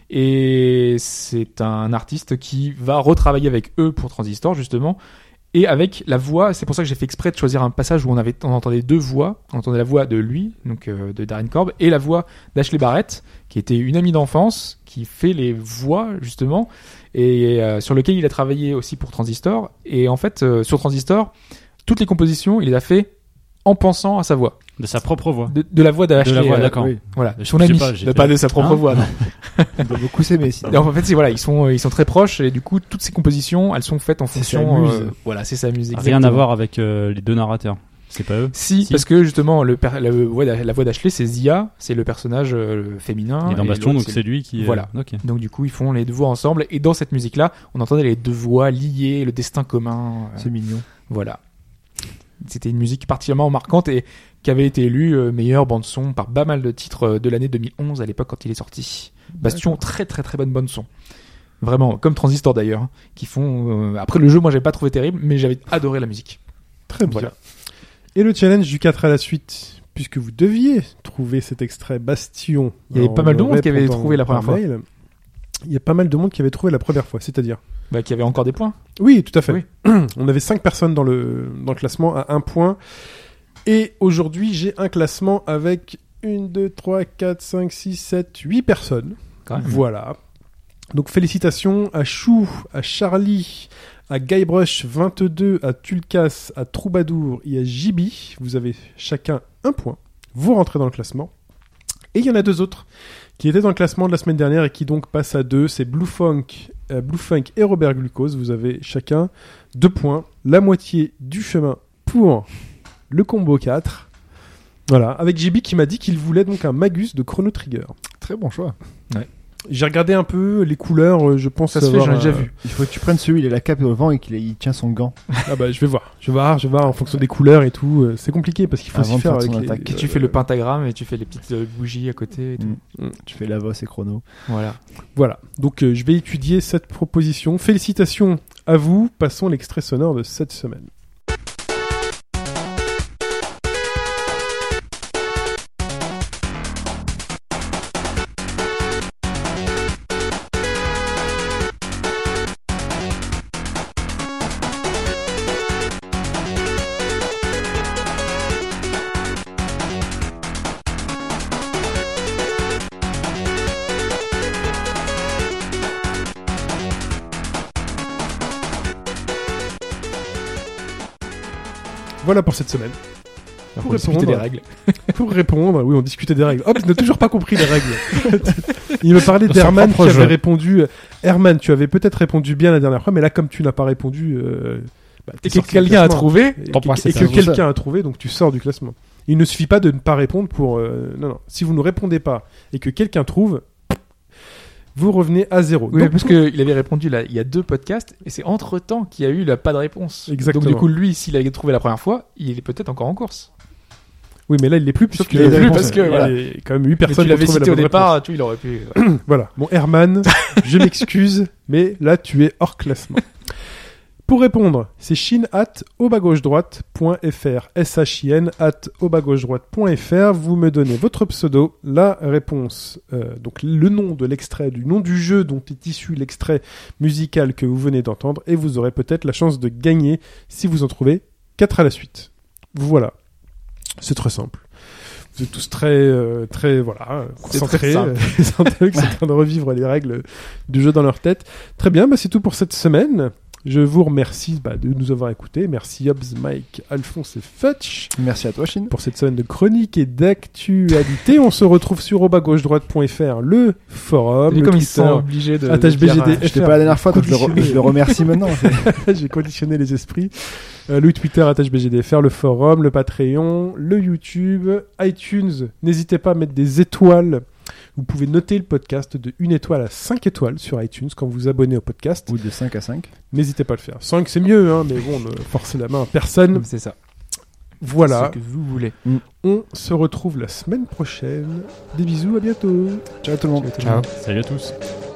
Et c'est un artiste qui va retravailler avec eux pour Transistor justement. Et avec la voix, c'est pour ça que j'ai fait exprès de choisir un passage où on entendait deux voix. On entendait la voix de lui, donc de Darren Korb, et la voix d'Ashley Barrett, qui était une amie d'enfance, qui fait les voix justement, et sur lequel il a travaillé aussi pour Transistor. Et en fait, sur Transistor, toutes les compositions, il les a fait en pensant à sa voix, De sa propre voix. de la voix d'Ashley. De la voix, d'accord. Oui. Voilà, Je son sais ami, pas, j'ai pas fait- de sa propre Hein voix. non. On doit beaucoup s'aimer, sinon. Et en fait, ils sont très proches, et du coup, toutes ces compositions, elles sont faites en C'est fonction. sa muse. Voilà, c'est sa musique. Rien à voir avec les deux narrateurs. C'est pas eux. Si, Si. parce que justement, la voix d'Ashley, c'est Zia, c'est le personnage féminin. Et dans et Bastion, l'autre, donc c'est lui qui. Voilà. Ok. Donc du coup, ils font les deux voix ensemble, et dans cette musique-là, on entendait les deux voix liées, le destin commun. C'est mignon. Voilà. C'était une musique particulièrement marquante et qui avait été élue meilleure bande-son par pas mal de titres de l'année 2011 à l'époque quand il est sorti. Bastion, très très très bonne bande-son. Vraiment, comme Transistor d'ailleurs, hein, qui font... Après le jeu, moi j'avais pas trouvé terrible, mais j'avais adoré la musique. Très bien. Voilà. Et le challenge du 4 à la suite, puisque vous deviez trouver cet extrait Bastion. Il y avait en pas mal de monde qui avait répondant trouvé la par première fois. mail. Il y a pas mal de monde qui avait trouvé la première fois, c'est-à-dire. Bah, qui avait encore des points. Oui, tout à fait. Oui. On avait 5 personnes dans le classement à 1 point. Et aujourd'hui, j'ai un classement avec 1, 2, 3, 4, 5, 6, 7, 8 personnes. Quand même. Voilà. Donc félicitations à Chou, à Charlie, à Guybrush 22, à Tulkas, à Troubadour et à Jibi. Vous avez chacun 1 point. Vous rentrez dans le classement. Et il y en a 2 autres qui étaient dans le classement de la semaine dernière et qui donc passent à 2. C'est Blue Funk et Robert Glucose. Vous avez chacun 2 points. La moitié du chemin pour le combo 4. Voilà. Avec Jibi qui m'a dit qu'il voulait donc un Magus de Chrono Trigger. Très bon choix. J'ai regardé un peu les couleurs, je pense Ça se fait, savoir, j'en ai déjà vu. Il faut que tu prennes celui, il a la cape au vent et qu'il tient son gant. Ah bah je vais voir en fonction des couleurs et tout. C'est compliqué parce qu'il faut Avant s'y de faire faire avec son les... attaque. Et tu fais le pentagramme et tu fais les petites bougies à côté et tout. Tu fais Lavos et Chrono. Voilà. Voilà, donc je vais étudier cette proposition. Félicitations à vous. Passons l'extrait sonore de cette semaine. Voilà pour cette semaine. Alors, Pour on discutait répondre. des règles. Pour répondre, oui, on discutait des règles. Hop, il n'a toujours pas compris les règles. Il me parlait Dans son d'Herman qui propre avait jeu. répondu. Herman, tu avais peut-être répondu bien la dernière fois, mais là, comme tu n'as pas répondu, t'es Et que sorti du quelqu'un a classement. trouvé. Et Tant pis, que c'est que ça. quelqu'un a trouvé, donc tu sors du classement. Il ne suffit pas de ne pas répondre pour. Non. Si vous ne répondez pas et que quelqu'un trouve, vous revenez à 0. Oui, Donc, parce qu'il avait répondu là, il y a 2 podcasts, et c'est entre temps qu'il y a eu la pas de réponse. Exactement. Donc du coup, lui, s'il avait trouvé la première fois, il est peut-être encore en course. oui, mais là, il l'est plus, Sauf puisque qu'il l'est plus, il parce que, y a voilà. quand même 8 Mais personnes tu qui ont l'avais trouvé la cité au bonne départ, tu, il aurait pu. Voilà. Bon, Herman, je m'excuse, mais là, tu es hors classement. Pour répondre, c'est shin@obagauche-droite.fr. shin@obagauche-droite.fr. Vous me donnez votre pseudo, la réponse, donc le nom de l'extrait, du nom du jeu dont est issu l'extrait musical que vous venez d'entendre, et vous aurez peut-être la chance de gagner si vous en trouvez 4 à la suite. Voilà. C'est très simple. Vous êtes tous très, voilà, concentrés. très simple. Ils sont en train de revivre les règles du jeu dans leur tête. Très bien, c'est tout pour cette semaine. Je vous remercie de nous avoir écoutés. Merci Hobbs, Mike, Alphonse et Futch Merci à toi, Chine. pour cette semaine de chronique et d'actualité. On se retrouve sur obagauche-droite.fr, le forum, Et le comme ils sont Twitter. obligés de. Attache de dire, BGD. J'étais pas la dernière fois, donc je le remercie maintenant. J'ai conditionné les esprits. Le Twitter, @BGDFR, le forum, le Patreon, le YouTube, iTunes. N'hésitez pas à mettre des étoiles. Vous pouvez noter le podcast de 1 étoile à 5 étoiles sur iTunes quand vous vous abonnez au podcast. Ou de 5 à 5. N'hésitez pas à le faire. 5 c'est mieux, hein, mais bon, ne forcez la main à personne. C'est ça. Voilà, Ce que vous voulez. on se retrouve la semaine prochaine. Des bisous, à bientôt. Ciao tout le monde. Ciao. Salut à tous.